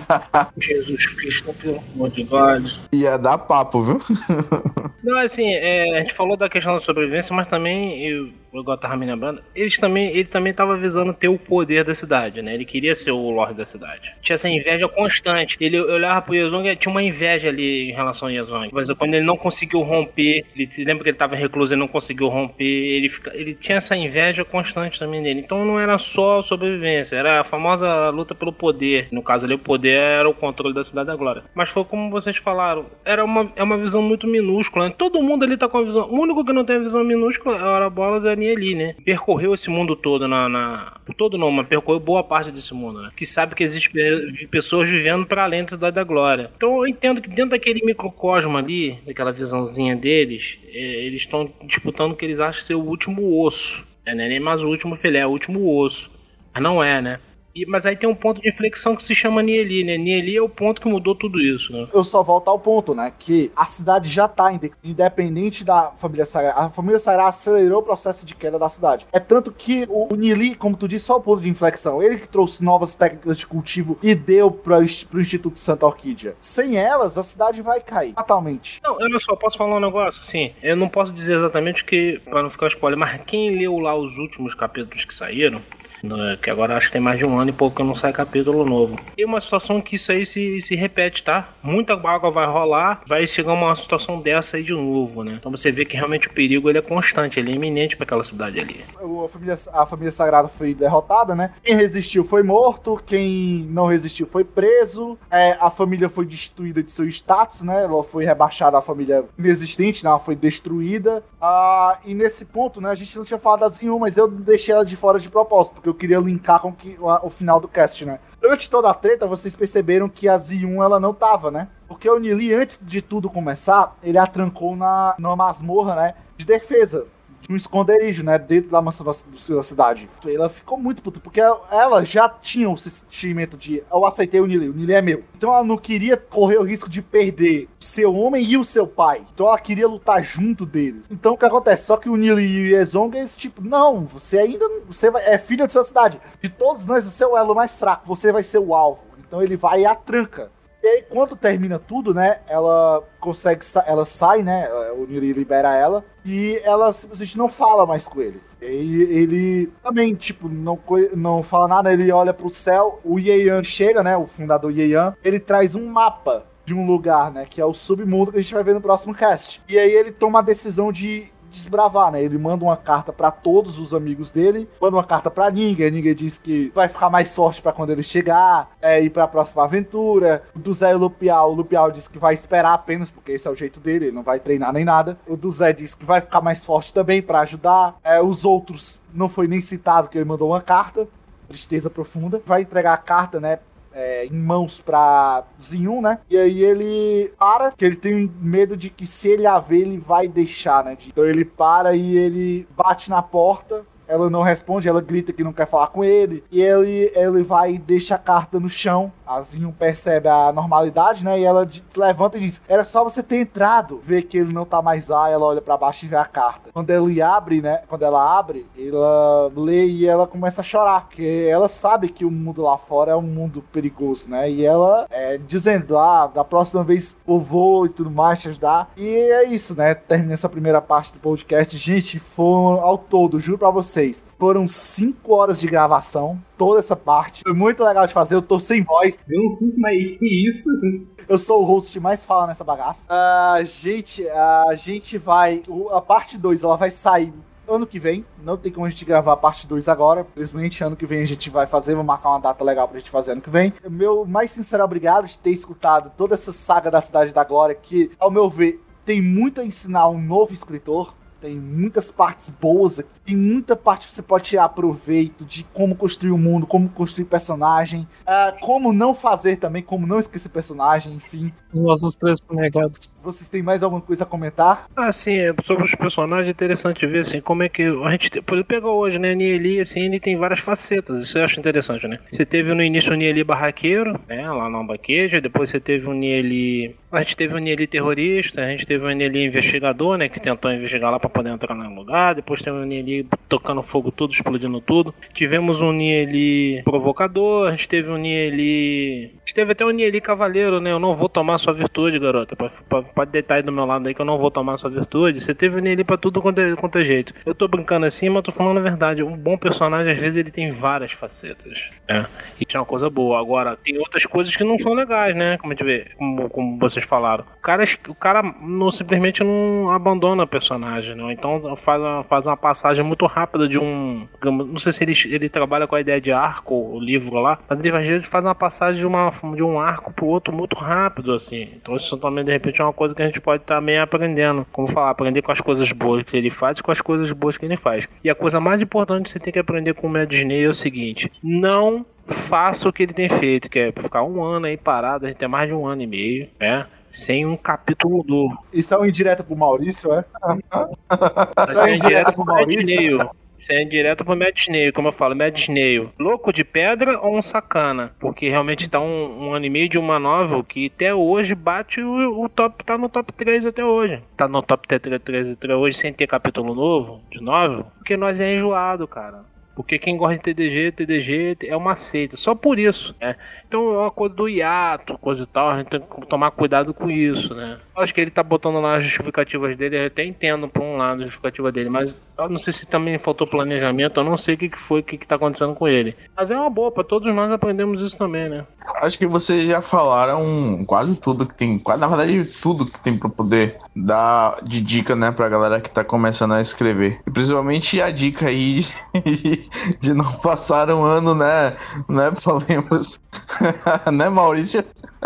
Jesus Cristo, pelo amor de Deus. Ia dar papo, viu? Não, assim, a gente falou da questão da sobrevivência, mas também, eu tava me lembrando, ele também tava visando ter o poder da cidade, né? Ele queria ser o Lorde da cidade. Tinha essa inveja constante. Ele olhava pro Yezong e tinha uma inveja ali em relação ao Yezong. Por exemplo, quando ele não conseguiu romper, lembra que ele tava recluso e não conseguiu romper, ele tinha essa inveja constante também dele. Então não era só sobrevivência, era a famosa luta pelo poder. No caso ali, o poder era o controle da Cidade da Glória. Mas foi como vocês falaram, é uma visão muito minúscula, né? Todo mundo ali tá com a visão. O único que não tem a visão minúscula é a Arabolas e a Nieli, né? Percorreu esse mundo todo todo não, mas percorreu boa parte desse mundo, né? Que sabe que existe pessoas vivendo para além da Cidade da Glória. Então eu entendo que dentro daquele microcosmo ali, daquela visãozinha deles, eles estão disputando o que eles acham ser o último osso. Não é nem mais o último filé, é o último osso. Mas não é, né? Mas aí tem um ponto de inflexão que se chama Nieli, né? Nieli é o ponto que mudou tudo isso, né? Eu só volto ao ponto, né? Que a cidade já tá independente da família Sagrada. A família Sagrada acelerou o processo de queda da cidade. É tanto que o Nieli, como tu disse, só o ponto de inflexão. Ele que trouxe novas técnicas de cultivo e deu pro Instituto Santa Orquídea. Sem elas, a cidade vai cair totalmente. Não, eu só posso falar um negócio, assim. Eu não posso dizer exatamente que, pra não ficar spoiler, mas quem leu lá os últimos capítulos que saíram, Que agora acho que tem mais de um ano e pouco que não sai capítulo novo. E uma situação que isso aí se repete, tá? Muita água vai rolar, vai chegar uma situação dessa aí de novo, né? Então você vê que realmente o perigo ele é constante, ele é iminente pra aquela cidade ali. A família sagrada foi derrotada, né? Quem resistiu foi morto, quem não resistiu foi preso, a família foi destruída de seu status, né? Ela foi rebaixada a família inexistente, né? Ela foi destruída. E nesse ponto, né? A gente não tinha falado da Zinhu, mas eu deixei ela de fora de propósito, porque eu queria linkar com o final do cast, né? Antes de toda a treta, vocês perceberam que a Zinhu, ela não tava, né? Porque o Nili, antes de tudo começar, ele a trancou numa masmorra, né? De defesa. Um esconderijo, né, dentro da mansão da cidade. Ela ficou muito puta, porque ela já tinha o sentimento de eu aceitei o Nili é meu. Então ela não queria correr o risco de perder o seu homem e o seu pai. Então ela queria lutar junto deles. Então o que acontece? Só que o Nili e o Yezong, eles tipo, não, você é filho da sua cidade. De todos nós, você é o elo mais fraco, você vai ser o alvo. Então ele vai e a tranca. E aí, quando termina tudo, né, ela ela sai, né, o Nili libera ela, e ela simplesmente não fala mais com ele. E ele também, tipo, não fala nada, ele olha pro céu, o Yeyan chega, né, o fundador Yeyan, ele traz um mapa de um lugar, né, que é o submundo que a gente vai ver no próximo cast. E aí ele toma a decisão de desbravar, né? Ele manda uma carta pra todos os amigos dele, manda uma carta pra Ningen diz que vai ficar mais forte pra quando ele chegar, ir pra próxima aventura. O do Zé e o Lupial diz que vai esperar apenas, porque esse é o jeito dele, ele não vai treinar nem nada. O do Zé diz que vai ficar mais forte também pra ajudar. Os outros não foi nem citado que ele mandou uma carta, tristeza profunda. Vai entregar a carta, né, em mãos pra Zinhu, né? E aí ele para, que ele tem medo de que se ele a ver, ele vai deixar, né? Então ele para e ele bate na porta. Ela não responde, ela grita que não quer falar com ele. E ele vai e deixa a carta no chão. A Zinhu percebe a normalidade, né? E ela se levanta e diz, era só você ter entrado. Vê que ele não tá mais lá, ela olha pra baixo e vê a carta. Quando ele abre, né? Quando ela abre, ela lê e ela começa a chorar. Porque ela sabe que o mundo lá fora é um mundo perigoso, né? E ela dizendo, da próxima vez eu vou e tudo mais, te ajudar. E é isso, né? Termina essa primeira parte do podcast. Gente, foram ao todo, juro pra vocês, foram 5 horas de gravação, toda essa parte. Foi muito legal de fazer, eu tô sem voz. Eu não sinto mais que isso. Eu sou o host que mais fala nessa bagaça. A gente vai... A parte 2, ela vai sair ano que vem. Não tem como a gente gravar a parte 2 agora. Infelizmente, ano que vem a gente vai fazer. Vou marcar uma data legal pra gente fazer ano que vem. Meu mais sincero obrigado de ter escutado toda essa saga da Cidade da Glória, que, ao meu ver, tem muito a ensinar um novo escritor. Tem muitas partes boas aqui. Tem muita parte que você pode tirar proveito de como construir o mundo, como construir personagem, como não fazer também, como não esquecer personagem, enfim. Os nossos 3 negados. Vocês têm mais alguma coisa a comentar? Sim, sobre os personagens é interessante ver, assim, como é que a gente, por exemplo, pegou hoje, né, Nieli, assim, ele tem várias facetas, isso eu acho interessante, né. Você teve no início o Nieli barraqueiro, né, lá na Baqueja, depois você teve o Nieli, a gente teve o Nieli terrorista, a gente teve o Nieli investigador, né, que tentou investigar lá pra poder entrar no lugar, depois teve o Nieli tocando fogo tudo, explodindo tudo, tivemos um Nieli provocador, a gente teve um Nieli, a gente teve até um Nieli cavaleiro, né, eu não vou tomar sua virtude, garota, pode deitar aí do meu lado aí que eu não vou tomar sua virtude. Você teve o Nieli pra tudo quanto é jeito. Eu tô brincando assim, mas tô falando a verdade, um bom personagem às vezes ele tem várias facetas, né, isso é uma coisa boa. Agora, tem outras coisas que não são legais, né, como a gente vê, como vocês falaram, o cara não, simplesmente não abandona o personagem, né? Então faz uma passagem muito rápida de não sei se ele trabalha com a ideia de arco, o livro lá, mas ele às vezes faz uma passagem de um arco pro outro muito rápido, assim. Então isso também de repente é uma coisa que a gente pode estar meio aprendendo, como falar, aprender com as coisas boas que ele faz e com as coisas boas que ele faz. E a coisa mais importante que você tem que aprender com o Matt Disney é o seguinte: não faça o que ele tem feito, que é ficar um ano aí parado, a gente tem mais de 1 ano e meio, né? Sem um capítulo novo. Isso é uma indireta pro Maurício, é? Isso é indireta pro Maurício. Isso é direto pro Mad Snail, como eu falo, Mad Snail. Louco de pedra ou um sacana? Porque realmente tá um ano e meio de uma novel que até hoje bate o top, tá no top 3 até hoje. Tá no top 3 até hoje sem ter capítulo novo de novel, porque nós é enjoado, cara. Porque quem gosta de TDG é uma seita, só por isso, né? Então é uma coisa do hiato, coisa e tal, a gente tem que tomar cuidado com isso, né? Eu acho que ele tá botando lá as justificativas dele, eu até entendo por um lado a justificativa dele, mas eu não sei se também faltou planejamento, eu não sei o que foi, o que tá acontecendo com ele. Mas é uma boa, pra todos nós aprendemos isso também, né? Acho que vocês já falaram quase tudo que tem, na verdade tudo que tem pra poder dar de dica, né, pra galera que tá começando a escrever. E principalmente a dica aí de não passar um ano, né, Polemos, né, Maurício?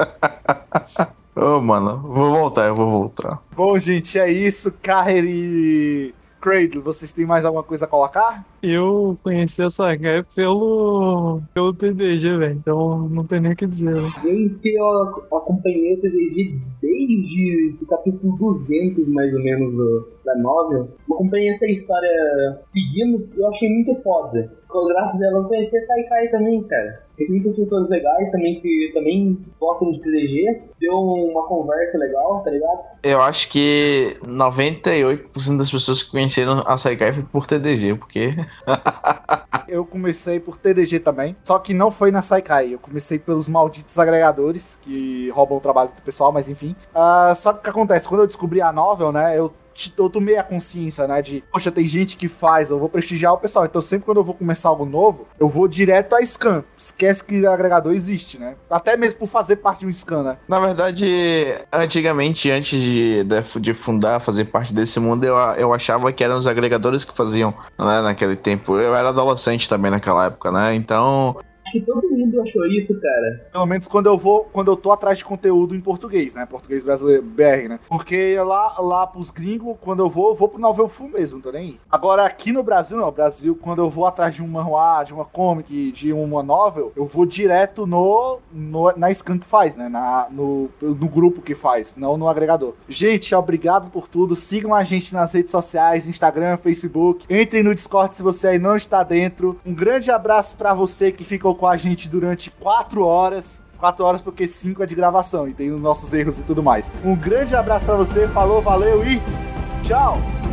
Ô, mano, eu vou voltar. Bom, gente, é isso. Carrer e Cradle, vocês têm mais alguma coisa a colocar? Eu conheci essa guy pelo TDG, velho. Então não tem nem o que dizer. Gente, eu acompanhei o TDG desde o capítulo 200, mais ou menos, da novel. Eu acompanhei essa história seguindo e eu achei muito foda. Graças a ela eu conheci a Saikai também, cara. Conheci muitas pessoas legais também que também gostam de TDG. Deu uma conversa legal, tá ligado? Eu acho que 98% das pessoas que conheceram a Saikai foi por TDG, porque... Eu comecei por TDG também, só que não foi na Saikai. Eu comecei pelos malditos agregadores que roubam o trabalho do pessoal, mas enfim. Só que o que acontece? Quando eu descobri a novel, né, eu tomei a consciência, né, de, poxa, tem gente que faz, eu vou prestigiar o pessoal. Então sempre quando eu vou começar algo novo, eu vou direto a scan. Esquece que agregador existe, né? Até mesmo por fazer parte de um scan, né? Na verdade, antigamente, antes de fundar, fazer parte desse mundo, eu achava que eram os agregadores que faziam, né, naquele tempo. Eu era adolescente também naquela época, né? Então... Acho que todo mundo achou isso, cara. Pelo menos quando eu tô atrás de conteúdo em português, né? Português brasileiro, BR, né? Porque lá pros gringos, quando eu vou pro novel full mesmo, não tô nem aí. Agora, aqui no Brasil, não. No Brasil, quando eu vou atrás de um manhwa, de uma comic, de uma novel, eu vou direto na scan que faz, né? No grupo que faz, não no agregador. Gente, obrigado por tudo. Sigam a gente nas redes sociais, Instagram, Facebook. Entrem no Discord se você aí não está dentro. Um grande abraço pra você que ficou com a gente durante 4 horas. 4 horas porque 5 é de gravação e tem os nossos erros e tudo mais. Um grande abraço pra você, falou, valeu e tchau!